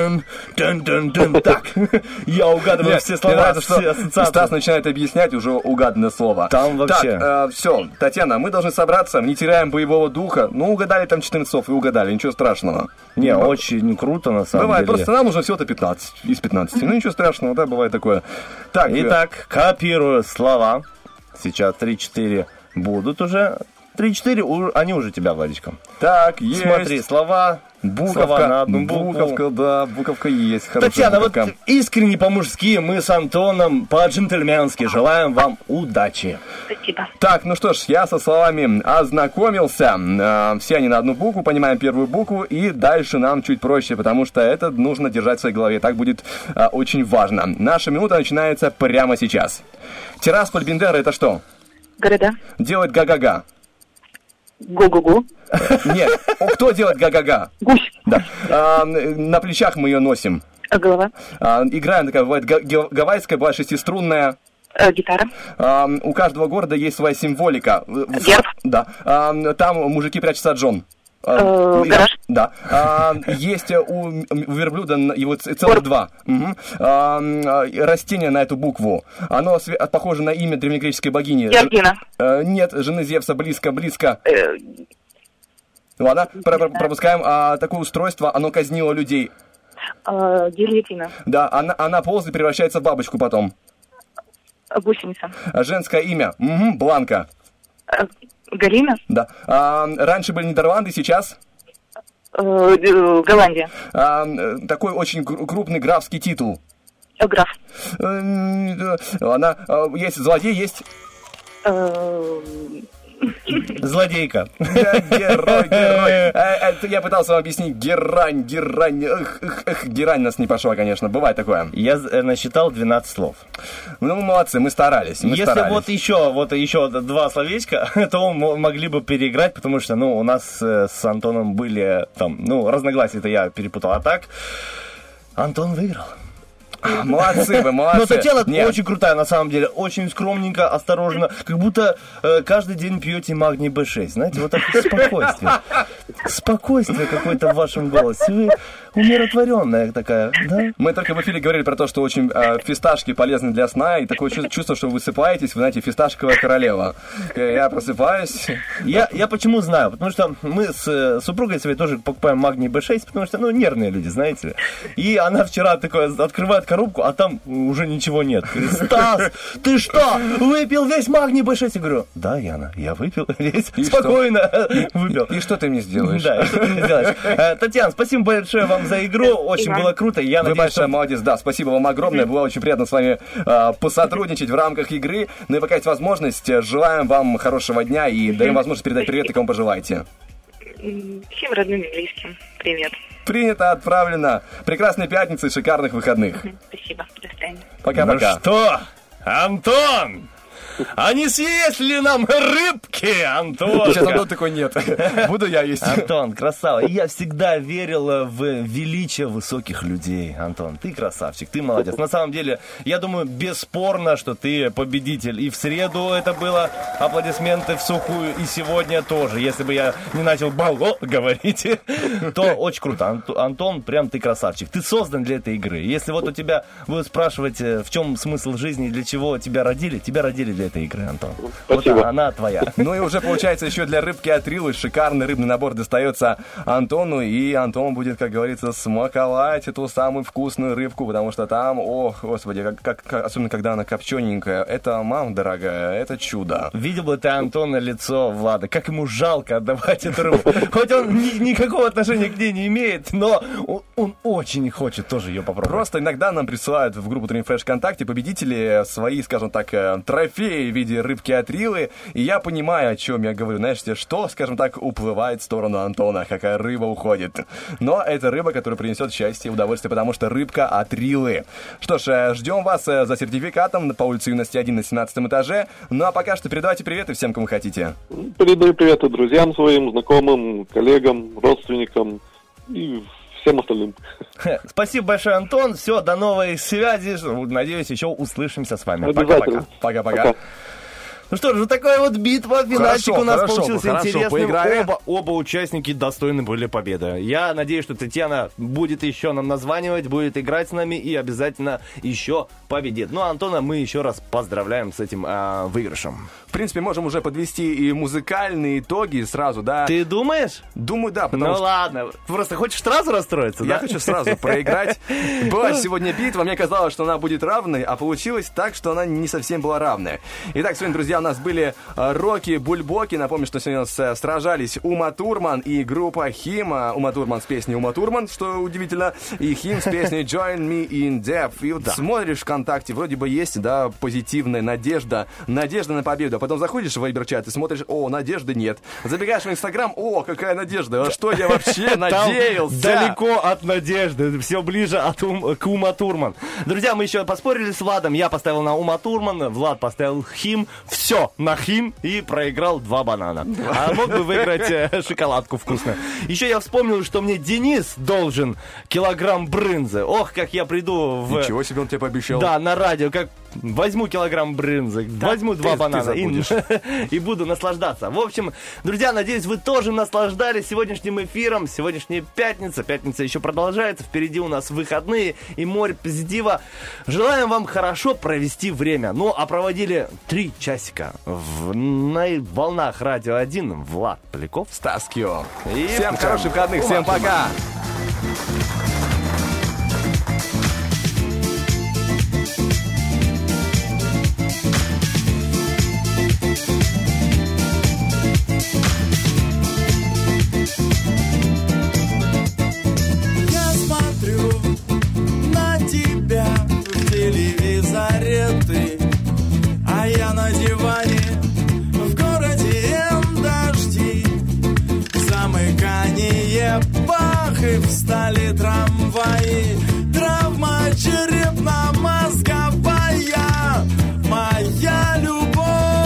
Так, я угадываю все слова, все ассоциации. Стас начинает объяснять уже угаданное слово. Там вообще. Так, все, Татьяна, мы должны собраться, не теряем боевого духа. Угадали там 14 слов и угадали, ничего страшного. Не, очень круто на самом бывает, деле. Просто нам нужно всего-то 15 из 15. Ничего страшного, да, бывает такое. Так, итак, копирую слова. Сейчас 3-4 будут уже. 3-4, они уже тебя, Владичка. Так, есть. Смотри, слова, буковка на одну букву. Буковка, да, буковка есть. Татьяна, буковка. вот искренне по-мужски мы с Антоном по-джентльменски желаем вам удачи. Спасибо. Так, ну что ж, я со словами ознакомился. Все они на одну букву, понимаем первую букву, и дальше нам чуть проще, потому что это нужно держать в своей голове. Так будет очень важно. Наша минута начинается прямо сейчас. Тирасполь, Бендера — это что? Города. Делать га-га-га. Гу-гу-гу. Нет, кто делает га-га-га? Гусь. Да. На плечах мы ее носим. Голова. Играем, такая бывает гавайская, бывает шестиструнная. Гитара. У каждого города есть своя символика. Герб. Да. Там мужики прячутся от жен. Гараж. Да. Есть у верблюда его целых два. Растение на эту букву. Оно похоже на имя древнегреческой богини. Георгина. Нет, жены Зевса. Близко. Ладно, пропускаем. Такое устройство, оно казнило людей. Гильотина. Да, она ползает и превращается в бабочку потом. Гусеница. Женское имя. Бланка. Галина. Да. Раньше были Нидерланды, сейчас? Голландия. Такой очень крупный графский титул. Граф. Ладно. Есть злодей, есть... Злодейка. Герой. Я пытался вам объяснить. Герань. Герань нас не пошла, конечно. Бывает такое. Я насчитал 12 слов. Ну, мы молодцы, мы старались. Если вот еще два словечка, то могли бы переиграть, потому что, у нас с Антоном были там, разногласия-то я перепутал. А так, Антон выиграл. Молодцы вы, молодцы. Но Татьяна очень крутая, на самом деле. Очень скромненько, осторожно. Как будто каждый день пьете магний B6. Знаете, вот такое спокойствие. Спокойствие какое-то в вашем голосе. Вы умиротворенная такая, да? Мы только в эфире говорили про то, что очень фисташки полезны для сна. И такое чувство, что вы высыпаетесь, вы знаете, фисташковая королева. Я просыпаюсь. Я почему знаю? Потому что мы с супругой своей тоже покупаем магний B6, потому что, нервные люди, знаете ли. И она вчера такое открывает коробку, а там уже ничего нет. Говорит: Стас, ты что, выпил весь магний B6? Я говорю: да, Яна, я выпил весь, и спокойно выпил. И что ты мне сделаешь? Да, и что ты мне сделаешь? Татьяна, спасибо большое вам за игру, очень было круто. Вы большая молодец, да, спасибо вам огромное, было очень приятно с вами посотрудничать в рамках игры. Ну и пока есть возможность, желаем вам хорошего дня и даем возможность передать привет и кому пожелаете. Всем родным и близким привет. Принято, отправлено. Прекрасной пятницы и шикарных выходных. Спасибо, до свидания. Пока-пока. Ну что, Антон, а не съесть ли нам рыбки, Антон? Сейчас Антон такой: нет, буду я есть. Антон, красава. Я всегда верил в величие высоких людей, Антон. Ты красавчик, ты молодец. На самом деле, я думаю, бесспорно, что ты победитель. И в среду это было аплодисменты в сухую, и сегодня тоже. Если бы я не начал балло говорить, то очень круто. Антон, прям ты красавчик. Ты создан для этой игры. Если вот у тебя будут спрашивать, в чем смысл жизни, для чего тебя родили для этой игры, Антон. Спасибо. Вот она твоя. Ну и уже получается еще для рыбки от Рилы шикарный рыбный набор достается Антону, и Антон будет, как говорится, смаковать эту самую вкусную рыбку, потому что там, ох, господи, особенно когда она копчененькая, это, мам дорогая, это чудо. Видел бы ты, Антона, лицо Влада, как ему жалко отдавать эту рыбу. Хоть он никакого отношения к ней не имеет, но он очень хочет тоже ее попробовать. Просто иногда нам присылают в группу Утренний Фреш ВКонтакте победители свои, скажем так, трофеи в виде рыбки от Рилы, и я понимаю, о чем я говорю. Знаешь, что, скажем так, уплывает в сторону Антона, какая рыба уходит. Но это рыба, которая принесет счастье и удовольствие, потому что рыбка от Рилы. Что ж, ждем вас за сертификатом по улице Юности 1 на 17 этаже. Ну а пока что передавайте приветы всем, кому хотите. Передаю приветы друзьям своим, знакомым, коллегам, родственникам и всем остальным. Спасибо большое, Антон. Все, до новой связи. Надеюсь, еще услышимся с вами. Обязательно. Пока-пока. Ну что ж, вот такая вот битва, финальчик у нас получился интересным. Поиграли. Оба участники достойны были победы. Я надеюсь, что Татьяна будет еще нам названивать, будет играть с нами и обязательно еще победит. Ну, а Антона мы еще раз поздравляем с этим выигрышем. В принципе, можем уже подвести и музыкальные итоги сразу, да? Ты думаешь? Думаю, да. Ну ладно, просто хочешь сразу расстроиться, да? Я хочу сразу проиграть. Была сегодня битва, мне казалось, что она будет равной, а получилось так, что она не совсем была равная. Итак, сегодня, друзья, у нас были Рокки Бульбоки. Напомню, что сегодня у нас сражались Ума Турман и группа Хим. Ума Турман с песней Ума Турман, что удивительно, и Хим с песней Join Me in Death. И вот смотришь ВКонтакте, вроде бы есть, да, позитивная надежда на победу. А потом заходишь в Вайбер-чат и смотришь, о, надежды нет. Забегаешь в Инстаграм, о, какая надежда, а что я вообще надеялся? Далеко от надежды, все ближе к Ума Турман. Друзья, мы еще поспорили с Владом, я поставил на Ума Турман, Влад поставил Хим, все на Хим и проиграл 2 банана. А мог бы выиграть шоколадку вкусную. Еще я вспомнил, что мне Денис должен килограмм брынзы. Ох, как я приду в... Ничего себе, он тебе пообещал. Да, на радио, как возьму килограмм брынзы, возьму 2 банана и буду наслаждаться. В общем, друзья, надеюсь, вы тоже наслаждались сегодняшним эфиром. Сегодняшняя пятница. Пятница еще продолжается. Впереди у нас выходные и море позитива. Желаем вам хорошо провести время. Ну, а проводили 3 часика на волнах Радио 1 Влад Поляков, Стас Кио. Всем хороших выходных, всем пока! Я смотрю на тебя в телевизоре ты, а я на диване в городе дожди. Замыкание, бах, и встали трамваи. Травма черепно-мозговая, моя любовь.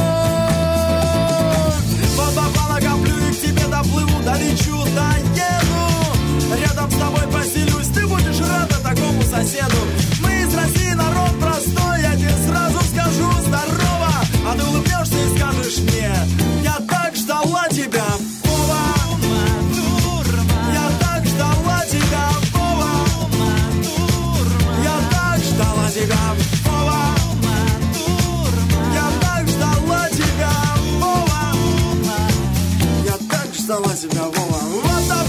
Вот накоплю и к тебе доплыву, долечу, доеду. Рядом с тобой поселюсь, ты будешь рада такому соседу. Мы из России, народ простой, я тебе сразу скажу здорово. А ты улыбнешься и скажешь мне, я так ждала тебя, Вова. Я так ждала тебя, Вова. Я так ждала тебя, Вова. Я так ждала тебя, Вова. Я так ждала тебя, Вова. Вот так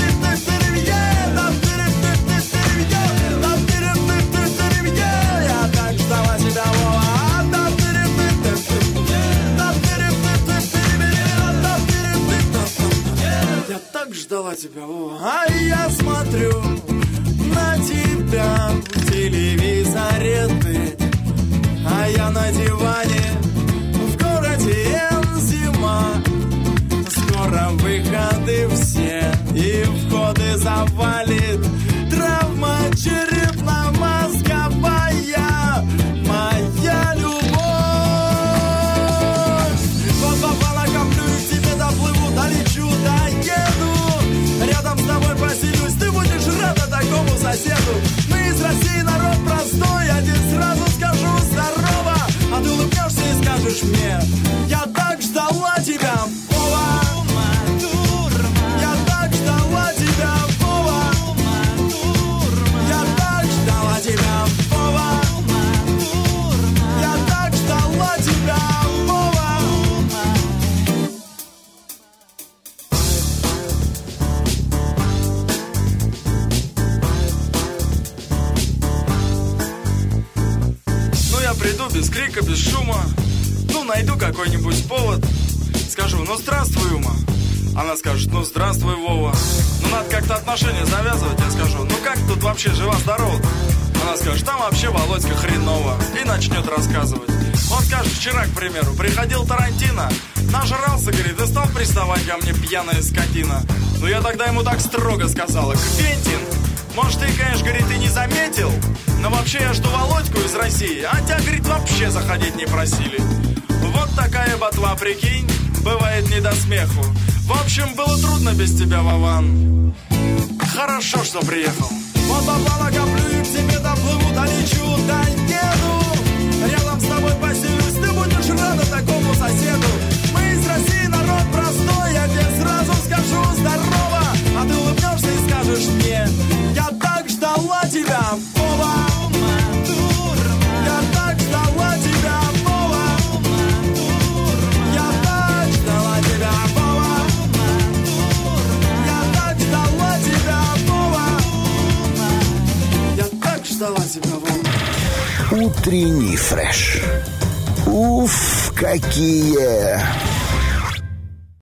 я так ждала тебя, Вова. Я так ждала тебя, Вова. А я смотрю на тебя в телевизоре ты, а я на диване в городе зима. Скоро выходы все и входы завалит. Травма черепно-мозговая, моя любовь. Вот попала каплю и к тебе доплыву, долечу, доеду. Рядом с тобой поселюсь, ты будешь рада такому соседу. Мы из России, народ простой, я тебе сразу скажу здорово. А ты улыбнешься и скажешь мне, я так ждала тебя, Вова. Я так ждала тебя, Вова. Я так ждала тебя, Вова. Я так ждала тебя, Вова. Ну я приду без крика, без шума. Ну найду какой-нибудь повод. Скажу, ну здравствуй, Ума. Она скажет, ну здравствуй, Вова. Ну надо как-то отношения завязывать. Я скажу, ну как тут вообще жива-здорова? Она скажет, там вообще Володька хреново. И начнет рассказывать. Он скажет, вчера, к примеру, приходил Тарантино, нажрался, говорит, и стал приставать ко мне, пьяная скотина. Ну я тогда ему так строго сказала, Квентин, может ты, конечно, говорит, и не заметил, но вообще я жду Володьку из России, а тебя, говорит, вообще заходить не просили. Вот такая ботва, прикинь, бывает не до смеху. В общем, было трудно без тебя, Вован. Хорошо, что приехал. Вот попала каплю и к тебе доплыву, долечу, доеду. Рядом с тобой поселюсь, ты будешь рада такому соседу. Мы из России, народ простой, я тебе сразу скажу здорово. А ты улыбнешься и скажешь мне, я так ждала тебя, Вова. Я так ждала тебя, Вова. Я так ждала тебя, Вова. Я так ждала тебя, Вова. Я так ждала тебя, Вова. Утренний фреш. Уф, какие!